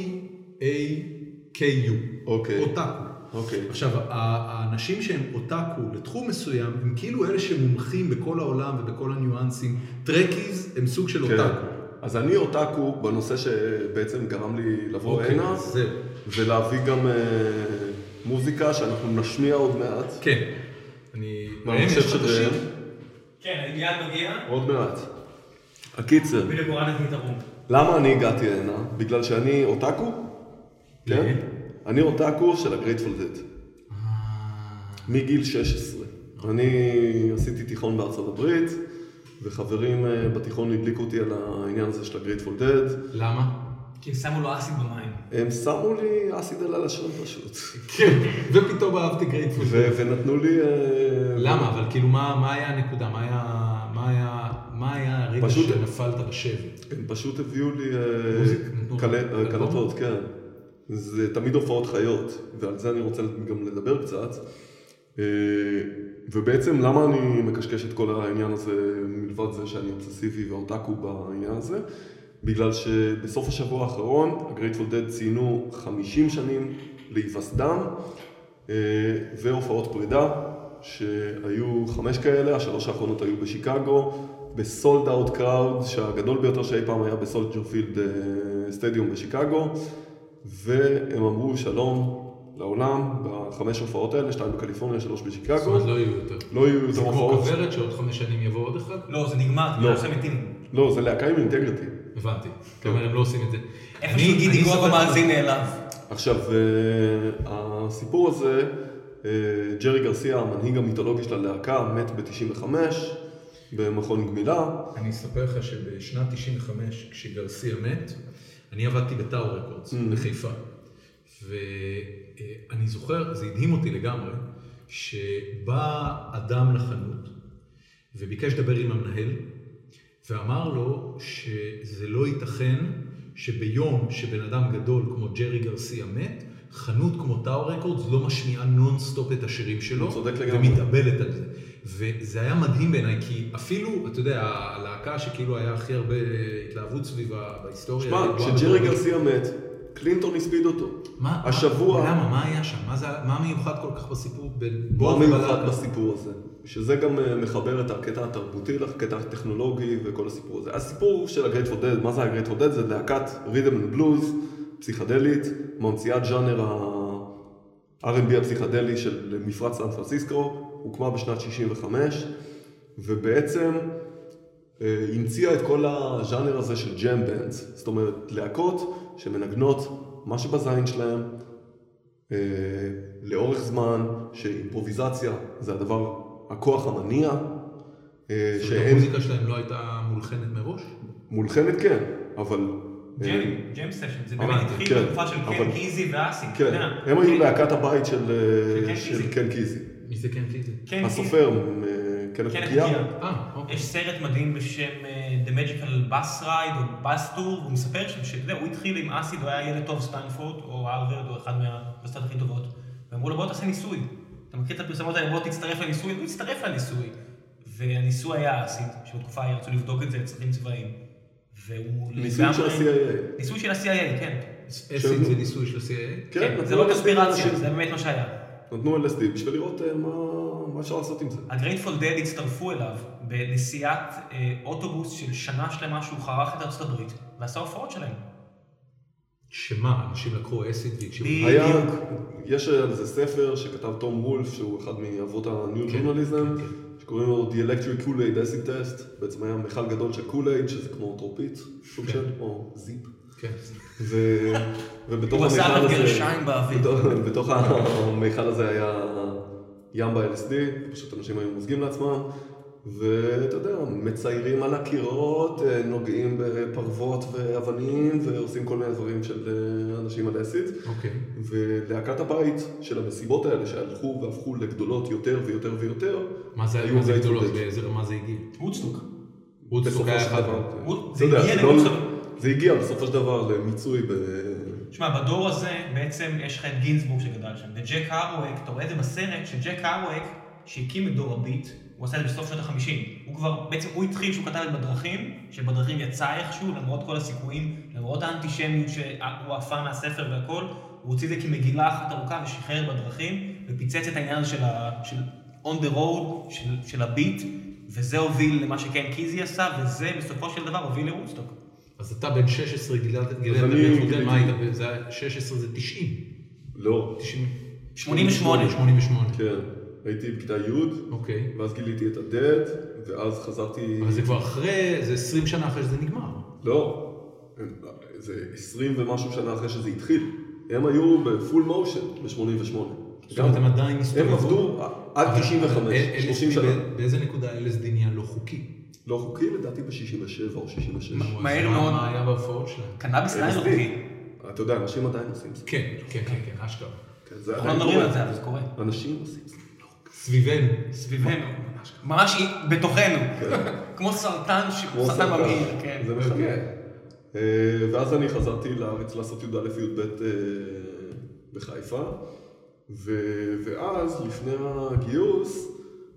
O-T-A-K-U. אוטאקו. עכשיו, האנשים שהם אוטאקו לתחום מסוים, הם כאילו אלה שמומחים בכל העולם ובכל הניואנסים. טרקיז הם סוג של אוטאקו. אז אני אוטאקו בנושא שבעצם גרם לי לבוא הנה, ולהביא גם מוזיקה שאנחנו נשמיע עוד מעט. כן. מהמחשב שלהם. כן, אני מיד מגיע. עוד מעט. הקיצר. ולגורנת מתארום. למה אני הגעתי הנה? בגלל שאני אוטאקו? כן? אני אוטאקו של הגרייטפול דד. מגיל 16. אני עשיתי תיכון בארצות הברית, וחברים בתיכון הדליקו אותי על העניין הזה של הגרייטפול דד. למה? כי הם שמו לו אסיד במים. הם שמו לי אסיד על הלשון פשוט. כן, ופתאום אהבתי גרייטפול דד. ונתנו לי... למה? אבל כאילו מה היה הנקודה? מה היה הרגע שנפלת בשבי? הם פשוט הביאו לי קלטות, כן. זה תמיד הופעות חיות, ועל זה אני רוצה גם לדבר קצת. ובעצם למה אני מקשקש את כל העניין הזה, מלבד זה שאני אובססיבי ואוטאקו בעניין הזה? בגלל שבסוף השבוע האחרון, הגרייטפול דד ציינו 50 שנים להיווסדם, והופעות פרידה, שהיו 5 כאלה, השלוש האחרונות היו בשיקגו, בסולד אאוט קראוד, שהגדול ביותר שאי פעם היה בסולג'ר פילד סטדיום בשיקגו, והם אמרו שלום לעולם ב5 הופעות האלה, 2 בקליפורניה, 3 בשיקגו. זאת אומרת, לא יהיו יותר. לא יהיו יותר הופעות. זה כמו כברת שעוד 5 שנים יבוא עוד אחד? לא, זה נגמר, לא עושה מתים. לא, זה להקה עם אינטגריטי. הבנתי. אתה אומר, הם לא עושים את זה. איפה שגידי גוב המאזין אליו. עכשיו, הסיפור הזה, ג'רי גרסיה, המנהיג המיתולוגי של הלהקה, מת ב-95 במכון גמילה. אני אספר לך שבשנת 95, כשגרסיה מת, אני עבדתי בטאו רקורדס, בחיפה. ואני זוכר, זה הדהים אותי לגמרי, שבא אדם לחנות וביקש לדבר עם המנהל, ואמר לו שזה לא ייתכן שביום שבן אדם גדול כמו ג'רי גרסיה מת, חנות כמו טאו רקורדס לא משמיעה נונסטופ את השירים שלו, ומתאבלת על זה. וזה היה מדהים בעיניי, כי אפילו, אתה יודע, הלהקה שכאילו היה הכי הרבה התלהבות סביבה בהיסטוריה. שמע, כשג'רי גרסיה מת, קלינטון הספיד אותו. השבוע... למה? מה היה שם? מה מיוחד כל כך בסיפור? מה מיוחד בסיפור הזה? שזה גם מחבר את הקטע התרבותי לקטע הטכנולוגי וכל הסיפור הזה. הסיפור של הגרייטפול דד, מה זה הגרייטפול דד? זה להקת ריתם אנד בלוז, פסיכדלית, ממציאת ז'אנר ה-R&B הפסיכדלי של מפרץ סן פרנסיסקו, הוקמה בשנת 65, ובעצם המציאה את כל הז'אנר הזה של ג'ם בנדס, זאת אומרת, להקות שמנגנות מה שבזין שלהם, לאורך זמן, שאימפרוביזציה זה הדבר, הכוח המניע. המוזיקה שלהם לא הייתה מולחנת מראש? מולחנת כן, אבל... ג'ם סשן, זה באמת התחיל בתקופה של קן קיזי ואסי. כן, הם היו להקת הבית של קן קיזי. מי זה קן קיזי? הסופר כלב כן, קוקייה. אוקיי. יש סרט מדהים בשם The Magical Bus Ride או Bus Tour, והוא מספר שהוא התחיל עם אסיד, הוא היה ילד טוב סטנפורד או הרווארד או אחד מהאוניברסיטאות הכי טובות, ואמרו לו בוא תעשה ניסוי, אתה מכיר את הפרסמות האלה, בוא תצטרף לניסוי, הוא הצטרף לניסוי, והניסוי היה אסיד, שבתקופה רצו לבדוק את זה לצרכים צבאיים, ניסוי של ה-CIA. ניסוי של ה-CIA, כן. אסיד זה ניסוי של ה-CIA? כן, זה לא קונספירציה, זה באמת מה שהיה. נתנו LSD בשביל לראות מה אפשר לעשות עם זה. הגרייטפול דד הצטרפו אליו בנסיעת אוטובוס של שנה שלמה שהוא חרך את ארצות הברית ועשה הופעות שלהם. שמה? אנשים לקחו אסיד והקשיבו? יש על זה ספר שכתב תום וולף, שהוא אחד מאבות הניו ג'ורנליזם, שקוראים לו The Electric Kool-Aid Acid Test. בעצם היה מיכל גדול של Kool-Aid, שזה כמו טרופית, סוג של, או זיפ. כן. ובתוך הוא עשה עליו גרשיים באוויר. בתוך המיכל הזה היה ים ב-LSD, פשוט אנשים היו מוזגים לעצמם, ואתה יודע, מציירים על הקירות, נוגעים בפרוות ואבנים, ועושים כל מיני דברים של אנשים על אסיד. אוקיי. ולהקת הבית של המסיבות האלה שהלכו והפכו לגדולות יותר ויותר ויותר, מה זה היו זה גדולות? באיזה רמה זה הגיע? וודסטוק. וודסטוק היה אחד. זה הגיע בסופו של דבר למיצוי תשמע, בדור הזה בעצם יש לך את גינסבורג שגדל שם, וג'ק הרווק, אתה רואה את זה בסרט שג'ק הרווק, שהקים את דור הביט, הוא עשה את זה בסוף שנות ה-50. הוא כבר, בעצם הוא התחיל שהוא כתב את בדרכים, שבדרכים יצא איכשהו, למרות כל הסיכויים, למרות האנטישמיות שהוא עפה מהספר והכל, הוא הוציא את זה כמגילה אחת ארוכה ושחרר בדרכים, ופיצץ את העניין הזה של on the road, של הביט, וזה הוביל למה שכן קיזי עשה, וזה בסופו של דבר הוביל לוודסטוק. אז אתה בן 16 גילדת בבית, מה היית? 16 זה 90? לא. 88. 88. כן. הייתי בכיתה י', ואז גיליתי את הדד, ואז חזרתי... אבל זה כבר אחרי, זה 20 שנה אחרי שזה נגמר. לא, זה 20 ומשהו שנה אחרי שזה התחיל. הם היו בפול מושן ב-88. זאת אומרת, הם עדיין הם עבדו עד 95, 30 שנה. באיזה נקודה LSD נהיה לא חוקי? לא חוקי, לדעתי ב-67 או 66. מהר מאוד. מה היה בהופעות שלהם? קנאביס לא חוקי. אתה יודע, אנשים עדיין עושים זה. כן, אשכרה. אנחנו לא מדברים על זה, אבל זה קורה. אנשים עושים זה. סביבנו. ממש בתוכנו. כמו סרטן ממאיר. זה מחנה. ואז אני חזרתי לארץ לעשות י"א י"ב בחיפה. ואז, לפני הגיוס,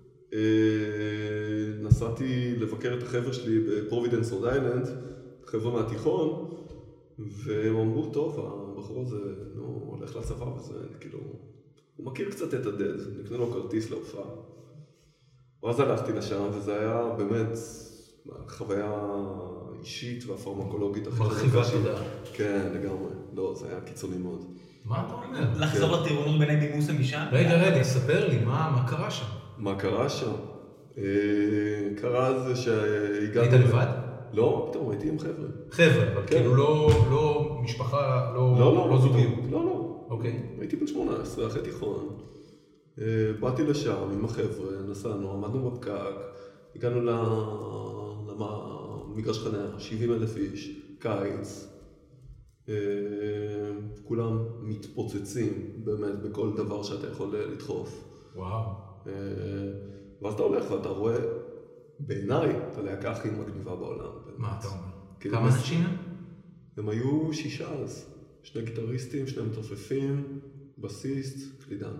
נסעתי לבקר את החבר'ה שלי בפרובידנס רוד איילנד, חבר'ה מהתיכון, והם אמרו, טוב, הבחור הזה הולך לצבא וזה, כאילו, הוא מכיר קצת את הדד, נקנה לו כרטיס להופעה. ואז הלכתי לשם, וזה היה באמת חוויה אישית והפרמקולוגית הכי מרחיבה תודעה. כן, לגמרי. לא, זה היה קיצוני מאוד. מה אתה אומר? לחזור לטירונות ביני דימוסה משם? רגע, ספר לי, מה קרה שם? מה קרה שם? קרה זה שהגענו... היית לבד? לא, פתאום הייתי עם חבר'ה. חבר'ה, אבל כאילו לא משפחה, לא זוגיות. לא. אוקיי. הייתי בן 18, אחרי תיכון. באתי לשם עם החבר'ה, נסענו, עמדנו בפקק, הגענו למגרש חניה, 70,000 איש, קיץ. כולם מתפוצצים באמת בכל דבר שאתה יכול לדחוף. וואו. ואז אתה הולך ואתה רואה, בעיניי, את הלהקה הכי מגניבה בעולם. מה אתה אומר? כמה אנשים הם? הם היו 6 אז. 2 גיטריסטים, 2 מתופפים, בסיסט, קלידן.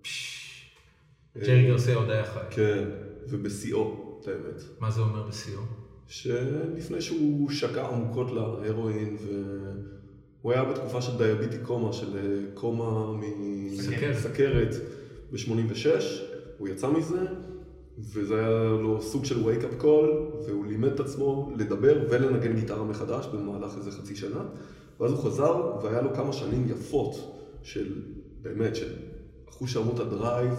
ג'רי גרסיה עוד היה חי. כן, ובשיאו, את האמת. מה זה אומר בשיאו? שלפני שהוא שקע עמוקות להרואין, והוא היה בתקופה של דיאביטי קומה, של קומה מסכרת ב-86, הוא יצא מזה, וזה היה לו סוג של wake-up call, והוא לימד את עצמו לדבר ולנגן גיטרה מחדש במהלך איזה חצי שנה, ואז הוא חזר, והיה לו כמה שנים יפות של, באמת, של אחוש עמות הדרייב,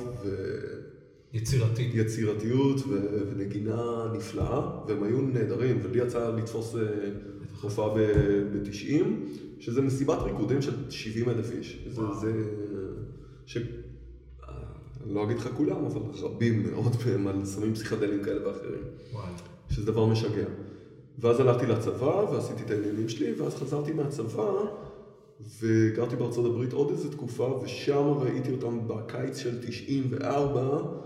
יצירתיות ונגינה נפלאה, והם היו נהדרים, ולי יצא לתפוס הופעה ב-90, שזה מסיבת ריקודים של 70,000 איש. אני לא אגיד לך כולם, אבל רבים מאוד מהם על סמים פסיכדליים כאלה ואחרים. שזה דבר משגע. ואז הלכתי לצבא, ועשיתי את העניינים שלי, ואז חזרתי מהצבא, וגרתי בארצות הברית עוד איזו תקופה, ושם ראיתי אותם בקיץ של 94,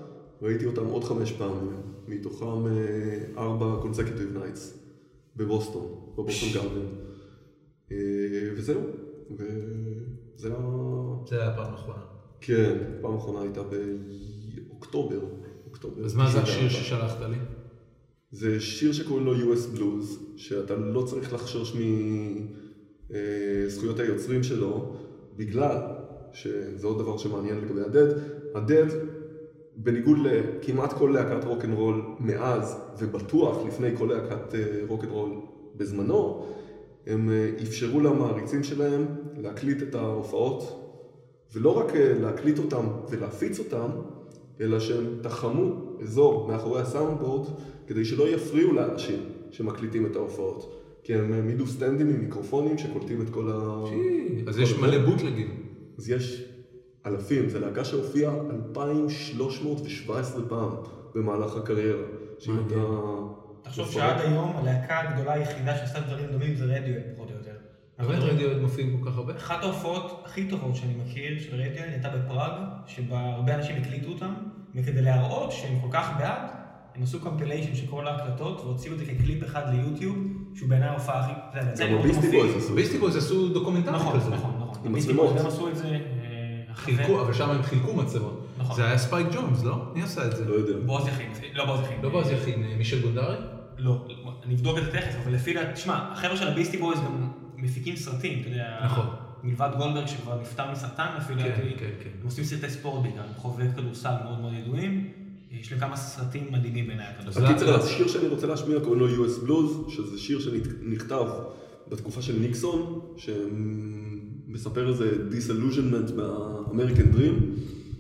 ראיתי אותם עוד 5 פעמים, מתוכם 4 consecutive nights בבוסטון גארדן. וזהו, וזה היה... זה היה הפעם האחרונה. כן, פעם האחרונה הייתה באוקטובר. אז מה זה השיר ששלחת לי? זה שיר שקוראים לו US Blues, שאתה לא צריך לחשוש מזכויות היוצרים שלו, בגלל שזה עוד דבר שמעניין לגבי הדד, בניגוד לכמעט כל להקת רוק'נ'רול מאז, ובטוח לפני כל להקת רוק'נ'רול בזמנו, הם אפשרו למעריצים שלהם להקליט את ההופעות, ולא רק להקליט אותם ולהפיץ אותם, אלא שהם תחמו אזור מאחורי הסאונדבורד, כדי שלא יפריעו לאנשים שמקליטים את ההופעות. כי הם העמידו סטנדים עם מיקרופונים שקולטים את כל ה... אז יש מלא בוטלגים. אז יש אלפים, זה להקה שהופיעה 2,317 פעם במהלך הקריירה. תחשוב שעד היום הלהקה הגדולה היחידה שעשתה דברים דומים זה רדיואד פחות או יותר. אבל רדיואד מופיעים כל כך הרבה? אחת ההופעות הכי טובות שאני מכיר של רדיואד הייתה בפראג, שבה הרבה אנשים הקליטו אותם, וכדי להראות שהם כל כך בעד, הם עשו קומפיליישן של כל ההקלטות והוציאו את זה כקליפ אחד ליוטיוב, שהוא בעיניי ההופעה הכי... גם ביסטי בויז עשו דוקומנטרי כזה. נכון. ביסטי בויז גם עשו את זה... אבל שם הם חילקו מצבות. זה היה ספייק ג'ונס, לא? מי עשה את זה? לא יודע. בועז יכין. לא בועז יכין, מישל גונדרי? לא, אני אבדוק את זה תכף, אבל לפי דעת, תשמע, החבר'ה של הביסטי בויז גם מפיקים סרטים, אתה יודע, נכון. מלבד גולדברג שכבר נפטר מסרטן, אפילו כן. הם עושים סרטי ספורט בעיקר, חובבי כדורסל מאוד מאוד ידועים, יש להם כמה סרטים מדהימים בעיניי הכדורסל. הקיצר, השיר שאני רוצה להשמיע קוראים לו US Blues, שזה שיר שנכתב בתקופה של ניקסון, שמספר איזה disillusionment מהאמריקן דרים,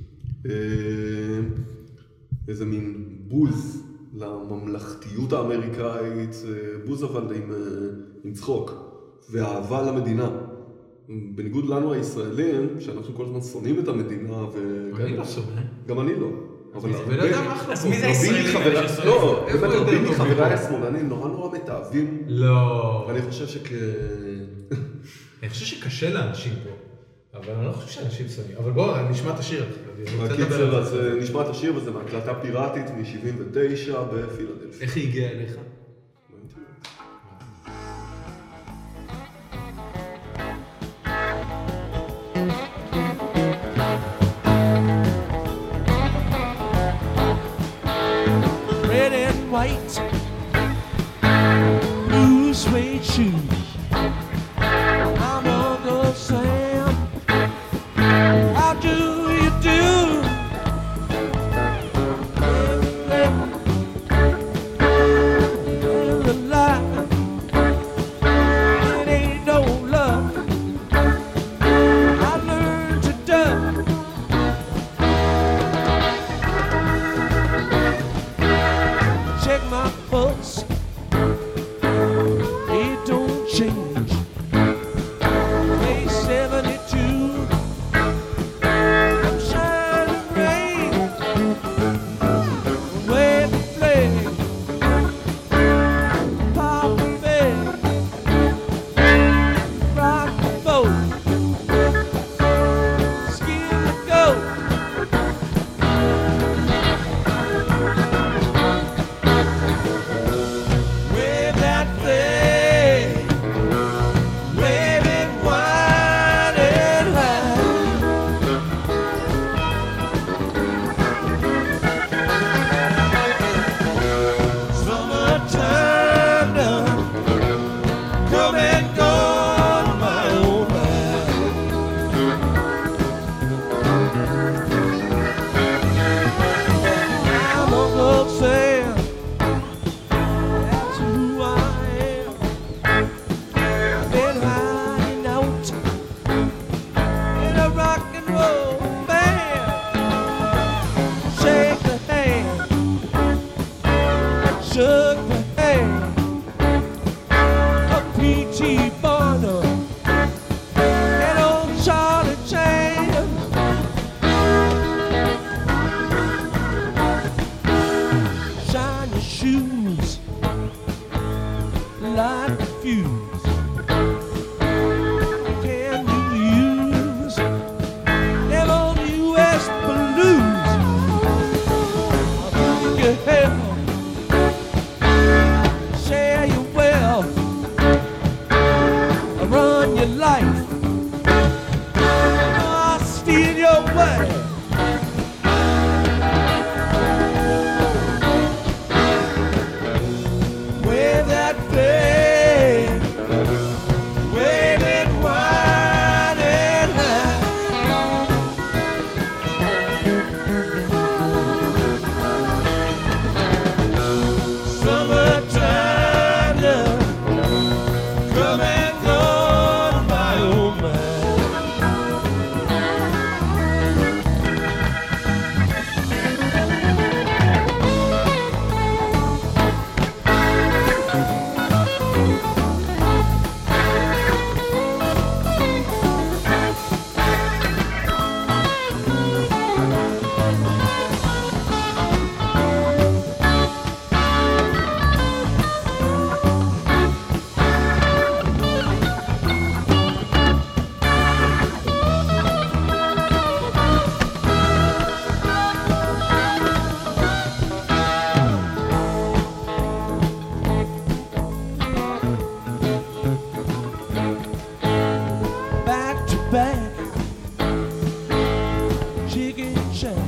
איזה מין בוז לממלכתיות האמריקאית, בוז אבל עם צחוק, ואהבה למדינה. בניגוד לנו הישראלים, שאנחנו כל הזמן שונאים את המדינה, אני לא שונא. גם אני לא. אז מי זה הישראלים? לא, רבים מחבריי השמאלנים נורא מתאהבים. לא. ואני חושב אני חושב שקשה לאנשים פה, אבל אני לא חושב שאנשים שונאים. אבל בואו, נשמע את השיר. הקיצר, אז נשמע את השיר, וזה מהקלטה פיראטית מ-79 בפילדלפיה. איך היא הגיעה אליך? Red and white, blue suede shoes. I'm Uncle Sam. How do you do? In the light, it ain't no love. I learned to duck. Check my pulse. It don't back, chicken shack,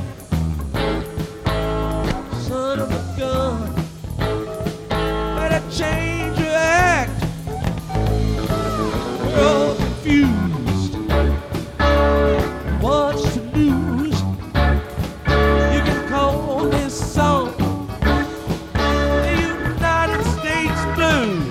son of a gun, better change your act. We're all confused, what's to lose? You can call this song the United States Blues.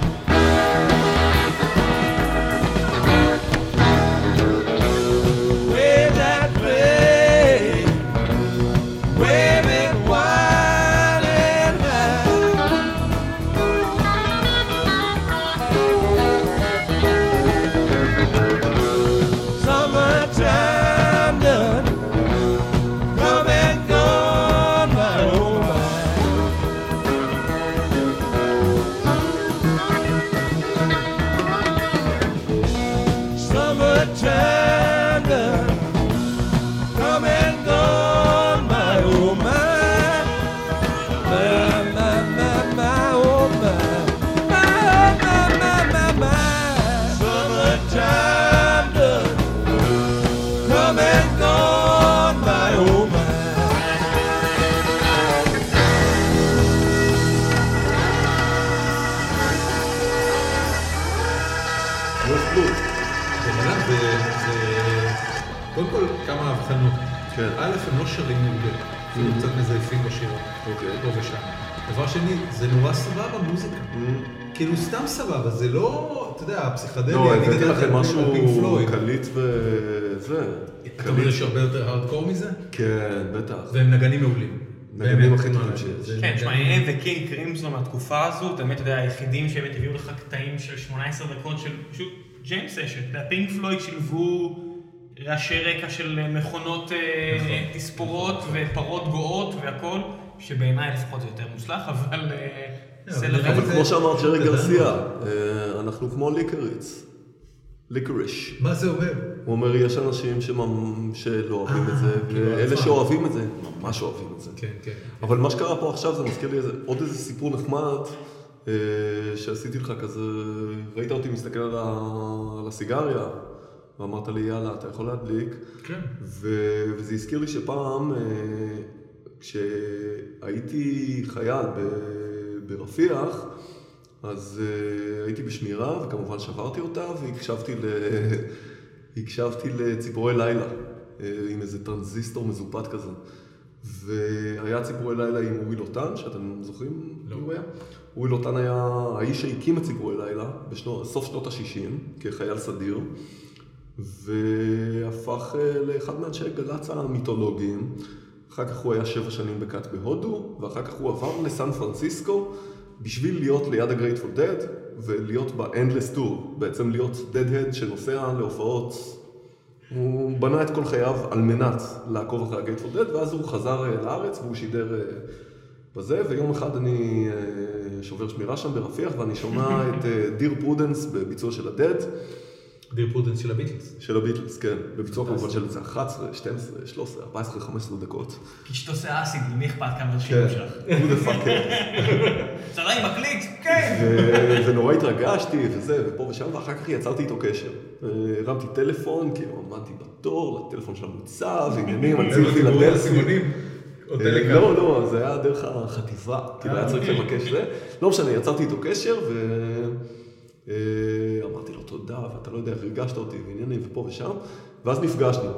Wave that flag, wave it wide and high. Summertime done, come and gone, my oh my. Summertime done, come and gone, my oh my. My oh my. My. Summertime done, come and gone, my oh my. קודם כל כמה הבחנות. כן. א', הם לא שרים מעולה, אפילו קצת מזייפים בשירה, פה ושם. דבר שני, זה נורא סבבה מוזיקה. כאילו סתם סבבה, זה לא, אתה יודע, הפסיכדליה, לא, אני הבאתי גדלתי לכם על משהו פינק פלויד. קליט וזה. אתה אומר יש הרבה יותר הארדקור מזה? כן, בטח. והם נגנים מעולים. נגנים באמת, הכי טובים זה- שיש. זה כן, תשמע, נגנים- הם וקינג קרימזון מהתקופה הזו, אתה באמת, אתה יודע, היחידים שבאמת הביאו לך קטעים של 18 דקות של פשוט ג'יימס סשן. פינק פלויד שילבו רעשי רקע של מכונות תספורות ופרות גואות והכל, שבעיניי לפחות זה יותר מוצלח, אבל זה נראה לי אבל זה- כמו שאמר ג'רי גדלנו. גרסיה, אנחנו כמו ליקריץ. ליקריש. מה זה אומר? הוא אומר, יש אנשים שלא אוהבים את זה, כאילו ואלה עצמם. שאוהבים את זה, ממש אוהבים את זה. כן, כן. אבל מה שקרה פה עכשיו זה מזכיר לי עוד איזה סיפור נחמד שעשיתי לך כזה, ראית אותי מסתכל על הסיגריה ואמרת לי יאללה אתה יכול להדליק כן. וזה הזכיר לי שפעם כשהייתי חייל ברפיח אז הייתי בשמירה וכמובן שברתי אותה והקשבתי לציפורי לילה עם איזה טרנזיסטור מזופת כזה והיה ציפורי לילה עם אורי לוטן, שאתם זוכרים? לא. הוא היה? אורי לוטן היה האיש שהקים את ציפורי לילה בסוף שנות ה-60 כחייל סדיר והפך לאחד מאנשי גל"צ המיתולוגיים. אחר כך הוא היה 7 שנים בקאט בהודו ואחר כך הוא עבר לסן פרנסיסקו בשביל להיות ליד הגרייטפול דד ולהיות ב-Endless Tour, בעצם להיות דד-הד שנוסע להופעות. הוא בנה את כל חייו על מנת לעקוב אחרי הגרייטפול דד ואז הוא חזר לארץ והוא שידר בזה ויום אחד אני שובר שמירה שם ברפיח ואני שומע את דיר פרודנס בביצוע של הדד. דיר פרודנס של הביטלס. של הביטלס, כן. בביצוע כמובן של איזה 11, 12, 13, 14, 15 דקות. כי שאתה עושה אסיד, למי אכפת כמה שירים שלך? הוא דפקר. צלעי מקליט, כן! ונורא התרגשתי וזה, ופה ושם, ואחר כך יצרתי איתו קשר. הרמתי טלפון, כאילו עמדתי בתור, לטלפון של המוצב, ועניינים, על ציר פילדלפי. לא, זה היה דרך החטיבה, כאילו היה צריך לבקש זה. לא משנה, יצרתי איתו קשר, ואמרתי לו תודה, ואתה לא יודע איך הרגשת אותי, ועניינים, ופה ושם, ואז נפגשנו.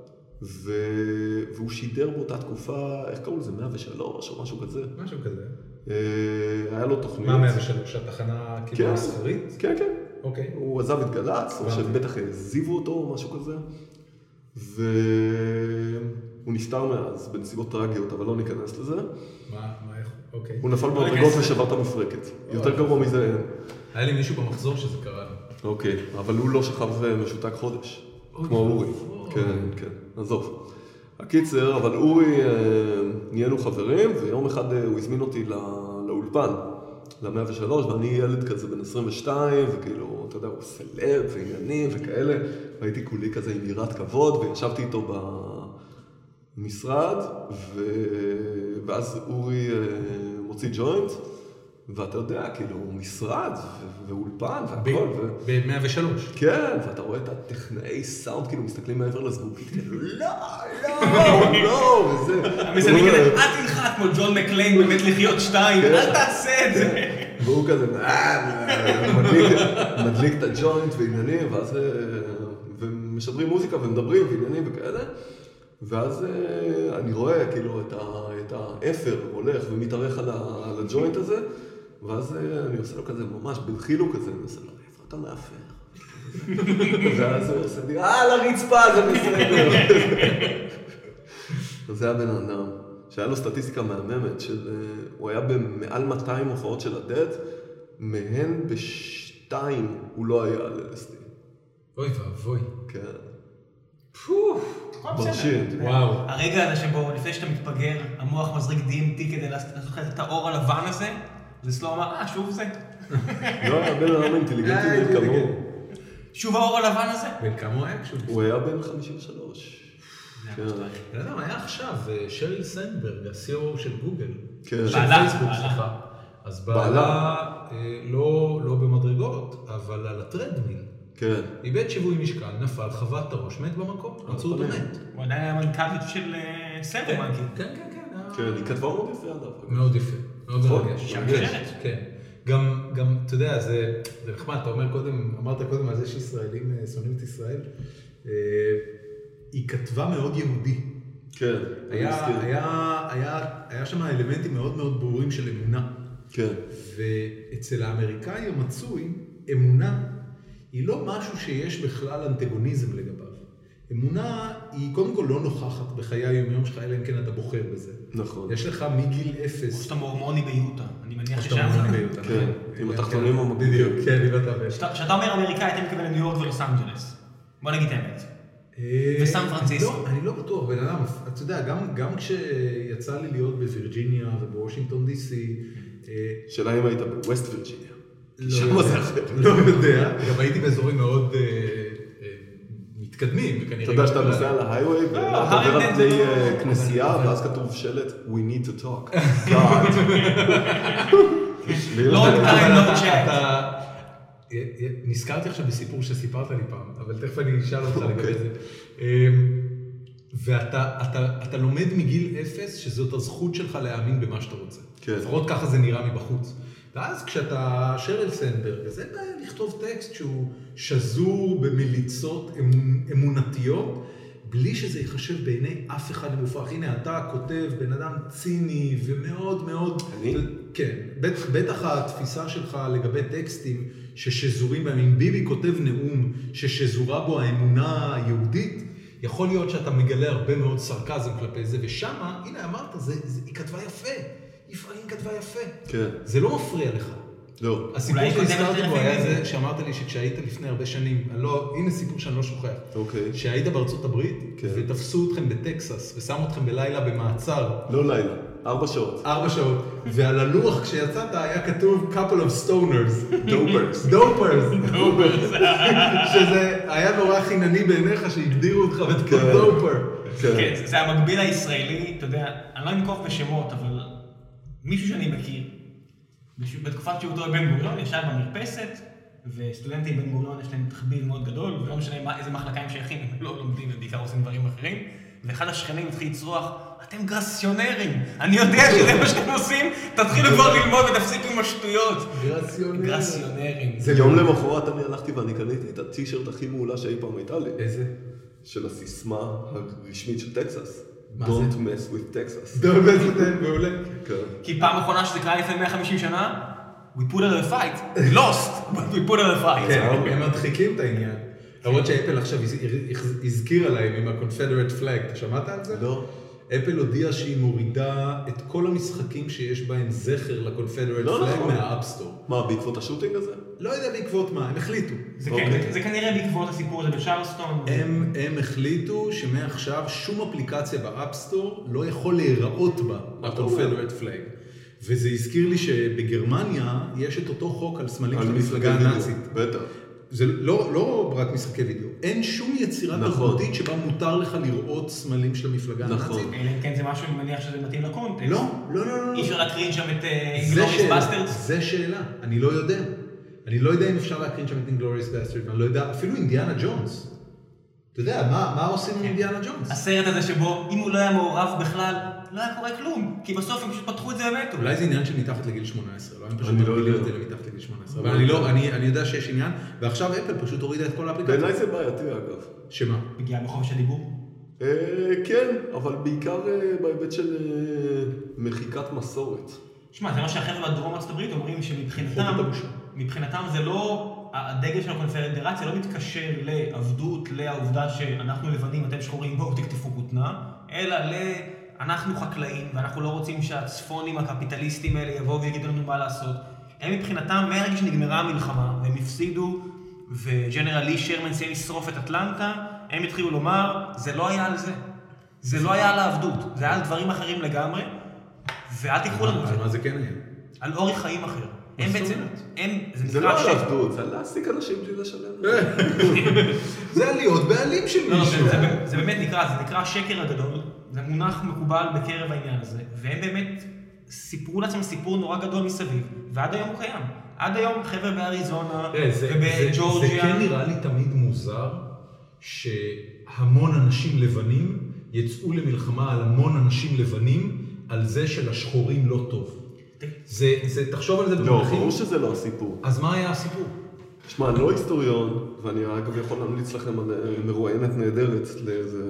והוא שידר באותה תקופה, איך קראו לזה? 103 או משהו כזה. משהו כזה. היה לו תוכנית. מה 103? התחנה כאילו מסחרית? כן, כן. אוקיי. הוא עזב את גל"צ, או שבטח העזיבו אותו או משהו כזה. והוא נפטר מאז בנסיבות טרגיות, אבל לא ניכנס לזה. איך? אוקיי. הוא נפל במדרגות ושבר את המפרקת. יותר גרוע מזה אין. היה לי מישהו במחזור שזה קרה לו. אוקיי, אבל הוא לא שכב משותק חודש. כמו אורי. כן, כן. עזוב. הקיצר, אבל אורי נהיינו חברים, ויום אחד הוא הזמין אותי לאולפן, ל-103, ואני ילד כזה בן 22, וכאילו, אתה יודע, הוא סלב ועניינים וכאלה, והייתי כולי כזה עם יראת כבוד, וישבתי איתו במשרד, ואז אורי מוציא ג'וינט, ואתה יודע, כאילו, משרד ואולפן והכל. ב-103. כן, ואתה רואה את הטכנאי סאונד, כאילו, מסתכלים מעבר לזגוגית, כאילו, לא, וזה. המסתכלים כזה, אל תלחץ כמו ג'ון מקליין באמת לחיות 2, אל תעשה את זה. והוא כזה, מדליק את הג'וינט ועניינים, ומשדרים מוזיקה ומדברים ועניינים וכאלה. ואז אני רואה כאילו את האפר הולך ומתארך על הג'וינט הזה, ואז אני עושה לו כזה ממש בדחילו כזה, אני עושה לו, איפה אתה מאפר? ואז הוא עושה לי, לרצפה, זה בסדר. זה הבן אדם, שהיה לו סטטיסטיקה מהממת, הוא היה במעל 200 הופעות של הדד, מהן ב2 הוא לא היה על LSD. אוי ואבוי. כן. מרשים. וואו. הרגע הזה שבו לפני שאתה מתפגר, המוח מזריק DMT כדי לעשות את האור הלבן הזה, זה סלו אמר, שוב זה. לא, הבן אדם אינטליגנטי בין כמוהו. שוב האור הלבן הזה? בין כמה הוא היה כשהוא? הוא היה בן 53. בן אדם היה עכשיו, שריל סנדברג, ה-CEO של גוגל. כן. של פייסבוק, סליחה. אז בעלה לא במדרגות, אבל על הטרדמיל. כן. איבד שיווי משקל, נפל, חבט את הראש, מת במקום, מצאו אותו מת. הוא עדיין היה מנכ"לית של סרומנקי. כן. כן, היא כתבה מאוד יפה עליו. מאוד יפה, מאוד מרגש. שמגשרת. כן. גם, אתה יודע, זה נחמד, אתה אמרת קודם על זה שישראלים שונאים את ישראל. היא כתבה מאוד יהודי. כן. היה שם אלמנטים מאוד מאוד ברורים של אמונה. כן. ואצל האמריקאי המצוי, אמונה היא לא משהו שיש בכלל אנטגוניזם לגביו. אמונה היא קודם כל לא נוכחת בחיי היום שלך, אלא אם כן אתה בוחר בזה. נכון. יש לך מגיל 0. או שאתה מורמוני ביוטה, אני מניח ששם. או שאתה מורמוני ביוטה. כן, עם התחתונים המקבילים. בדיוק, כן, אם אתה בן. כשאתה אומר אמריקאי, אתה מתכוון לניו יורק ולוס אנג'לס. בוא נגיד האמת. וסן פרנסיסקו. אני לא בטוח, בן אדם, אתה יודע, גם כשיצא לי להיות בווירג'יניה ובוושינגטון DC, שאלה אם היית בווסט וירג'יניה. לא יודע, גם הייתי באזורים מאוד מתקדמים. אתה יודע שאתה נוסע על ההייווי ואתה עובר על פני כנסייה ואז כתוב שלט We need to talk. God. לא רק time, לא chat. נזכרתי עכשיו בסיפור שסיפרת לי פעם, אבל תכף אני אשאל אותך לגבי זה. ואתה לומד מגיל 0 שזאת הזכות שלך להאמין במה שאתה רוצה. לפחות ככה זה נראה מבחוץ. ואז כשאתה שריל סנדברג, אז אין בעיה לכתוב טקסט שהוא שזור במליצות אמונתיות, בלי שזה ייחשב בעיני אף אחד מופרך. הנה, אתה כותב בן אדם ציני ומאוד מאוד... אני? כן. בטח התפיסה שלך לגבי טקסטים ששזורים בהם, אם ביבי כותב נאום ששזורה בו האמונה היהודית, יכול להיות שאתה מגלה הרבה מאוד סרקזם כלפי זה, ושמה, הנה אמרת, היא כתבה יפה. יפעלים כתבה יפה. כן. זה לא מפריע לך. לא. הסיפור שהזכרתי בו היה זה שאמרת לי שכשהיית לפני הרבה שנים, הנה סיפור שאני לא שוכח. אוקיי. שהיית בארצות הברית, ותפסו אתכם בטקסס, ושמו אתכם בלילה במעצר. לא לילה, 4 שעות. 4 שעות. ועל הלוח כשיצאת היה כתוב couple of stoners. Dopers. Dopers. שזה היה נורא חינני בעיניך שהגדירו אותך בתור דופר. כן, זה המקביל הישראלי, אתה יודע, אני לא אנקוף בשמות, אבל מישהו שאני מכיר, בתקופת שירותו בבן גוריון, ישב במרפסת, וסטודנטים בבן גוריון יש להם תחביב מאוד גדול, ולא משנה איזה מחלקה הם שייכים, הם לא לומדים ובעיקר עושים דברים אחרים, ואחד השכנים התחיל לצרוח, אתם גרסיונרים, אני יודע שזה מה שאתם עושים, תתחילו כבר ללמוד ותפסיקו עם השטויות. גרסיונרים. יום למחרת אני הלכתי ואני קניתי את הטי-שירט הכי מעולה שאי פעם הייתה לי. איזה? של הסיסמה הרשמית של טקסס. Don't mess with Texas. Don't mess with them, מעולה. כי פעם אחרונה שזה קרה לפני 150 שנה, we put it a fight. We lost, but we put it a fight. הם מדחיקים את העניין. למרות שאפל עכשיו הזכירה להם עם ה-Confederate flag, אתה שמעת על זה? לא. אפל הודיעה שהיא מורידה את כל המשחקים שיש בהם זכר ל-Confederate flag מהאפסטור. מה, בעקבות השוטינג הזה? לא יודע בעקבות מה, הם החליטו. זה כנראה בעקבות הסיפור הזה בשרלסטון. הם החליטו שמעכשיו שום אפליקציה באפסטור לא יכול להיראות בה ה-Confederate flag. וזה הזכיר לי שבגרמניה יש את אותו חוק על סמלים של המפלגה הנאצית. בטח. זה לא רק משחקי וידאו, אין שום יצירה תרבותית שבה מותר לך לראות סמלים של המפלגה הנאצית. אלא אם כן זה משהו, אני מניח שזה מתאים לקונטקסט. לא. אי אפשר להקרין שם את Inglourious Basterds? זה שאלה, אני לא יודע. אני לא יודע אם אפשר להקרין שם את Inglourious Basterds, אני לא יודע, אפילו אינדיאנה ג'ונס. אתה יודע, מה עושים עם אינדיאנה ג'ונס? הסרט הזה שבו, אם הוא לא היה מעורב בכלל, לא היה קורה כלום, כי בסוף הם פשוט פתחו את זה ומתו. אולי זה עניין של מתחת לגיל 18, לא הם פשוט מגבילים את זה למתחת לגיל 18. אבל אני יודע שיש עניין, ועכשיו אפל פשוט הורידה את כל האפליקציה. בעיניי זה בעייתי אגב. שמה? פגיעה בחופש הדיבור? כן, אבל בעיקר בהיבט של מחיקת מסורת. שמע, זה מה שהחבר'ה בדרום ארצות הברית אומרים שמבחינתם זה לא, הדגל של הקונפדרציה לא מתקשר לעבדות, לעובדה שאנחנו לבנים, אתם שחורים, בואו תקטפו כותנה, אלא אנחנו חקלאים, ואנחנו לא רוצים שהצפונים הקפיטליסטים האלה יבואו ויגידו לנו מה לעשות. הם מבחינתם, מהרגע שנגמרה המלחמה, והם הפסידו, וג'נרל לי שרמן סיים לשרוף את אטלנטה, הם התחילו לומר, זה לא היה על זה. זה לא היה על העבדות, זה היה על דברים אחרים לגמרי, ואל תיקחו לנו את זה. על מה זה כן היה? על אורי חיים אחר. הם בעצם, זה לא על עבדות, זה על להעסיק אנשים בלי לשלם. זה על להיות בעלים של מישהו. זה באמת נקרא השקר הגדול, זה מונח מקובל בקרב העניין הזה, והם באמת סיפרו לעצמם סיפור נורא גדול מסביב, ועד היום הוא קיים. עד היום חבר'ה באריזונה ובג'ורג'יה. זה כן נראה לי תמיד מוזר, שהמון אנשים לבנים יצאו למלחמה על המון אנשים לבנים, על זה שלשחורים לא טוב. תחשוב על זה במונחים. לא, ברור שזה לא הסיפור. אז מה היה הסיפור? תשמע, אני לא היסטוריון, ואני אגב יכול להמליץ לכם על מרואיינת נהדרת לאיזה...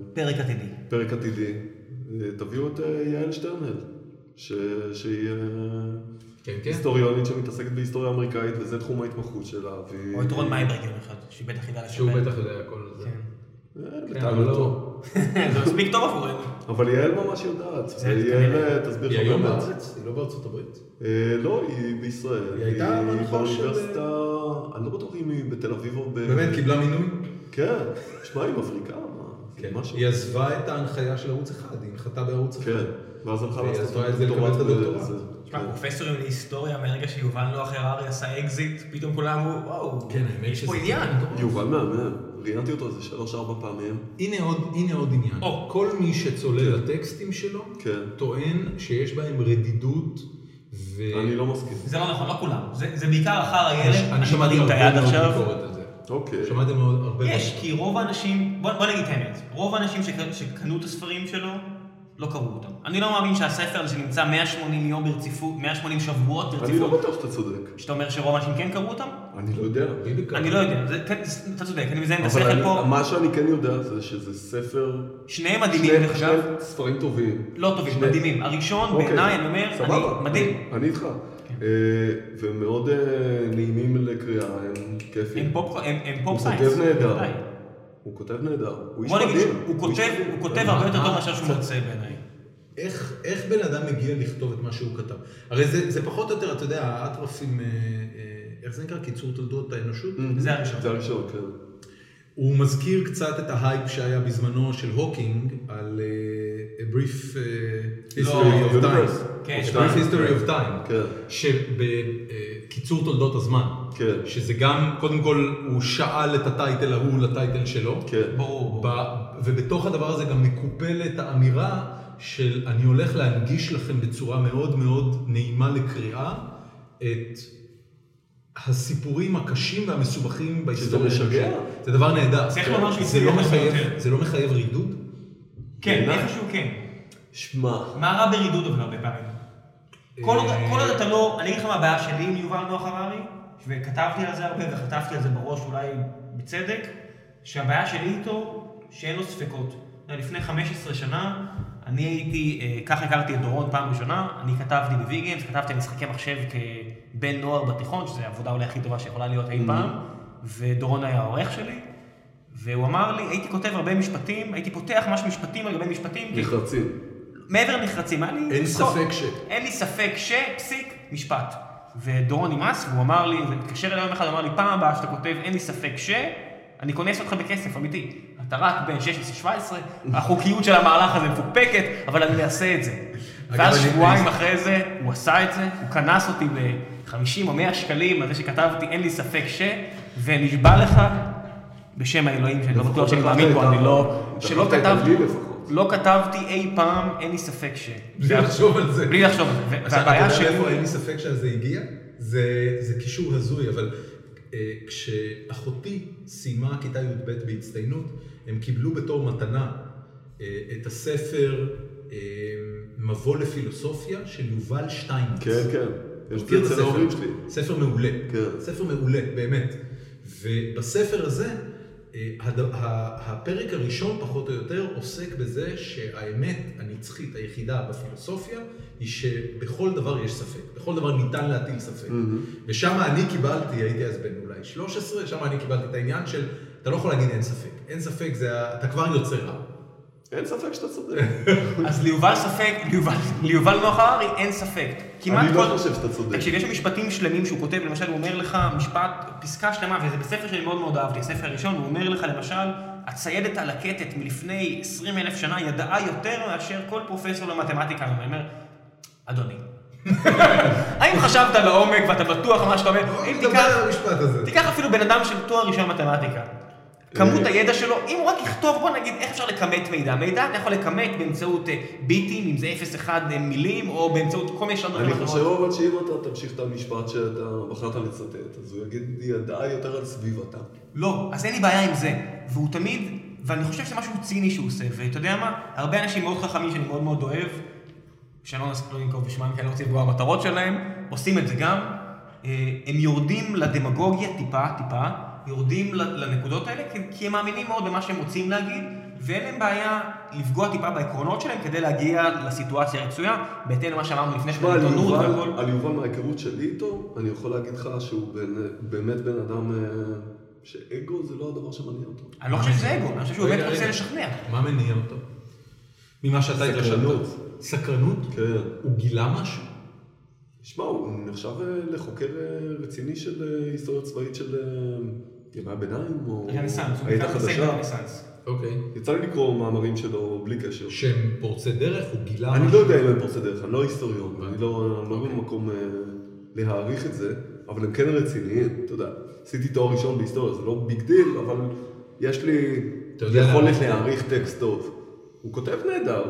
פרק עתידי. תביאו את יעל שטרנהל, שהיא היסטוריונית שמתעסקת בהיסטוריה אמריקאית, וזה תחום ההתמחות שלה. או את רון מייברג יום אחד, שהיא בטח ידע לשפר. שהוא בטח יודע הכל זה. לטענתו. זה מספיק טוב עבורנו. אבל יעל ממש יודעת. יעל תסביר לך. היא היום בארץ? היא לא בארצות הברית? לא, היא בישראל. היא הייתה באוניברסיטה, אני לא בטוח אם היא בתל אביב או באמת קיבלה מינוי? כן. שמע, היא מבריקה. היא עזבה את ההנחיה של ערוץ אחד, היא הנחתה בערוץ אחד. כן, ואז הלכה לעשות פרופסורים להיסטוריה, מהרגע שיובל נוח הררי עשה אקזיט, פתאום כולם אמרו, וואו, יש פה עניין. יובל מהמם, ראיינתי אותו איזה 3-4 פעמים. הנה עוד עניין. כל מי שצולל לטקסטים שלו, טוען שיש בהם רדידות אני לא מסכים. זה לא נכון, לא כולם. זה בעיקר אחר הילד. אני שמעתי הרבה מאוד ביקורת על זה. אוקיי. שמעתי מאוד הרבה. יש, כי רוב האנשים, בוא נגיד האמת, רוב האנשים שקנו את הספרים שלו, לא קראו אותם. אני לא מאמין שהספר הזה שנמצא 180 יום ברציפות, 180 שבועות ברציפות. אני לא בטוח שאתה צודק. שאתה אומר שרוב האנשים כן קראו אותם? אני לא יודע. אני לא יודע, אתה צודק, אני מזיין את השכל פה. אבל מה שאני כן יודע זה שזה ספר... שניהם מדהימים, שני ספרים טובים. לא טובים, מדהימים. הראשון בעיניי, אני אומר, אני מדהים. אני איתך. ומאוד נעימים לקריאה, הם כיפים. הם פופ סיינס. הוא כותב נהדר. הוא איש מדהים. הוא כותב הרבה יותר טוב מאשר שהוא מוצא בעיניי. איך בן אדם מגיע לכתוב את מה שהוא כתב? הרי זה פחות או יותר, אתה יודע, האטרפים, איך זה נקרא? קיצור תולדות האנושות? זה הראשון. זה הראשון, כן. הוא מזכיר קצת את ההייפ שהיה בזמנו של הוקינג על A Brief History of Time. A Brief History of Time. שבקיצור תולדות הזמן. שזה גם, קודם כל, הוא שאל את הטייטל ההוא לטייטל שלו. ברור. ובתוך הדבר הזה גם מקופלת האמירה של אני הולך להנגיש לכם בצורה מאוד מאוד נעימה לקריאה את הסיפורים הקשים והמסובכים בהיסטוריה. שזה משגע. זה דבר נהדר. צריך לומר זה לא מחייב רידוד? כן, איפשהו כן. שמע. מה רע ברידוד אבל הרבה פעמים? כל עוד אתה לא, אני אגיד לך מה הבעיה שלי עם יובל נוח הררי, וכתבתי על זה הרבה וכתבתי על זה בראש אולי בצדק, שהבעיה שלי איתו שאין לו ספקות. לפני 15 שנה, אני הייתי, ככה הכרתי את דורון פעם ראשונה, אני כתבתי בוויגיימס, כתבתי משחקי מחשב כבן נוער בתיכון, שזו העבודה אולי הכי טובה שיכולה להיות אי פעם, ודורון היה העורך שלי, והוא אמר לי, הייתי כותב הרבה משפטים, הייתי פותח ממש משפטים על גבי משפטים. נחרצים. מעבר נחרצים, אין לי ספק פסיק, משפט. ודורון נמאס, והוא אמר לי, והתקשר אליי יום אחד, הוא אמר לי, פעם הבאה שאתה כותב, אין לי ספק אני כונס אותך בכסף, אמיתי. אתה רק בין 16-17, החוקיות של המהלך הזה מפוקפקת, אבל אני אעשה את זה. ואז שבועיים אחרי זה, הוא עשה את זה, הוא כנס אותי ב-5 50 או 100 שקלים על זה שכתבתי, אין לי ספק ונשבע לך, בשם האלוהים, שאני לא בטוח שאני מאמין בו, אני לא... שלא כתבתי, לא כתבתי אי פעם, אין לי ספק בלי לחשוב על זה. בלי לחשוב על זה. והבעיה אתה יודע איפה אין לי ספק שזה הגיע? זה קישור הזוי, אבל כשאחותי סיימה כיתה י"ב בהצטיינות, הם קיבלו בתור מתנה את הספר מבוא לפילוסופיה של יובל שטיינץ. כן, כן. יש את אצל ההורים שלי. ספר מעולה. כן. ספר מעולה, באמת. ובספר הזה, הפרק הראשון פחות או יותר עוסק בזה שהאמת הנצחית היחידה בפילוסופיה היא שבכל דבר יש ספק, בכל דבר ניתן להטיל ספק. ושם אני קיבלתי, הייתי אז בן אולי 13, שם אני קיבלתי את העניין של, אתה לא יכול להגיד אין ספק. אין ספק, אתה כבר יוצא רע. אין ספק שאתה צודק. אז ליובל נוח הררי אין ספק. אני לא חושב שאתה צודק. תקשיב, יש משפטים שלמים שהוא כותב, למשל הוא אומר לך משפט, פסקה שלמה, וזה בספר שאני מאוד מאוד אהבתי, הספר הראשון, הוא אומר לך למשל, הציידת על הקטת מלפני 20,000 שנה ידעה יותר מאשר כל פרופסור למתמטיקה. אני אומר, אדוני, האם חשבת לעומק ואתה בטוח מה שאתה אומר? תיקח אפילו בן אדם של תואר ראשון מתמטיקה. כמות הידע שלו, אם הוא רק יכתוב, בוא נגיד, איך אפשר לכמת מידע? מידע אתה יכול לכמת באמצעות ביטים, אם זה 0-1 מילים, או באמצעות כל מיני שלנו. אני חושב אבל שאם אתה תמשיך את המשפט שאתה בחרת לצטט, אז הוא יגיד ידעה יותר על סביבתה. לא, אז אין לי בעיה עם זה. והוא תמיד, ואני חושב שזה משהו ציני שהוא עושה, ואתה יודע מה? הרבה אנשים מאוד חכמים שאני מאוד מאוד אוהב, שאני לא ננקוב בשמם, כי אני לא רוצה לפגוע במטרות שלהם, עושים את זה גם. הם יורדים לדמגוגיה טיפה, יורדים לנקודות האלה, כי הם מאמינים מאוד במה שהם רוצים להגיד, ואין להם בעיה לפגוע טיפה בעקרונות שלהם כדי להגיע לסיטואציה הרצויה, בהתאם למה שאמרנו לפני שבא עיתונות והכל. על יובל מההיכרות שלי איתו, אני יכול להגיד לך שהוא באמת בן אדם שאגו זה לא הדבר שמניע אותו. אני לא חושב שזה אגו, אני חושב שהוא באמת רוצה לשכנע. מה מניע אותו? ממה שאתה התרשמת? סקרנות? כן. הוא גילה משהו? תשמע, הוא נחשב לחוקר רציני של היסטוריה צבאית של ימי הביניים, או העת החדשה. אוקיי. יצא לי לקרוא מאמרים שלו בלי קשר. שהם פורצי דרך, הוא גילה משהו? אני לא יודע אם הם פורצי דרך, אני לא היסטוריון, אני לא במקום להעריך את זה, אבל הם כן רציניים, אתה יודע. עשיתי תואר ראשון בהיסטוריה, זה לא ביג דיל, אבל יש לי יכולת להעריך טקסט טוב. הוא כותב נהדר.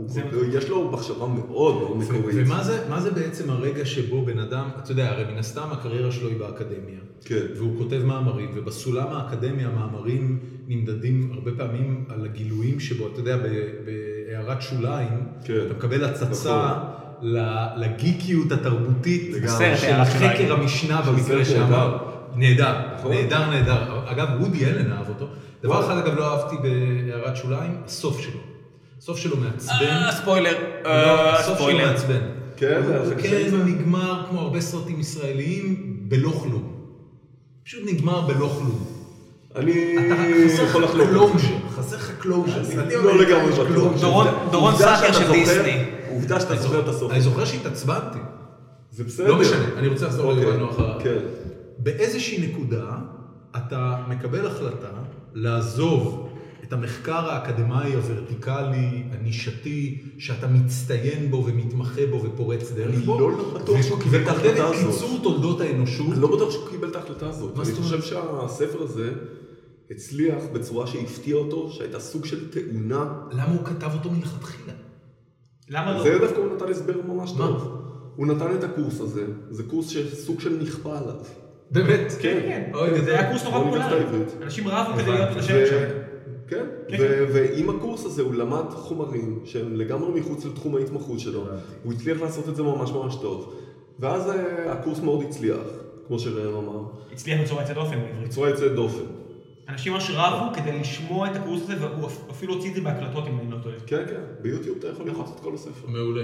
יש לו מחשבה מאוד מאוד מקורית. ומה זה בעצם הרגע שבו בן אדם, אתה יודע, הרי מן הסתם הקריירה שלו היא באקדמיה. כן. והוא כותב מאמרים, ובסולם האקדמיה המאמרים נמדדים הרבה פעמים על הגילויים שבו, אתה יודע, בהערת שוליים, אתה מקבל הצצה לגיקיות התרבותית של חקר המשנה במקרה שאמר. נהדר, נהדר. אגב, וודי אלן אהב אותו. דבר אחד, אגב, לא אהבתי בהערת שוליים, הסוף שלו. הסוף שלו מעצבן. ספוילר. הסוף שלו מעצבן. כן, זה נגמר כמו הרבה סרטים ישראליים בלא כלום. פשוט נגמר בלא כלום. אני יכול לחלוק. חסר לך קלוז'ר. לא לגמרי בטוח. דורון סאקר של דיסני. עובדה שאתה זוכר את הסוף. אני זוכר שהתעצבנתי. זה בסדר. לא משנה, אני רוצה לחזור ליובל נוח הררי. כן. באיזושהי נקודה אתה מקבל החלטה לעזוב את המחקר האקדמי הוורטיקלי, הנישתי, שאתה מצטיין בו ומתמחה בו ופורץ דרך בו. אני לא בטוח שהוא קיבל את ההחלטה הזאת. ותראה קיצור תולדות האנושות. אני לא בטוח שהוא קיבל את ההחלטה הזאת. אני חושב שהספר הזה הצליח בצורה שהפתיע אותו, שהייתה סוג של תאונה. למה הוא כתב אותו מלכתחילה? למה לא? זה דווקא הוא נתן הסבר ממש טוב. הוא נתן את הקורס הזה. זה קורס שסוג של נכפה עליו. באמת? כן. זה היה קורס נורא פופולרי. אנשים רבו כדי להיות לשבת שם. כן, ועם הקורס הזה הוא למד חומרים שהם לגמרי מחוץ לתחום ההתמחות שלו. הוא הצליח לעשות את זה ממש ממש טוב. ואז הקורס מאוד הצליח, כמו שראם אמר. הצליח בצורה יוצאת דופן בעברית. בצורה יוצאת דופן. אנשים ממש רבו כדי לשמוע את הקורס הזה, והוא אפילו הוציא את זה בהקלטות אם אני לא טועה. כן, כן, ביוטיוב אתה יכול לראות את כל הספר. מעולה.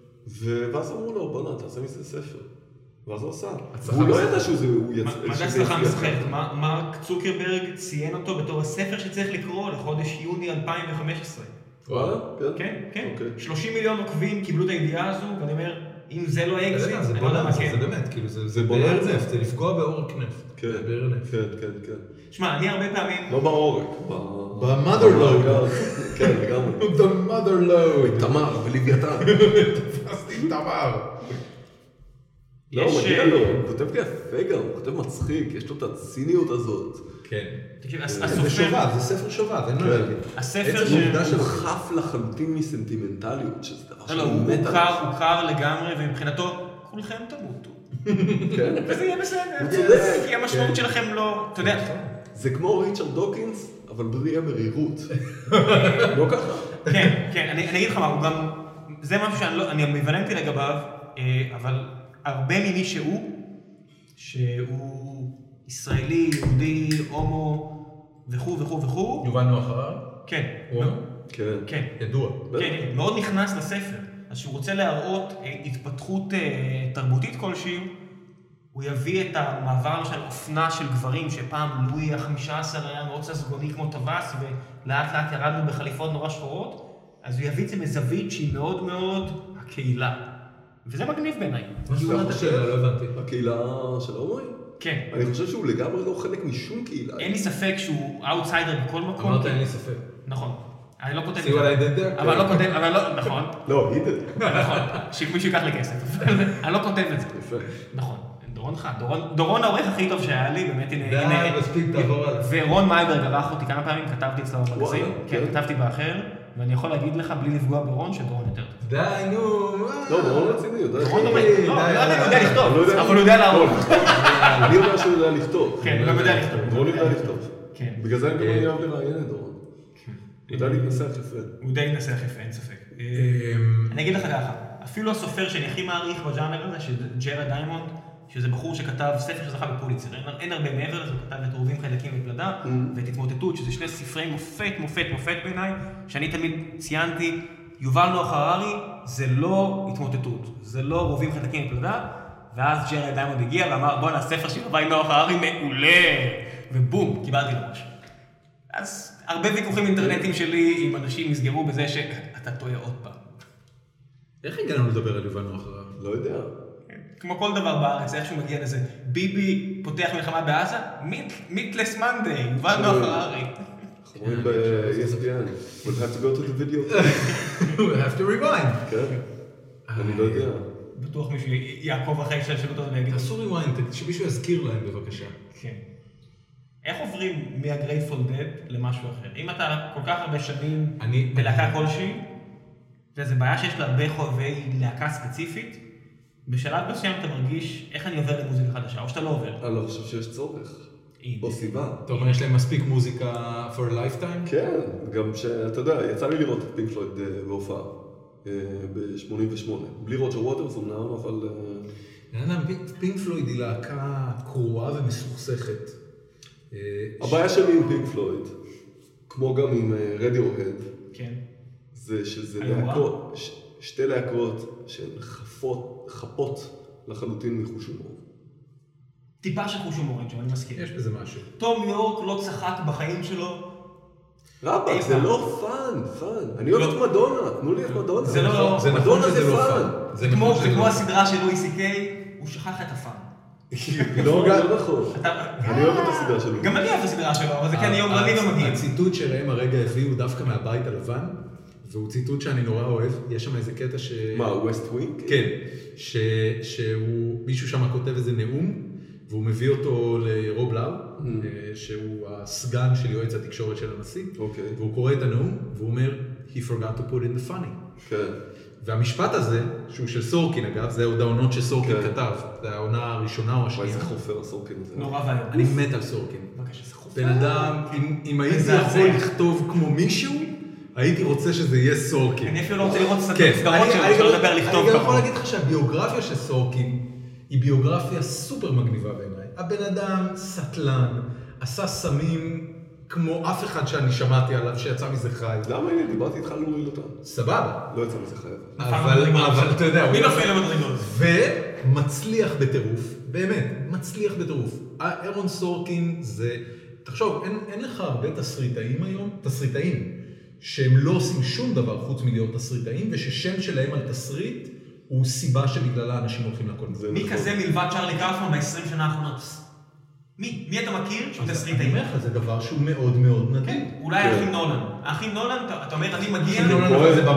ואז אמרו לו, בוא תעשה מזה ספר. ואז הוא עשה. הוא לא ידע שהוא יצא. מה זה הצלחה מסחרת? מרק צוקרברג ציין אותו בתור הספר שצריך לקרוא לחודש יוני 2015. וואלה? כן, כן. 30 מיליון עוקבים קיבלו את הידיעה הזו, ואני אומר, אם זה לא אקזיט, אני לא יודע מה כן. זה באמת, כאילו, זה באר נפט, זה לפגוע בעורק נפט. כן, כן. שמע, אני הרבה פעמים... לא בעורק, ב-mother-lode. כן, לגמרי. The mother-lode. תמר, בלוויתן. תפסתי תמר. לא, הוא מגיע לו, הוא כותב יפה גם, הוא כותב מצחיק, יש לו את הציניות הזאת. כן. תקשיב, זה הסופר... שובב, זה ספר שובב, אין מה להגיד. הספר עצם העובדה הוא חף לחלוטין מסנטימנטליות, שזה דבר לא, שהוא מת הוא קר לגמרי, ומבחינתו, כולכם תמותו. כן. וזה יהיה בסדר. הוא צודק. כי המשמעות שלכם לא... אתה יודע... זה כמו ריצ'רד דוקינס, אבל בלי המרירות. לא ככה? כן, כן, אני אגיד לך מה, הוא גם... זה משהו שאני מבננתי לגביו, אבל הרבה ממי שהוא ישראלי, יהודי, הומו, וכו'. יובל נוח הררי? כן. הוא אומר? כן. כן. ידוע. כן, מאוד נכנס לספר. אז שהוא רוצה להראות התפתחות תרבותית כלשהי, הוא יביא את המעבר של אופנה של גברים, שפעם לואי ה-15 היה מאוד ססגוני כמו טווס, ולאט לאט ירדנו בחליפות נורא שחורות, אז הוא יביא את זה מזווית שהיא מאוד מאוד הקהילה. וזה מגניב בעיניי. לא הבנתי. הקהילה של ההומואים? כן. אני חושב שהוא לגמרי לא חלק משום קהילה. אין לי ספק שהוא אאוטסיידר בכל מקום. אמרת אין לי ספק. נכון. אני לא כותב את See what I did זה. there? אבל לא כותב, אבל לא, נכון. לא, הידד. נכון. שמישהו ייקח לי כסף. אני לא כותב את זה. יפה. נכון. דורון העורך הכי טוב שהיה לי, באמת, הנה. די, מספיק, תעבור עליו. ורון מייברג ערך אותי כמה פעמים, כתבתי אצלו במגזין. כן, כן. כתבתי באחר, ואני יכול להגיד לך, בלי לפגוע ברון, שדורון יותר טוב. די, נו. לא, דורון רציני, יודע. דורון לא די, יודע לכתוב, לא יודע. אבל הוא יודע לערוך. אני יודע שהוא יודע לכתוב. כן, הוא גם יודע לכתוב. דורון יודע לכתוב. כן. בגלל זה אני אוהב לראיין את דורון. הוא יודע להתנסח יפה. הוא די ינסח יפה, אין ספק. אני אגיד לך ככה, אפילו הסופר שאני הכי מעריך בז'אנר הזה, שג'רד דיימונד, שזה בחור שכתב ספר שזכה בפוליצר, אין הרבה מעבר לזה, הוא כתב את רובים חיידקים ופלדה, ואת התמוטטות, שזה שני ספרי מופת בעיניי, שאני תמיד ציינתי, יובל נוח הררי זה לא התמוטטות, זה לא רובים חיידקים ופלדה, ואז ג'רד דיימונד הגיע ואמר, בוא הספר של יובל נוח הררי מעולה, ובום, קיבלתי לראש. אז הרבה ויכוחים אינטרנטיים שלי עם אנשים נסגרו בזה שאתה טועה עוד פעם. איך הגענו לדבר על יובל נוח הררי? לא יודע. כמו כל דבר בארץ, איך שהוא מגיע לזה, ביבי פותח מלחמה בעזה, מיטלס מנדי, יובל נוח הררי. אנחנו רואים ב-ESPN, we'll have to go to the video. We have to rewind. כן, אני לא יודע. בטוח מישהו יעקב אחרי שהשאלות הזה ויגיד. תעשו rewind, שמישהו יזכיר להם בבקשה. כן. איך עוברים מה-Grateful Dead למשהו אחר? אם אתה כל כך הרבה שנים בלהקה כלשהי, וזו בעיה שיש לה הרבה חובבי להקה ספציפית, בשלב מסוים אתה מרגיש איך אני עובר למוזיקה חדשה, או שאתה לא עובר. אני לא חושב שיש צורך, או סיבה. אתה אומר, יש להם מספיק מוזיקה for a lifetime? כן, גם שאתה יודע, יצא לי לראות את פינק פלויד בהופעה ב-88, בלי רוג'ר ווטרס אומנם, אבל... פינק פלויד היא להקה קרועה ומסוכסכת. הבעיה שלי עם פינק פלויד, כמו גם עם רדיוהד, כן. זה שזה להקות, שתי להקות שהן חפות לחלוטין מחוש הומור. טיפה של חוש הומור, אני מסכים. יש בזה משהו. תום יורק לא צחק בחיים שלו. רבאק, זה לא פאן. אני אוהב את מדונה, תנו לי את מדונה. זה לא... זה נכון שזה לא פאן. זה כמו הסדרה של לואי סי קיי, הוא שכח את הפאן. לא נכון. אני אוהב את הסדרה שלו. גם אני אוהב את הסדרה שלו, אבל זה כן יומרני ומגיע. הציטוט שראם הרגע הביאו דווקא מהבית הלבן, והוא ציטוט שאני נורא אוהב, יש שם איזה קטע ש... מה, ווסט ווינג? כן, מישהו שם כותב איזה נאום, והוא מביא אותו לרוב לאו, שהוא הסגן של יועץ התקשורת של הנשיא, והוא קורא את הנאום, והוא אומר, he forgot to put in the funny. כן. והמשפט הזה, שהוא של סורקין אגב, זה עוד העונות שסורקין כתב, זה העונה הראשונה או השנייה. איזה חופר סורקין הזה. נורא והיום. אני מת על סורקין. בבקשה, זה חופר. בן אדם, אם הייתי יכול לכתוב כמו מישהו, הייתי רוצה שזה יהיה סורקין. אני אפילו לא רוצה לראות סדרות שלו, אפשר לדבר לכתוב ככה. אני יכול להגיד לך שהביוגרפיה של סורקין היא ביוגרפיה סופר מגניבה בעיניי. הבן אדם סטלן, עשה סמים כמו אף אחד שאני שמעתי עליו שיצא מזה חי. למה הנה, דיברתי איתך על לורי לוטן. סבבה. לא יצא מזה חי. אבל אתה יודע, מי נופל למדרגות? ומצליח בטירוף, באמת, מצליח בטירוף. אירון סורקין זה, תחשוב, אין לך הרבה תסריטאים היום, תסריטאים, שהם לא עושים שום דבר חוץ מלהיות תסריטאים, וששם שלהם על תסריט הוא סיבה שבגללה אנשים הולכים לקולנוע. מי כזה מלבד צ'רלי קאופמן ב-20 שנה האחרונות? מי אתה מכיר שהוא תסריטאי? אני אומר לך, זה דבר שהוא מאוד מאוד נדיר. אולי האחים נולן. האחים נולן, אתה אומר, אני מגיע... האחים נולן אבל זה במאי.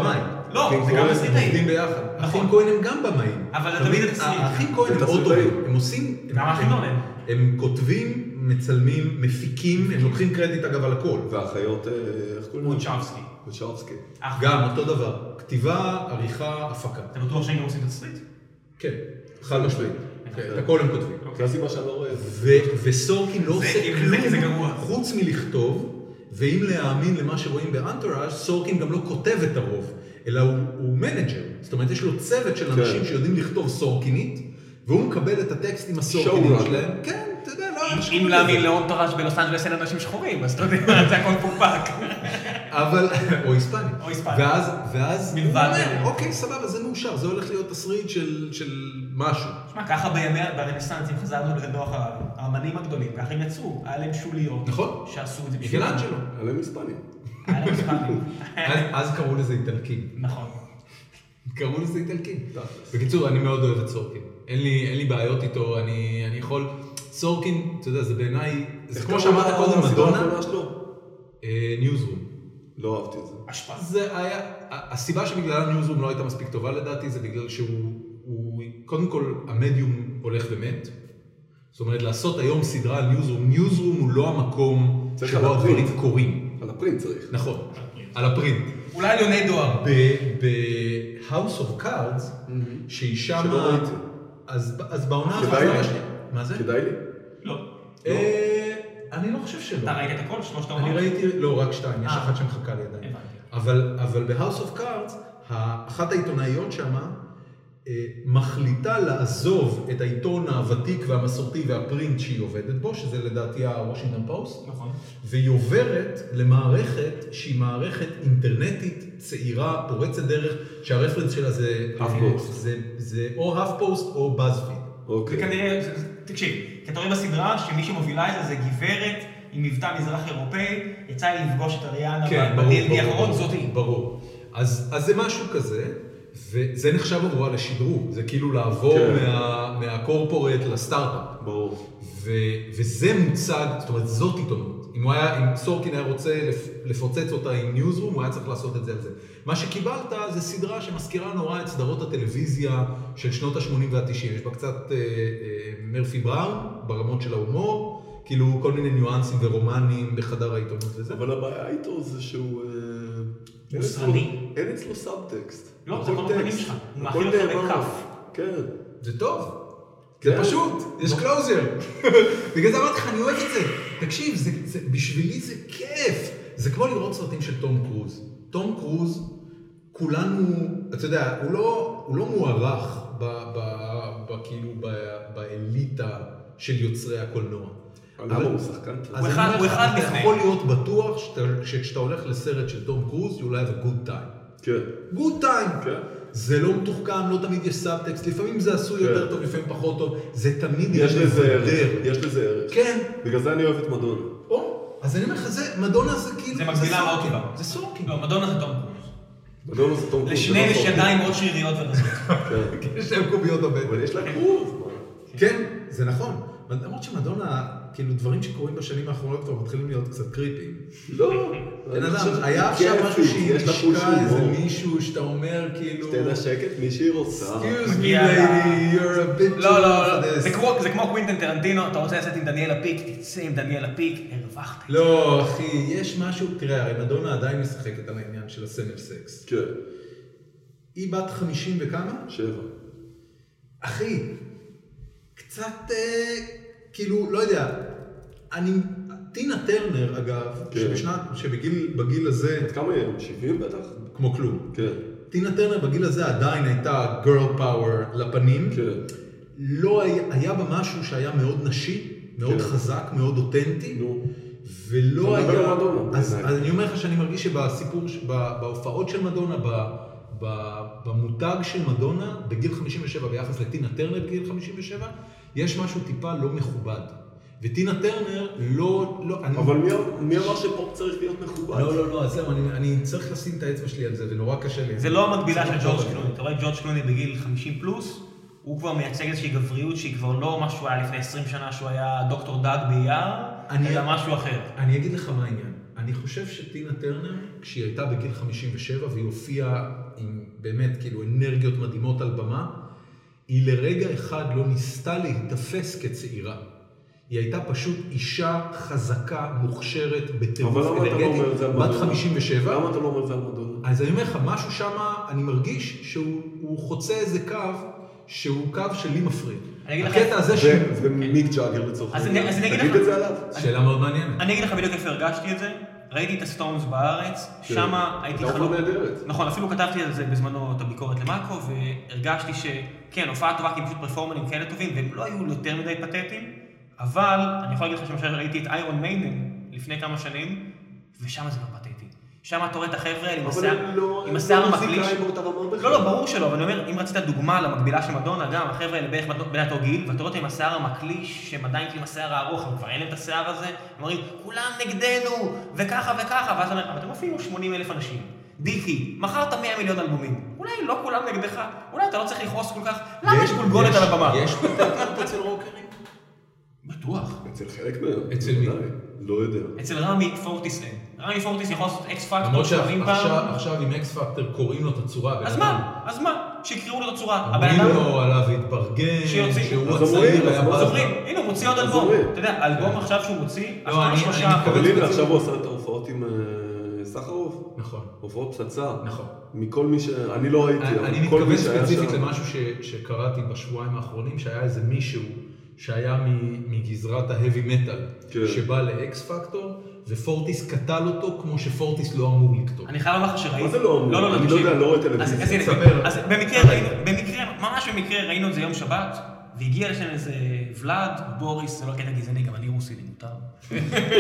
לא, אחים זה גם כהן הם תסריטאים. עובדים ביחד. נכון. אחים כהן הם גם במאים. אבל זה תמיד התסריט. האחים כהן זה הם מאוד תסריטאים. טובים. הם עושים... גם האחים נולן. הם כותבים, מצלמים, מפיקים, הם לוקחים קרדיט אגב על הכל. והאחיות, איך קוראים להם? ווצ'אבסקי. ווצ'אבסקי. גם אותו דבר. כתיבה, עריכה, הפקה. אתה בטוח שהם גם עושים תסריט? כן, חד משמעית. כן, את הכל הם כותבים. זה הסיבה שאני לא רואה את זה. וסורקין לא עושה זה גרוע. כלום חוץ מלכתוב, ואם להאמין למה שרואים באנטוראז', סורקין גם לא כותב את הרוב, אלא הוא מנג'ר. זאת אומרת, יש לו צוות של אנשים שיודעים לכתוב סורקינית, והוא מקבל את הטקסטים הסורקיניים שלהם. כן, אתה יודע, לא... אם להאמין לאונטראז' בלוס אנג'לס אין אנשים שחורים, אז אתה יודע, זה הכל פופק. אבל, או היספני. או היספני. ואז הוא מלבד אומר, זה. אוקיי, סבבה, זה מאושר, זה הולך להיות תסריט של משהו. תשמע, ככה בימי הרנסאנס, אם חזרנו לדוח האמנים הגדולים, ככה הם יצאו, היה להם שוליות. נכון. שעשו את זה בשבילם. מיכלאנג'לו. עליהם היספנים. היה להם היספנים. אז קראו לזה איטלקים. נכון. קראו לזה איטלקים. בקיצור, אני מאוד אוהב את סורקין. אין לי בעיות איתו, אני יכול... סורקין, אתה יודע, זה בעיניי... זה כמו שאמרת קודם, מדונה. ניוזרום. לא אהבתי את זה. השפעה. זה היה... הסיבה שבגלל ניוזרום לא הייתה מספיק טובה לדעתי, זה בגלל שהוא... קודם כל, המדיום הולך ומת. זאת אומרת, לעשות היום סדרה על ניוזרום. ניוזרום הוא לא המקום שבו הדברים קורים. על הפרינט צריך. נכון, על הפרינט. אולי על יוני דואר. ב-House of Cards, שהיא שמה... שלא ראיתי. אז בעונה הזאת... כדאי לי? מה זה? כדאי לי? לא. אני לא חושב שלא. אתה ראית את הכל? שלושת העונות? אני ראיתי, לא, רק 2, יש אחת שמחכה לי עדיין. אבל ב-House of Cards, אחת העיתונאיות שמה, מחליטה לעזוב את העיתון הוותיק והמסורתי והפרינט שהיא עובדת בו, שזה לדעתי הוושינגטון פוסט, נכון. והיא עוברת למערכת שהיא מערכת אינטרנטית, צעירה, פורצת דרך, שהרפרנס שלה זה או HuffPost או BuzzFeed. אוקיי. זה כנראה, תקשיב, כי אתה רואה בסדרה שמי שמובילה את זה גברת עם מבטא מזרח אירופאי, יצא לי לפגוש את אריאנה ב-D&D האחרון, זאת היא. ברור. אז זה משהו כזה, וזה נחשב עבורה לשדרוג, זה כאילו לעבור מהקורפורט לסטארט-אפ. ברור. וזה מוצג, זאת אומרת, זאת עיתונות. אם סורקין היה רוצה לפוצץ אותה עם ניוזרום, הוא היה צריך לעשות את זה על זה. מה שקיבלת זה סדרה שמזכירה נורא את סדרות הטלוויזיה של שנות ה-80 וה-90. יש בה קצת מרפי בראון ברמות של ההומור, כאילו כל מיני ניואנסים ורומנים בחדר העיתונות וזה. אבל הבעיה איתו זה שהוא... מוסרני. אין אצלו סאבטקסט. לא, זה כל הפנים שלך. הוא הכל מאכיל אותך נאמר. בכף. כן. זה טוב. זה פשוט, יש קלוזר. בגלל זה אמרתי לך, אני אוהב את זה. תקשיב, בשבילי זה כיף. זה כמו לראות סרטים של תום קרוז. תום קרוז, כולנו, אתה יודע, הוא לא מוערך כאילו באליטה של יוצרי הקולנוע. למה הוא שחקן? הוא אחד אתה לפני. יכול להיות בטוח שכשאתה הולך לסרט של תום קרוז, you will have a good time. כן. good time. כן. זה לא מתוחכם, לא תמיד יש סאבטקסט, לפעמים זה עשוי יותר טוב, לפעמים פחות טוב, זה תמיד יש לזה ערך. מבדר. יש לזה ערך. כן. בגלל זה אני אוהב את מדונה. אז אני אומר לך, מדונה זה כאילו... זה מקבילה מאוד טובה. זה סורקין. לא, מדונה זה תום קרוז. מדונה זה תום קרוז. לשני יש ידיים מאוד שריריות ורזות. יש להם קוביות בבטן. אבל יש לה קרוז. כן, זה נכון. למרות שמדונה, כאילו דברים שקורים בשנים האחרונות כבר מתחילים להיות קצת קריפיים. לא. בן אדם, היה עכשיו משהו שהיא נשקה איזה מישהו שאתה אומר כאילו... שתהנה שקט, מי שהיא רוצה. Excuse me מגיע lady, you're a bit לא, too לא, for this. זה כמו קווינטן טרנטינו, אתה רוצה לצאת עם דניאל הפיק, תצא עם דניאל הפיק, הרווחת. לא, אחי, יש משהו, תראה, הרי מדונה עדיין משחקת על העניין של הסמל סקס. כן. היא בת 50 וכמה? 7. אחי, קצת, כאילו, לא יודע, טינה טרנר אגב, שבגיל הזה, עד כמה היא? 70 בטח? כמו כלום. כן. טינה טרנר בגיל הזה עדיין הייתה girl power לפנים. כן. לא היה בה משהו שהיה מאוד נשי, מאוד חזק, מאוד אותנטי. נו. ולא אתה מדבר היה... על מדונה. אז אני אומר לך שאני מרגיש שבסיפור, בהופעות של מדונה, במותג של מדונה, בגיל 57 ביחס לטינה טרנר בגיל 57, יש משהו טיפה לא מכובד. וטינה טרנר לא... אבל מי אמר שפופ צריך להיות מכובד? לא, אז זהו, אני צריך לשים את האצבע שלי על זה, ונורא קשה לי. זה לא המקבילה של ג'ורג' קלוני. אתה רואה ג'ורג' קלוני בגיל 50 פלוס, הוא כבר מייצג איזושהי גבריות שהיא כבר לא מה שהוא היה לפני 20 שנה, שהוא היה דוקטור דאג באייר, אלא משהו אחר. אני אגיד לך מה העניין. אני חושב שטינה טרנר, כשהיא הייתה בגיל 57 והיא הופיעה עם באמת כאילו אנרגיות מדהימות על במה, היא לרגע אחד לא ניסתה להתאפס כצעירה. היא הייתה פשוט אישה חזקה, מוכשרת, בטירוף אנרגטית, בת 57. למה אתה לא אומר את זה על מדונה? אז אני אומר לך, משהו שם, אני מרגיש שהוא חוצה איזה קו, שהוא קו שלי מפריד. הקטע הזה ש... ומיק ג'אגר לצורך העניין. תגיד את זה עליו. שאלה מאוד מעניינת. אני אגיד לך בדיוק איפה הרגשתי את זה. ראיתי את הסטונס בארץ, שמה הייתי חלוק. נכון, אפילו כתבתי על זה בזמנו את הביקורת למאקו, והרגשתי שכן, הופעה טובה, כי פשוט פרפורמנים כאלה טובים, והם לא היו יותר מדי פתטיים, אבל אני יכול להגיד לך שמשל ראיתי את איירון מיידן לפני כמה שנים, ושם זה לא פתטי. שם אתה רואה את החבר'ה האלה עם השיער המקליש. לא, ברור שלא, אבל אני אומר, אם רצית דוגמה למקבילה של מדונה, גם החבר'ה האלה בערך בין אותו גיל, ואתה רואה אותם עם השיער המקליש, שהם עדיין עם השיער הארוך, הם כבר אין להם את השיער הזה, הם אומרים, כולם נגדנו, וככה וככה, ואז אתה אומר, אבל אתם מופיעים 80,000 אנשים. דיקי, מכרת 100 מיליון אלבומים. אולי לא כולם נגדך, אולי אתה לא צריך לכעוס כל כך, למה יש גולגולת על הבמה? יש פתטיות אצל רוקרים? בטוח. אצל חלק מהם. אצל מי? לא יודע. אצל רמי פורטיס אין. רמי פורטיס יכול לעשות אקס פקטור. למרות שעכשיו עם אקס פקטור קוראים לו את הצורה. אז מה? שיקראו לו את הצורה. אומרים לו עליו התברגן, שהוא הצעיר היה בזמן. הנה, הוא מוציא עוד אלבום. אתה יודע, אלבום עכשיו שהוא מוציא, אבל הנה, עכשיו הוא עשה את ההופעות עם סחרוף. נכון. הופעות פצצה. נכון. מכל מי אני לא ראיתי, אני מתכוון ספציפית למשהו שקראתי בשבועיים האחרונים, שהיה איזה מישהו שהיה מגזרת ההאבי מטל, שבא לאקס פקטור, ופורטיס קטל אותו כמו שפורטיס לא אמור לקטול. אני חייב לומר שראיתי. מה זה לא אמור? אני לא יודע, לא רואה טלוויזיה. אז במקרה, ממש במקרה ראינו את זה יום שבת, והגיע לשם איזה ולד, בוריס, זה לא קטע גזעני, גם אני רוסי, לי מותר.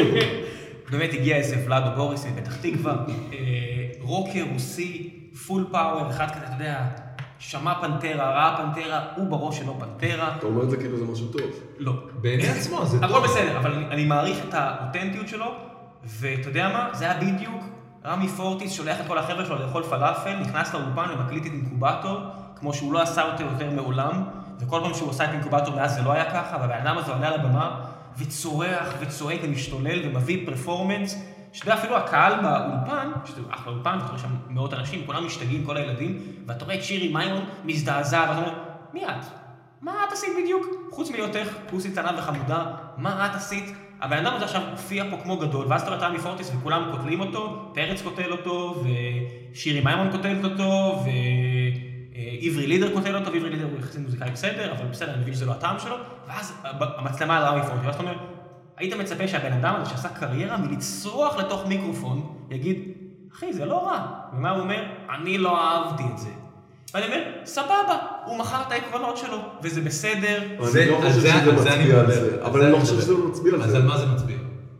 באמת הגיע איזה ולד או בוריס מפתח תקווה, רוקר רוסי, פול פאוור, אחד כזה, אתה יודע, שמע פנטרה, ראה פנטרה, הוא בראש שלו פנטרה. אתה אומר את זה כאילו זה משהו טוב. לא. בעיני עצמו זה טוב. הכל בסדר, אבל אני מעריך את האותנטיות שלו, ואתה יודע מה? זה היה בדיוק, רמי פורטיס שולח את כל החבר'ה שלו לאכול פלאפל, נכנס לאולפן ומקליט את אינקובטור, כמו שהוא לא עשה אותו יותר מעולם, וכל פעם שהוא עשה את אינקובטור מאז זה לא היה ככה, והבן אדם הזה עולה על הבמה, וצורח וצועק ומשתולל ומביא פרפורמנס, שאתה יודע, אפילו הקהל באולפן, שזה אחלה אולפן, אתה רואה שם מאות אנשים, כולם משתגעים, כל הילדים, ואתה רואה את שירי מימון מזדעזע, ואתה אומר, מי את? מה את עשית בדיוק? חוץ מלהיותך פוסית קטנה וחמודה, מה את עשית? הבן אדם הזה עכשיו הופיע פה כמו גדול, ואז אתה רואה את רמי פורטיס וכולם קוטלים אותו, פרץ קוטל אותו, ושירי מימון קוטלת אותו, ועברי לידר קוטל אותו, ועברי לידר הוא יחסית מוזיקאי בסדר, אבל בסדר, אני מבין שזה לא הטעם שלו, ואז המצלמה על רמי פורטיס, ואז אתה אומר, היית מצפה שהבן אדם הזה שעשה קריירה מלצרוח לתוך מיקרופון, יגיד, אחי, זה לא רע. ומה הוא אומר? אני לא אהבתי את זה. ואני אומר, סבבה, הוא מכר את העקרונות שלו, וזה בסדר. אני לא חושב שזה מצביע על זה. אבל אני לא חושב שזה מצביע על זה. אז על מה זה מצביע?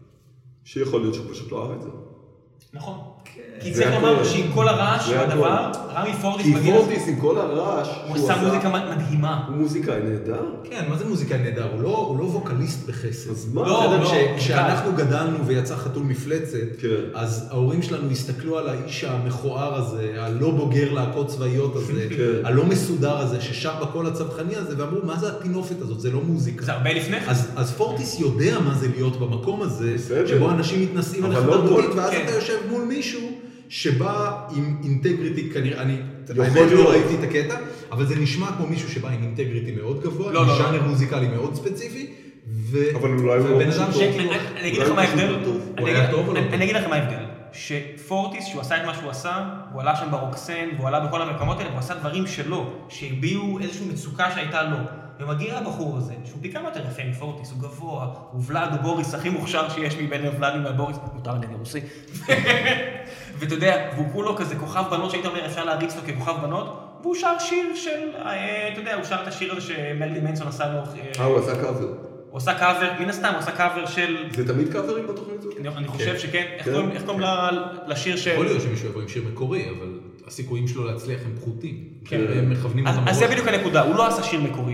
שיכול להיות שהוא פשוט לא אהב את זה. נכון. כי צריך לומר שעם כל הרעש בדבר, רמי פורטיס מגיע... כי פורטיס עם כל הרעש... הוא עשה מוזיקה מדהימה. הוא מוזיקאי נהדר? כן, מה זה מוזיקאי נהדר? הוא לא ווקליסט בחסד. אז מה? כשאנחנו גדלנו ויצא חתול מפלצת, אז ההורים שלנו הסתכלו על האיש המכוער הזה, הלא בוגר להקות צבאיות הזה, הלא מסודר הזה, ששר בקול הצווחני הזה, ואמרו, מה זה הפינופת הזאת? זה לא מוזיקה. זה הרבה לפני. אז פורטיס יודע מה זה להיות במקום הזה, שבו אנשים מתנסים עליך תרבותית, ואז אתה יושב מול מישהו שבא עם אינטגריטי, כנראה, אני לא ראיתי את הקטע, אבל זה נשמע כמו מישהו שבא עם אינטגריטי מאוד גבוה, עם ז'אנר מוזיקלי מאוד ספציפי, אבל אולי הוא לא משהו טוב. אני אגיד לך מה ההבדל, אני אגיד לך מה ההבדל, שפורטיס, שהוא עשה את מה שהוא עשה, הוא עלה שם ברוקסן, והוא עלה בכל המקומות האלה, והוא עשה דברים שלו, שהביאו איזושהי מצוקה שהייתה לו. ומגיע הבחור הזה, שהוא פי כמה יותר יפה מפורטיס, הוא גבוה, הוא ולד, הוא בוריס, הכי מוכשר שיש מבין ולדים והבוריס, מותר אני רוסי. ואתה יודע, והוא כולו כזה כוכב בנות, שהיית אומר, אפשר להריץ לו ככוכב בנות, והוא שר שיר של, אתה יודע, הוא שר את השיר הזה שמרלין מנסון עשה לו... הוא עשה קאבר. הוא עשה קאבר, מן הסתם, הוא עשה קאבר של... זה תמיד קאברים בתוכנית הזאת? אני חושב שכן. איך קוראים לשיר של... יכול להיות שמישהו יבוא עם שיר מקורי, אבל הסיכויים שלו להצליח הם פחותים. הם מכוונים אותם אז זה בדיוק הנקודה, הוא לא עשה שיר מקורי.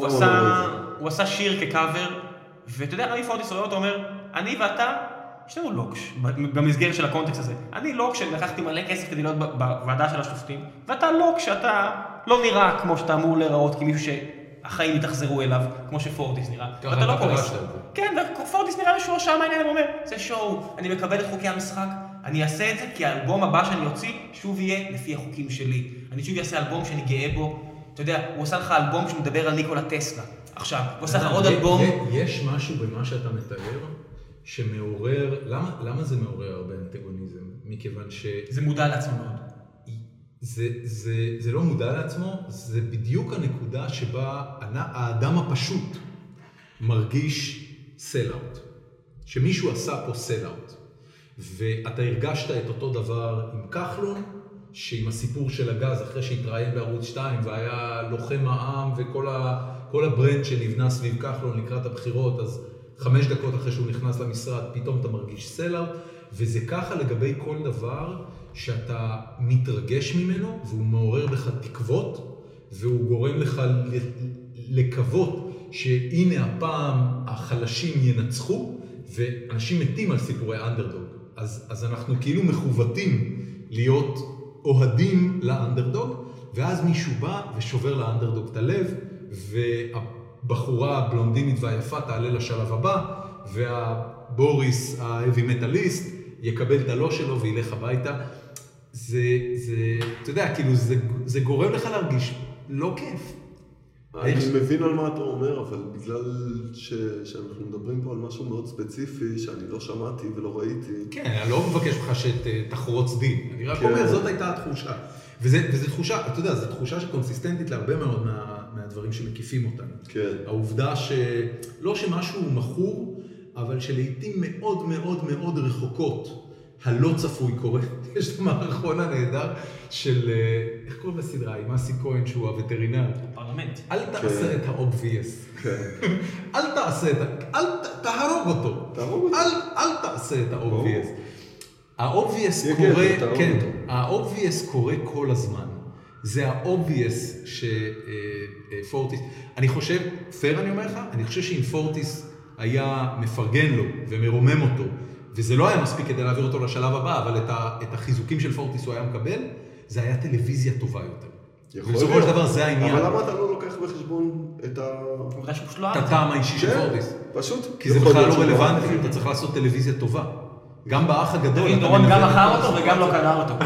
הוא עשה שיר כקאבר, ואתה יודע, רמי פורטיס רואה אותו אומר, אני ואתה, יש לנו לוקש, במסגרת של הקונטקסט הזה. אני לוקש שלקחתי מלא כסף כדי להיות בוועדה של השופטים, ואתה לוקש שאתה לא נראה כמו שאתה אמור להיראות, כמישהו החיים יתחזרו אליו, כמו שפורטיס נראה. ככה ואתה לא אתה כועס. פרשת את זה. כן, ופורטיס נראה שהוא שם העניין, הוא אומר, זה שואו, אני מקבל את חוקי המשחק, אני אעשה את זה כי האלבום הבא שאני אוציא שוב יהיה לפי החוקים שלי. אני שוב אעשה אלבום שאני גאה בו. אתה יודע, הוא עושה לך אלבום שמדבר על ניקולה טסלה. עכשיו, הוא עושה לך עוד אלבום. יש משהו במה שאתה מתאר שמעורר, למה זה מעורר הרבה אנטגוניזם? מכיוון ש... זה מודע לעצמו מאוד. זה לא מודע לעצמו, זה בדיוק הנקודה שבה האדם הפשוט מרגיש סל-אוט. שמישהו עשה פה סל-אוט. ואתה הרגשת את אותו דבר עם כחלון, שעם הסיפור של הגז, אחרי שהתראיין בערוץ 2, והיה לוחם העם וכל הברנד שנבנה סביב כחלון לקראת הבחירות, אז 5 דקות אחרי שהוא נכנס למשרד, פתאום אתה מרגיש סל-אוט, וזה ככה לגבי כל דבר שאתה מתרגש ממנו, והוא מעורר בך תקוות, והוא גורם לך לקוות שהנה הפעם החלשים ינצחו, ואנשים מתים על סיפורי אנדרדוג. אז אנחנו כאילו מכוותים להיות אוהדים לאנדרדוג, ואז מישהו בא ושובר לאנדרדוג את הלב, והבחורה הבלונדינית והיפה תעלה לשלב הבא, והבוריס האבי מטליסט יקבל את הלא שלו וילך הביתה. אתה יודע, כאילו זה גורם לך להרגיש לא כיף. אני מבין על מה אתה אומר, אבל בגלל שאנחנו מדברים פה על משהו מאוד ספציפי, שאני לא שמעתי ולא ראיתי. כן, אני לא מבקש לך שתחרוץ דין. אני רק אומר, זאת הייתה התחושה. וזו תחושה, אתה יודע, זו תחושה שקונסיסטנטית להרבה מאוד מהדברים שמקיפים אותנו. כן. העובדה לא שמשהו מכור, אבל שלעיתים מאוד מאוד מאוד רחוקות, הלא צפוי קורה. יש את המערכון הנהדר של, איך קוראים לסדרה? עם אסי כהן שהוא הווטרינר. פרלמנט. אל תעשה את ה-obvious. אל תעשה את תהרוג אותו. אל תעשה את ה-obvious. ה-obvious קורה, כן, ה-obvious קורה כל הזמן. זה ה-obvious שפורטיס, אני חושב, פייר אני אומר לך, אני חושב שאם פורטיס היה מפרגן לו ומרומם אותו, וזה לא היה מספיק כדי להעביר אותו לשלב הבא, אבל את החיזוקים של פורטיס הוא היה מקבל, זה היה טלוויזיה טובה יותר. ובסופו של דבר זה העניין. אבל למה אתה לא לוקח בחשבון את הטעם האישי של פורטיס? פשוט. כי זה בכלל לא רלוונטי, אתה צריך לעשות טלוויזיה טובה. גם באח הגדול. דורון גם מכר אותו וגם לא קנה אותו.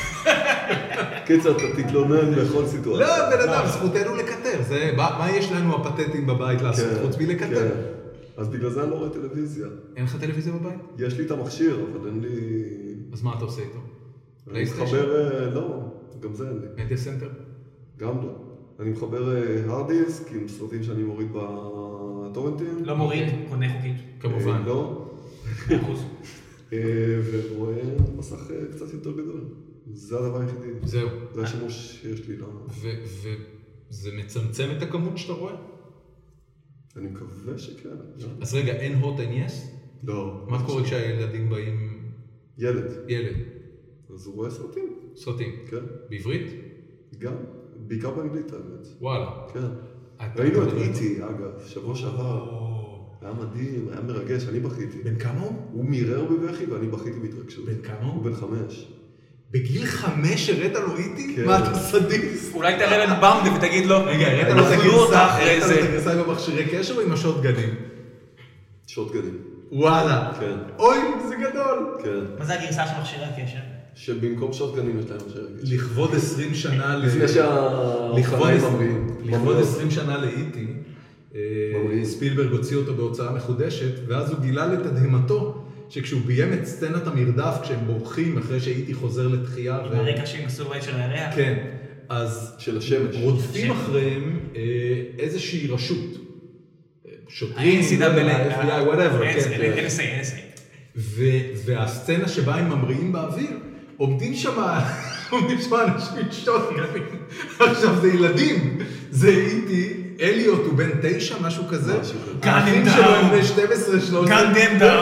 קיצר, אתה תתלונן בכל סיטואציה. לא, בן אדם, זכותנו לקטר. מה יש לנו הפטנטים בבית לעשות חוץ מלקטר? אז בגלל זה אני לא רואה טלוויזיה. אין לך טלוויזיה בבית? יש לי את המכשיר, אבל אין לי... אז מה אתה עושה איתו? אני מחבר... לא, גם זה אין לי. מדיה סנטר? גם לא. אני מחבר hard disk עם סרטים שאני מוריד בטורנטים. לא מוריד, קונה חוקית. כמובן. לא. 100%. ורואה מסך קצת יותר גדול. זה הדבר היחידי. זהו. זה השימוש שיש לי. וזה מצמצם את הכמות שאתה רואה? אני מקווה שכן. אז רגע, אין הוט אין יס? לא. מה קורה כשהילדים באים? ילד. ילד. אז הוא רואה סרטים. סרטים? כן. בעברית? גם. בעיקר באנגלית האמת. וואלה. כן. ראינו את איטי, אגב, שבוע שעבר. היה מדהים, היה מרגש, אני בכיתי. בן כמה הוא? הוא מירר בבכי ואני בכיתי בהתרגשות. בן כמה הוא? הוא בן 5. בגיל 5 הראת לו איטי? מה אתה סדיסט? אולי תראה לנו במדה ותגיד לו, רגע, הראת לו את הגרסה עם המכשירי קשר או עם השוטגנים? שוטגנים. וואלה. כן. אוי, זה גדול. כן. מה זה הגרסה של מכשירי הקשר? שבמקום שוטגנים יש להם מכשירי קשר. לכבוד 20 שנה לפני שהאופניים ממריאים. לכבוד 20 שנה לאיטי, ספילברג הוציא אותו בהוצאה מחודשת, ואז הוא גילה לתדהמתו שכשהוא ביים את סצנת המרדף, כשהם בורחים אחרי שאיתי חוזר לתחייה. עם הרקע שהם עשו בית של הירח. כן. אז של השמש. רודפים אחריהם איזושהי רשות. שוטרים, ה-NCAA, whatever. NSA. והסצנה שבה הם ממריאים באוויר, עומדים שם אנשים שוטגנים. עכשיו זה ילדים, זה איתי, אליוט הוא בן 9, משהו כזה. האחים שלו הם בני 12-13. גנדם דאו.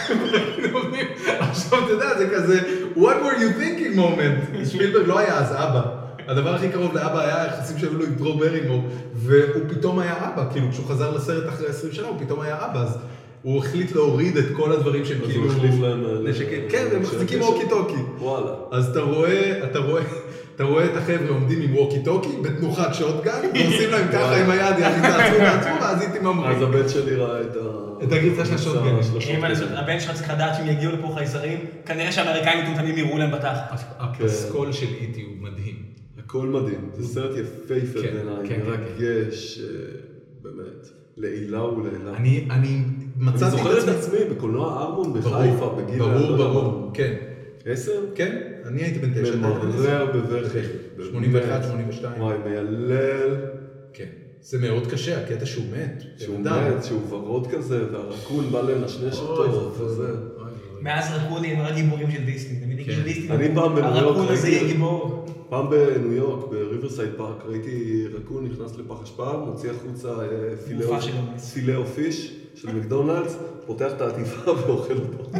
עכשיו אתה יודע, זה כזה, what were you thinking moment? ספילברג לא היה אז אבא. הדבר הכי קרוב לאבא היה היחסים שהיו לו עם דרו ברימור, והוא פתאום היה אבא, כאילו כשהוא חזר לסרט אחרי 20 שנה, הוא פתאום היה אבא, אז הוא החליט להוריד את כל הדברים שהם אז כאילו... הוא החליף להם... נשקים. כן, הם מחזיקים ווקי טוקי. וואלה. אז אתה רואה את החבר'ה עומדים עם ווקי טוקי בתנוחת שוטגן, ועושים להם ככה עם היד, יעני תעצרו, ואז איתי ממרים. אז הבן שלי ראה את הגרסה של השוטגן. הבן שלך צריך לדעת שהם יגיעו לפה חייזרים, כנראה שהאמריקאים מטומטמים יראו להם בתחת. הפסקול של איטי הוא מדהים. הכל מדהים, זה סרט יפהפה בעיניי, מרגש, באמת, לעילה ולעילה. אני מצאתי אני זוכר את עצמי בקולנוע ארמון בחיפה, בגיל... ברור, כן. 10? כן, אני הייתי בן 9. ממרר בבכי. 81, 82. וואי, מיילל. כן, זה מאוד קשה, הקטע שהוא מת. שהוא מת, שהוא ורוד כזה, והרקון בא לנשנש אותו, וזה. מאז רקוני הם הגיבורים של דיסני, תמיד הגיעו דיסני. אני פעם בניו יורק הרקון הזה יהיה גיבור. פעם בניו יורק, בריברסייד פארק, ראיתי רקון נכנס לפח אשפה, מוציא החוצה פילה או פיש של מקדונלדס, פותח את העטיפה ואוכל אותו.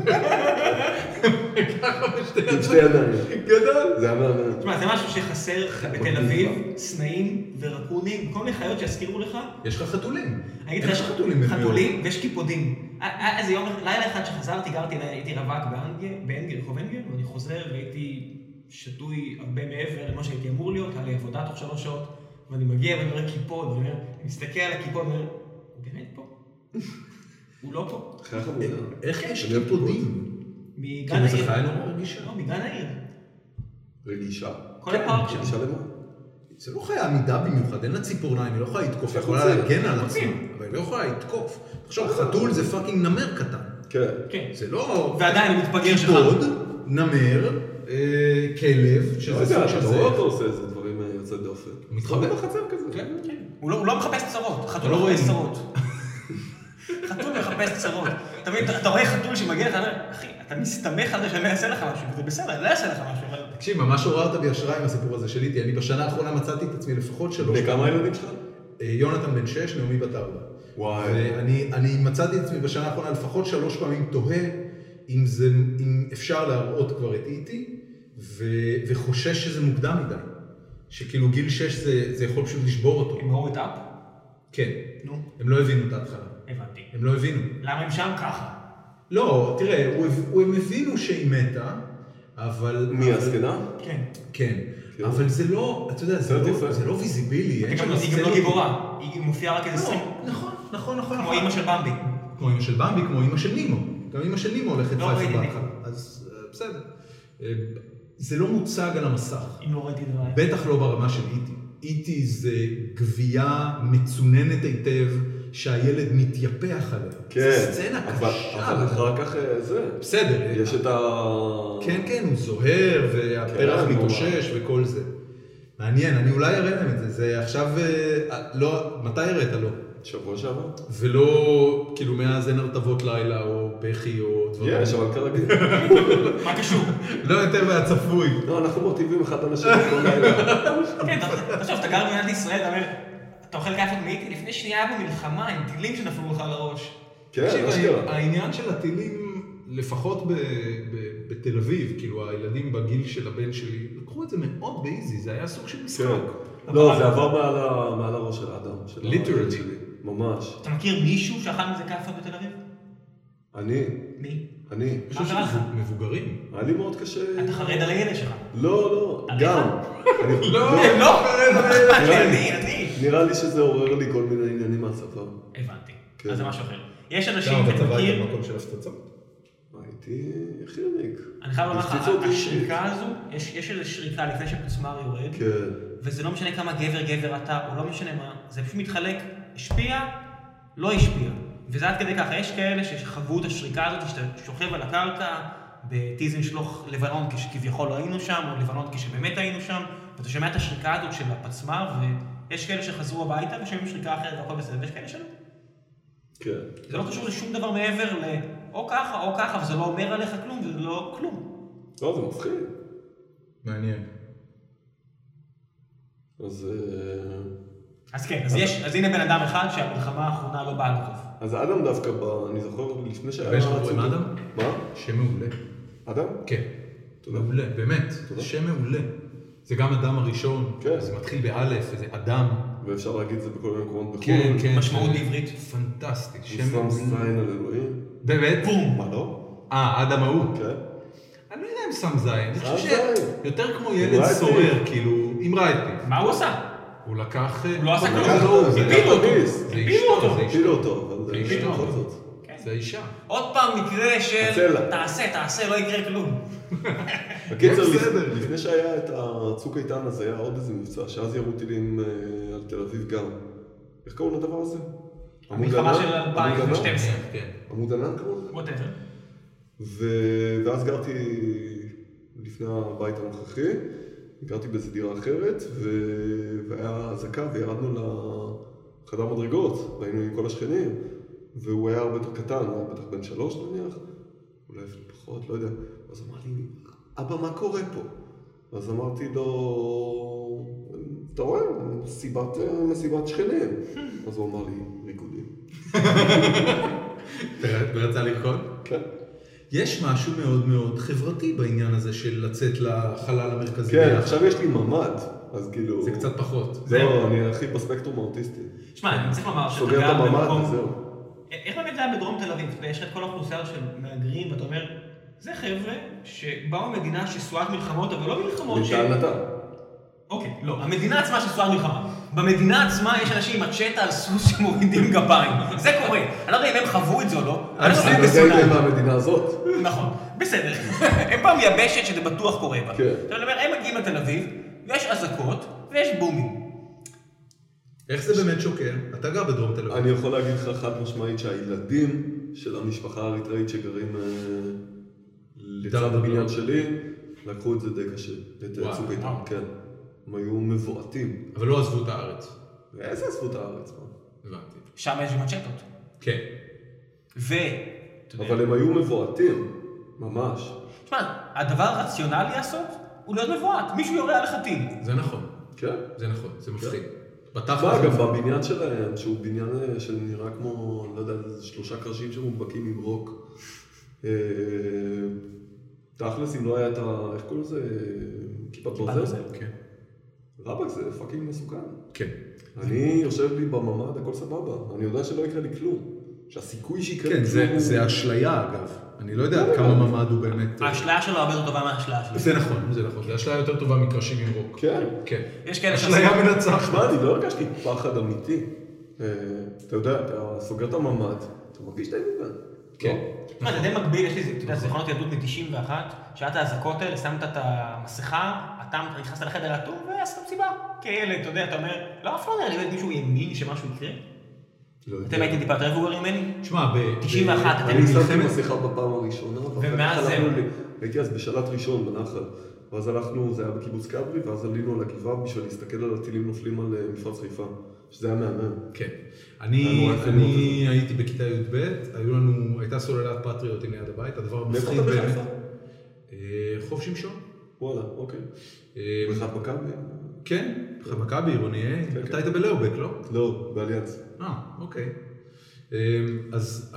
עם שתי ידיים. גדול. זה היה מהמם. תשמע, זה משהו שחסר בתל אביב, סנאים ורקונים, וכל מיני חיות שיזכירו לך. יש לך חתולים. יש חתולים ויש קיפודים. היה איזה יום, לילה אחד שחזרתי, הייתי רווק ברחוב אנגר, ואני חוזר והייתי שטוי הרבה מעבר למה שהייתי אמור להיות, היה לי עבודה תוך 3 שעות, ואני מגיע ואני רואה קיפוד, ואני מסתכל על הקיפוד, ואני אומר, הוא באמת פה? הוא לא פה. איך יש קיפודים? מגן העיר. זה חיה נורא רגישה. לא, מגן העיר. רגישה. כל הפארק שם. רגישה למה? זה לא חיה עמידה במיוחד, אין לה ציפורניים, היא לא יכולה לתקוף, היא יכולה להגן על עצמה, אבל היא לא יכולה לתקוף. עכשיו, חתול זה פאקינג נמר קטן. כן. זה לא... ועדיין הוא מתפגר שלך. קיפוד, נמר, כלב, שזה סוג של זה. אתה רואה אותו עושה איזה דברים יוצא דופן. הוא מתחבא בחצר כזה. כן. הוא לא מחפש צרות, חתול לא מחפש צרות. חתול מחפש צרות. אתה רואה חתול שמגיע לך, אחי, אתה מסתמך על זה שאני לא אעשה לך משהו, וזה בסדר, אני לא אעשה לך משהו, אבל... תקשיב, ממש עוררת בי השראה עם הסיפור הזה של איטי, אני בשנה האחרונה מצאתי את עצמי לפחות 3. וכמה הילדים שלך? יונתן בן 6, נעמי בת 4. וואי. ואני מצאתי את עצמי בשנה האחרונה לפחות 3 פעמים תוהה, אם אפשר להראות כבר את איטי, וחושש שזה מוקדם מדי. שכאילו גיל 6 זה יכול פשוט לשבור אותו. הם ראו את אפ? כן. נו. הם לא הבינו את ההתחלה. הבנתי. הם לא הבינו. למה הם שם ככה? לא, תראה, הם הבינו שהיא מתה, אבל... מי, הזקנה? כן. כן. אבל זה לא, אתה יודע, זה לא ויזיבילי. היא גם לא גיבורה. היא מופיעה רק איזה 20. נכון. כמו אמא של במבי. כמו אמא של במבי, כמו אמא של נימו. גם אמא של נימו הולכת פייפה בהתחלה. אז בסדר. זה לא מוצג על המסך. אם לא ראיתי דבר. בטח לא ברמה של איטי. איטי זה גבייה מצוננת היטב, שהילד מתייפח עליה. כן. זה סצנה קשה. אבל אחר כך זה. בסדר. יש את ה... כן, הוא זוהר, והפרח מתאושש וכל זה. מעניין, אני אולי אראה להם את זה. זה עכשיו... לא, מתי הראית לו? שבוע שעבר. ולא, כאילו, מאז אין הרטבות לילה, או בכי, או דברים. יש, אבל כרגיל. מה קשור? לא יותר מהצפוי. לא, אנחנו מוטיבים אחד אנשים כל לילה. כן, תחשוב, אתה גר במדינת ישראל, אתה אומר, אתה אוכל כאפות מאיטי, לפני שנייה היה במלחמה עם טילים שנפלו לך על הראש. כן, אשכרה. העניין של הטילים, לפחות בתל אביב, כאילו, הילדים בגיל של הבן שלי, לקחו את זה מאוד באיזי, זה היה סוג של משחק. לא, זה עבר מעל הראש של האדם. ליטרלי. ממש. אתה מכיר מישהו שאכל מזה כאפות בתל אביב? אני. מי? אני. מה קרה לך? מבוגרים. היה לי מאוד קשה. אתה חרד על הילד שלך. לא, גם. לא, אני. נראה לי שזה עורר לי כל מיני עניינים מהצבא. הבנתי. כן. אז זה משהו אחר. יש אנשים, גם אתה בצבא מכיר... היה במקום של הפצצות. הייתי חירניק. אני חייב לומר לך, השריקה הזו, יש איזו שריקה לפני שפצמ"ר יורד, כן. וזה לא משנה כמה גבר אתה, או לא משנה מה, זה פשוט מתחלק, השפיע, לא השפיע. וזה עד כדי ככה, יש כאלה שחוו את השריקה הזאת, שאתה שוכב על הקרקע, בטיזן שלוח לבנון כשכביכול לא היינו שם, או לבנון כשבאמת היינו שם, ואתה שומע את השריקה הזאת של הפצמ"ר, ויש כאלה שחזרו הביתה ושומעים שריקה אחרת והכל בסדר, ויש כאלה שלא. כן. זה לא קשור לשום דבר מעבר או ככה, וזה לא אומר עליך כלום, זה לא כלום. לא, זה מפחיד. מעניין. אז כן, אז הנה בן אדם אחד שהמלחמה האחרונה לא באה לו טוב. אז אדם דווקא אני זוכר לפני שהיה... הבן שלך קוראים אדם? מה? שם מעולה. אדם? כן. מעולה, באמת. שם מעולה. זה גם אדם הראשון, כן. זה מתחיל באלף, זה אדם. ואפשר להגיד את זה בכל מיני מקומות בחו"ל. כן, כן. משמעות בעברית. פנטסטי. הוא שם זין על אלוהים. באמת? מה לא? אדם ההוא. כן. אני לא יודע אם שם זין. אני חושב זין. שיותר כמו ילד סורר, כאילו, עם רייטי. מה הוא עשה? הוא לקח... הוא לא עשה לקח כלום. לו, זה הפילו אותו. כרטיס. זה הפילו אשתו, אותו. זה הפילו אשתו. אותו, אבל זה אשתו. בכל זאת. זה האישה. עוד פעם מקרה של הצלע. תעשה, לא יקרה כלום. בקיצר, בסדר. לפני שהיה את הצוק איתן הזה, היה עוד איזה מבצע, שאז ירו טילים על תל אביב גם. איך קראו לדבר הזה? המלחמה של 2012. כן. עמוד ענן קראו לזה? whatever. ואז גרתי לפני הבית הנוכחי, גרתי באיזו דירה אחרת, והיה אזעקה וירדנו לחדר מדרגות, והיינו עם כל השכנים, והוא היה הרבה יותר קטן, הוא היה בטח בן 3 נניח, אולי אפילו פחות, לא יודע. אז אמר לי, אבא, מה קורה פה? אז אמרתי לו, אתה רואה, מסיבת שכנים. אז הוא אמר לי, ריקודים. ורצה לרקוד? כן. יש משהו מאוד מאוד חברתי בעניין הזה של לצאת לחלל המרכזי. כן, עכשיו יש לי ממד, אז כאילו... זה קצת פחות. זהו, אני הכי בספקטרום האוטיסטי. שמע, אני צריך לומר שאתה סוגר את גר הממד במקום... וזהו. איך באמת זה היה בדרום תל אביב? יש לך את כל האוכלוסייה של מהגרים, ואתה אומר, זה חבר'ה שבאו מדינה שסועת מלחמות, אבל לא מלחמות ש... לטענתה. אוקיי, לא, המדינה עצמה שסועת מלחמה. במדינה עצמה יש אנשים עם מצ'טה על סוס שמורידים גפיים. זה קורה. אני לא יודע אם הם חוו את זה או לא. אני יודע אם מהמדינה הזאת. נכון, בסדר. הם פעם יבשת שזה בטוח קורה בה. כן. אתה אומר, הם מגיעים לתל אביב, ויש אזעקות, ויש בומים. איך זה באמת שוקר? אתה גר בדרום תל אביב. אני יכול להגיד לך חד משמעית שהילדים של המשפחה האריתראית שגרים לצד הבניין שלי, לקחו את זה די קשה, את צוק איתן, כן. הם היו מבועטים. אבל לא עזבו את הארץ. ואיזה עזבו את הארץ? הבנתי. שם יש מצ'טות. כן. אבל הם היו מבועטים, ממש. תשמע, הדבר הרציונלי לעשות הוא להיות מבועט. מישהו יורה עליך טיל. זה נכון. כן. זה נכון, זה מפחיד. מה, גם בבניין שלהם, שהוא בניין שנראה כמו, לא יודע, 3 קרשים שמודבקים עם רוק. תכלס, אם לא היה את ה... איך קוראים לזה? כיפת ברזל? כן. רבק, זה פאקינג מסוכן. כן. אני יושב לי בממ"ד, הכל סבבה. אני יודע שלא יקרה לי כלום. שהסיכוי שיקרה לי כן, כלום... זה אשליה אגב. אני לא יודע כמה ממ"ד הוא באמת... האשליה שלו הרבה יותר טובה מהאשליה שלו. זה נכון, זה נכון. זה אשליה יותר טובה מקרשים עם רוק. כן. כן. יש כאלה אשליה מנצחת. שמע, אני לא הרגשתי פחד אמיתי. אתה יודע, אתה סוגר את הממ"ד, אתה מרגיש את האמון. כן. תשמע, זה די מקביל, יש לי, אתה יודע, זיכרונות ילדות מ-91, שעת האזעקות האלה, שמת את המסכה, אתה נכנסת לחדר האטום, ועשית מסיבה. כילד, אתה יודע, אתה אומר, לא, אף לא יודע, לי מישהו יאמין שמשהו יקרה. אתם הייתם טיפה יותר מבוגרים ממני? תשמע, 91, אני שמתי מסכה בפעם הראשונה, ומאז זה... הייתי אז בשלט ראשון בנחל, ואז הלכנו, זה היה בקיבוץ כברי, ואז עלינו על הגבעה בשביל להסתכל על הטילים נופלים על מפרץ חיפה, שזה היה מהמם. כן. אני הייתי בכיתה י"ב, הייתה סוללת פטריוטים ליד הבית, הדבר המפחיד באמת. מאיפה אתה בחיפה? חוף שמשון. וואלה, אוקיי. בחד מכבי? כן, בחד מכבי, עירוני A. אתה היית בלאובק, לא? לא, באליאנס. אוקיי. אז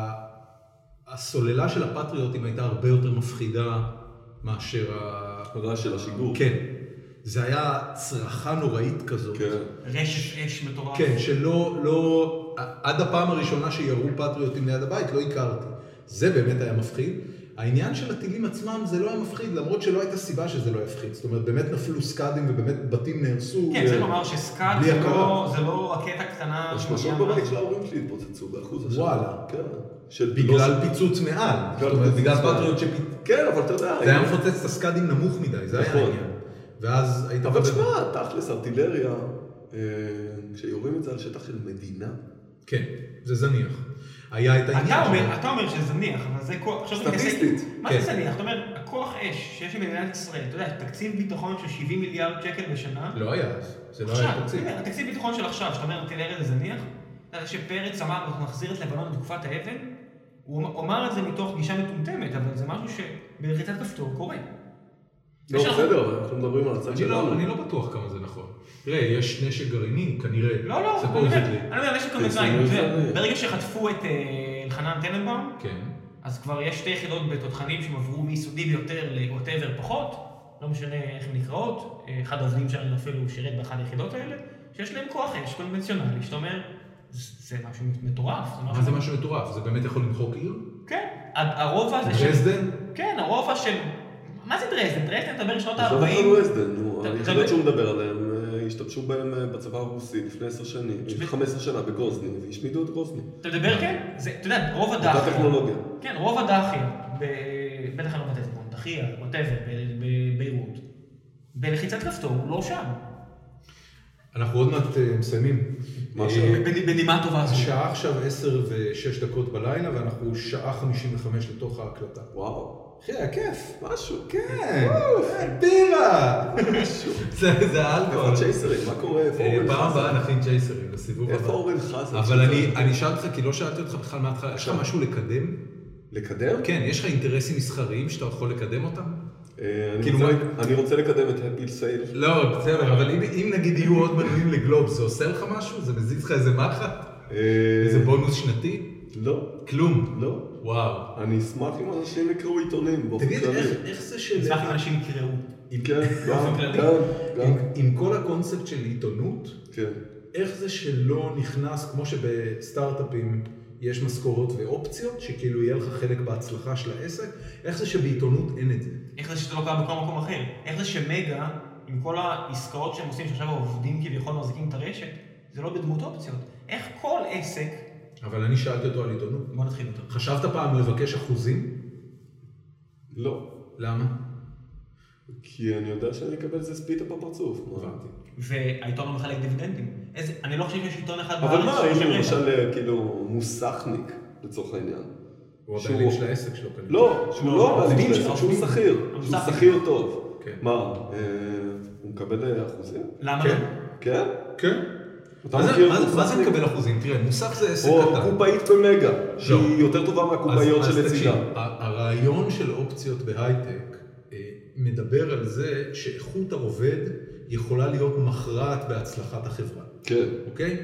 הסוללה של הפטריוטים הייתה הרבה יותר מפחידה מאשר הרעש של השיגור. כן. זה היה צרחה נוראית כזאת. כן. רשת אש מטורף. כן, שלא, עד הפעם הראשונה שירו פטריוטים ליד הבית לא הכרתי. זה באמת היה מפחיד. העניין של הטילים עצמם זה לא היה מפחיד, למרות שלא הייתה סיבה שזה לא יפחיד. זאת אומרת, באמת נפלו סקאדים ובאמת בתים נהרסו. כן, זה לומר שסקאד זה לא רקטה קטנה. השמשות בבית של ההורים שלי התפוצצו באחוז השנה. וואלה. כן. בגלל פיצוץ מעל. זאת אומרת, בגלל פטריוט כן, אבל אתה יודע. זה היה מפוצץ את הסקאדים נמוך מדי, זה היה העניין. ואז היית... אבל תשמע, תכלס, ארטילריה, כשיורים את זה על שטח של מדינה. כן, זה זניח. היה את העניין... אתה אומר שזה זניח, אבל זה כוח... סטטיסטית. מה זה זניח? אתה אומר, הכוח אש שיש במדינת ישראל, אתה יודע, תקציב ביטחון של 70 מיליארד שקל בשנה... לא היה אז, זה לא היה תקציב. התקציב ביטחון של עכשיו, שאתה אומר, ארטילריה זה זניח, אתה יודע שפרץ אמר, אנחנו נחזיר את לבנון בתקופת האבן, הוא אמר את זה מתוך גישה מטומטמת, אבל זה משהו שבלחיצת כפתור קורה. לא, בסדר, אנחנו מדברים על הצד שלנו. אני לא בטוח כמה זה נכון. תראה, יש נשק גרעיני, כנראה. לא, אני אומר, נשק קונבנציונלי. ברגע שחטפו את אלחנן טננבאום, אז כבר יש 2 יחידות בתותחנים שהם עברו מיסודי ביותר ל-whatever פחות, לא משנה איך הן נקראות, אחד העובדים שלנו אפילו שירת באחד היחידות האלה, שיש להם כוח אש קונבנציונלי, שאתה אומר, זה משהו מטורף. מה זה משהו מטורף? זה באמת יכול למחוק עיר? כן, הרובע הזה של... דרזדן? כן, הרובע של... מה זה דרזדן? דרזדן מדבר בשנות זה ה-40. לא דרזדן, היחידות שהוא מדבר עליהן, השתמשו בהם בצבא הרוסי לפני 10 שנים, 15 שנה בגרוזני, והשמידו את גרוזני. אתה מדבר, כן? אתה יודע, רוב הדחים... אותה טכנולוגיה. כן, רוב הדחים, בטח אני לא מבטא את זה, דחיה, ווטאבר, בביירות, בלחיצת כפתור, הוא לא שם. אנחנו עוד מעט מסיימים. בנימה טובה הזו. השעה עכשיו 10:06 בלילה, ואנחנו שעה 55 לתוך ההקלטה. וואו. אחי, היה כיף. משהו. כן. בירה. זה האלכוהול. איפה צ'ייסרים? מה קורה? איפה אורן חזן? פעם הבאה נכין צ'ייסרים לסיבוב הבא. איפה אורן חזן? אבל אני שאלתי אותך, כי לא שאלתי אותך בכלל מההתחלה, יש לך משהו לקדם? לקדם? כן, יש לך אינטרסים מסחריים שאתה יכול לקדם אותם? אני רוצה לקדם את הפיל סייל. לא, בסדר, אבל אם נגיד יהיו עוד מנויים לגלוב, זה עושה לך משהו? זה מזיז לך איזה מחט? איזה בונוס שנתי? לא. כלום? לא. וואו. אני אשמח אם אנשים יקראו עיתונים באופן כללי. תגיד, איך זה של... נשמח אם אנשים יקראו. כן, גם. עם כל הקונספט של עיתונות, כן. איך זה שלא נכנס, כמו שבסטארט-אפים יש משכורות ואופציות, שכאילו יהיה לך חלק בהצלחה של העסק, איך זה שבעיתונות אין את זה? איך זה שזה לא קרה בכל מקום אחר? איך זה שמגה, עם כל העסקאות שהם עושים שעכשיו העובדים כביכול מחזיקים את הרשת, זה לא בדמות אופציות. איך כל עסק... אבל אני שאלתי אותו על עיתונות. בוא נתחיל אותו. חשבת פעם לבקש אחוזים? לא. למה? כי אני יודע שאני אקבל איזה ספיטה בפרצוף. הבנתי. והעיתון לא מחלק דיבידנדים. אני לא חושב שיש עיתון אחד אבל מה, בארץ אם למשל כאילו מוסכניק לצורך העניין. הוא הבעלים של העסק שלו כנראה. לא, שהוא לא הבעלים של העסק, שהוא שכיר. שהוא שכיר טוב. כן. מה, הוא מקבל אחוזים? למה לא? כן? כן. מה זה מקבל אחוזים? תראה, מוסך זה עסק קטן. או קופאית במגה, שהיא יותר טובה מהקופאיות של לצידה. הרעיון של אופציות בהייטק מדבר על זה שאיכות העובד יכולה להיות מכרעת בהצלחת החברה. כן. אוקיי?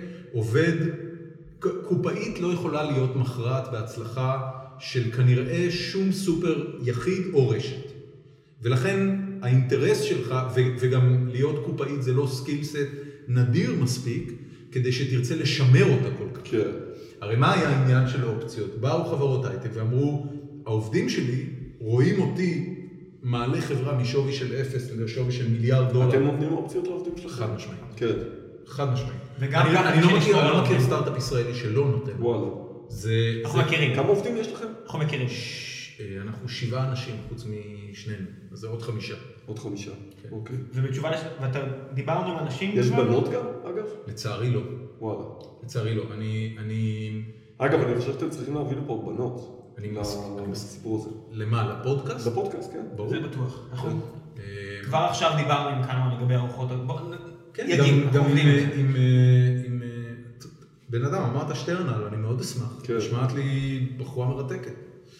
קופאית לא יכולה להיות מכרעת בהצלחה של כנראה שום סופר יחיד או רשת. ולכן האינטרס שלך, וגם להיות קופאית זה לא סקילסט נדיר מספיק, כדי שתרצה לשמר אותה כל כך. כן. הרי מה היה העניין של האופציות? באו חברות הייטק ואמרו, העובדים שלי רואים אותי מעלה חברה משווי של 0 לשווי של $1 מיליארד. אתם נותנים אופציות לעובדים שלכם? חד משמעית. כן. חד משמעית. אני לא מכיר סטארט-אפ ישראלי שלא נותן. וואלה. אנחנו מכירים. כמה עובדים יש לכם? אנחנו מכירים. אנחנו 7 אנשים חוץ משנינו, אז זה עוד 5. עוד 5. אוקיי. ובתשובה, דיברנו עם אנשים... יש בנות גם, אגב? לצערי לא. וואלה. לצערי לא. אגב, אני חושב שאתם צריכים להביא לפה בנות. אני מסכים. לסיפור הזה. למה? לפודקאסט? לפודקאסט, כן. ברור. זה בטוח. כבר עכשיו דיברנו עם כמה לגבי ארוחות. גם עם בן אדם, אמרת שטרנל, אני מאוד אשמח. נשמעת לי בחורה מרתקת.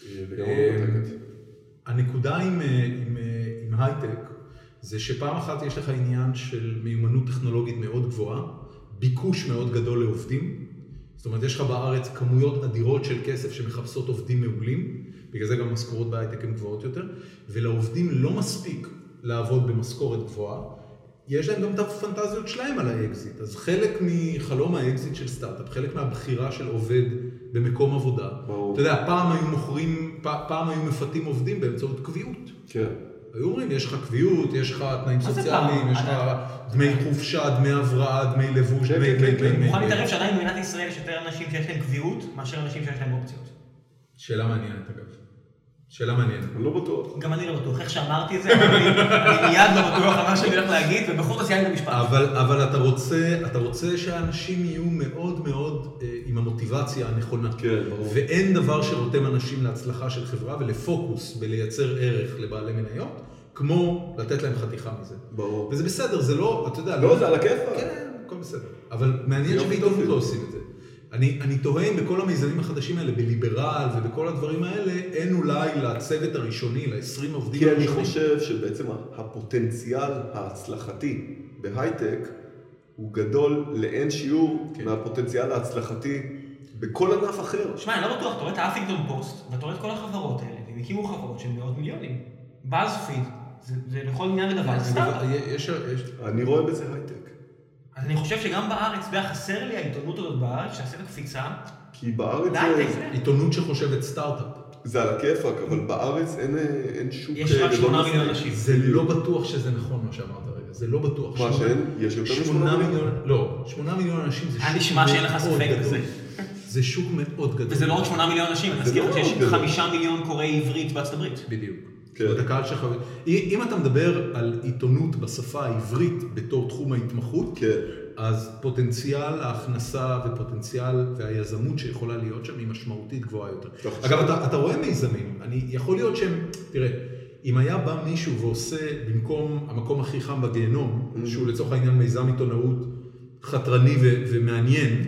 הנקודה עם הייטק זה שפעם אחת יש לך עניין של מיומנות טכנולוגית מאוד גבוהה, ביקוש מאוד גדול לעובדים, זאת אומרת יש לך בארץ כמויות אדירות של כסף שמחפשות עובדים מעולים, בגלל זה גם משכורות בהייטק הן גבוהות יותר, ולעובדים לא מספיק לעבוד במשכורת גבוהה, יש להם גם את הפנטזיות שלהם על האקזיט, אז חלק מחלום האקזיט של סטארט-אפ, חלק מהבחירה של עובד במקום עבודה, אתה יודע, פעם היו מפתים עובדים באמצעות קביעות. כן. היו אומרים, יש לך קביעות, יש לך תנאים סוציאליים, יש לך דמי חופשה, דמי הבראה, דמי לבוש, דמי... מוכן להתערב שעדיין במדינת ישראל יש יותר אנשים שיש להם קביעות, מאשר אנשים שיש להם אופציות. שאלה מעניינת אגב. שאלה מעניינת. אני לא בטוח. גם אני לא בטוח. איך שאמרתי את זה, אני מיד לא בטוח על מה שאני הולך להגיד, ובכל זאת סיימתי את המשפט. אבל אתה רוצה שהאנשים יהיו מאוד מאוד עם המוטיבציה הנכונה. כן, ברור. ואין דבר שרותם אנשים להצלחה של חברה ולפוקוס בלייצר ערך לבעלי מניות, כמו לתת להם חתיכה מזה. ברור. וזה בסדר, זה לא, אתה יודע... לא, זה על הכיף. כן, הכל בסדר. אבל מעניין שבעיתונות לא עושים את זה. אני תוהה אם בכל המיזמים החדשים האלה, בליברל ובכל הדברים האלה, אין אולי לצוות הראשוני, ל-20 עובדים הראשונים. כי אני חושב שבעצם הפוטנציאל ההצלחתי בהייטק, הוא גדול לאין שיעור מהפוטנציאל ההצלחתי בכל ענף אחר. שמע, אני לא בטוח, אתה רואה את האפינגטון פוסט, ואתה רואה את כל החברות האלה, והם הקימו חברות של מאות מיליונים. באזפיד, זה לכל עניין ודבר, זה סטארט-אפ. אני רואה בזה הייטק. אז אני חושב שגם בארץ, חסר לי העיתונות הזאת בארץ, שעשית קפיצה. כי בארץ עיתונות שחושבת סטארט-אפ. זה על הכיפק, אבל בארץ אין שוק... יש רק 8 מיליון אנשים. זה לא בטוח שזה נכון מה שאמרת רגע, זה לא בטוח. מה שאין? יש יותר מ-8 מיליון? לא, 8 מיליון אנשים זה שוק מאוד גדול. נשמע שאין לך ספק בזה. זה שוק מאוד גדול. וזה לא רק 8 מיליון אנשים, אני אזכיר שיש 5 מיליון קוראי עברית בארצות הברית. בדיוק. אם אתה מדבר על עיתונות בשפה העברית בתור תחום ההתמחות, אז פוטנציאל ההכנסה ופוטנציאל והיזמות שיכולה להיות שם היא משמעותית גבוהה יותר. אגב, אתה רואה מיזמים, יכול להיות שהם, תראה, אם היה בא מישהו ועושה במקום המקום הכי חם בגיהנום, שהוא לצורך העניין מיזם עיתונאות חתרני ומעניין,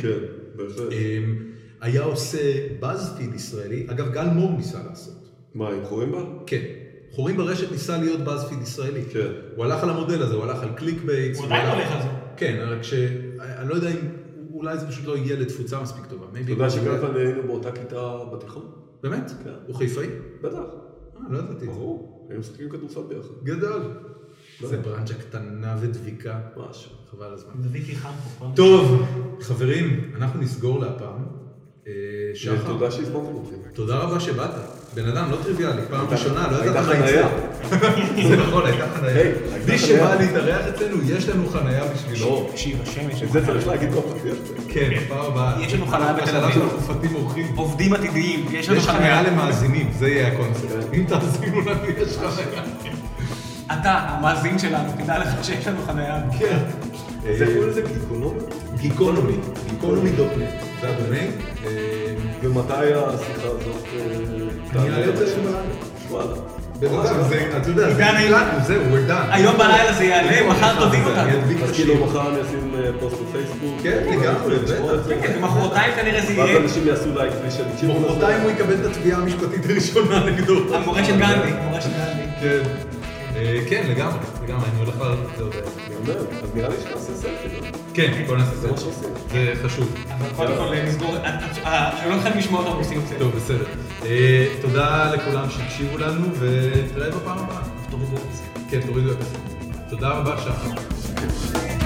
היה עושה באז-פיד ישראלי, אגב גל מור ניסה לעשות. מה, עם חורים בה? כן. חורים ברשת ניסה להיות באז-פיד ישראלי. כן. הוא הלך על המודל הזה, הוא הלך על קליק בייטס. הוא עדיין הולך על זה. כן, רק אני לא יודע אם, אולי זה פשוט לא הגיע לתפוצה מספיק טובה. אתה יודע שגלת ואני היינו באותה כיתה בתיכון? באמת? כן. הוא חיפאי? בטח. לא ידעתי. ברור, היינו משחקים כדורסל ביחד. גדול. זה ברנצ'ה קטנה ודביקה. משהו. חבל הזמן. דביקי חם פה. טוב, חברים, אנחנו נסגור להפעם. שחר. תודה שהזמנתם אותי. תודה רבה שבאת. בן אדם לא טריוויאלי, פעם ראשונה, לא הייתה יודעת מה חניה. זה נכון, הייתה חניה. מי שבא להתארח אצלנו, יש לנו חניה בשבילו. שירשם, יש את זה צריך להגיד בפתיח. כן, בפעם הבאה. יש לנו חניה בתל בשלב אביב. של חופתים אורחים. עובדים עתידיים, יש לנו יש חניה חניה. למאזינים, זה יהיה הקונספט. אם תאזינו לנו, יש חניה. אתה, המאזין שלנו, תדע לך שיש לנו חניה. כן. זה קוראים לזה גיקונומי? גיקונומי, גיקונומי.net, זה הדומיין. ומתי השיחה הזאת? אני אעלה את זה וואלה. אתה יודע, זה נעלנו, זהו, we're done. היום בלילה זה יעלה, מחר תודיעו אותנו. אז כאילו מחר אני אשים פוסט בפייסבוק. כן, לגמרי, בטח. ומחרתיים כנראה זה ואז יהיה אנשים יעשו לייק בלי שאני... מחרתיים הוא יקבל את התביעה המשפטית הראשונה נגדו. המורשת גנדי, מורשת גנדי. כן. כן, לגמרי, אני הולך לעלות את זה עוד. אני אומר, אז נראה לי שנעשה סלפי, לא? כן, בוא נעשה זה מה שעושים. זה חשוב. אבל קודם כל נסגור, שלא לכם לשמוע אותנו עושים את זה. טוב, בסדר. תודה לכולם שהקשיבו לנו, ונתראה בפעם הבאה. תורידו את זה. כן, תורידו את זה. תודה רבה, שחר.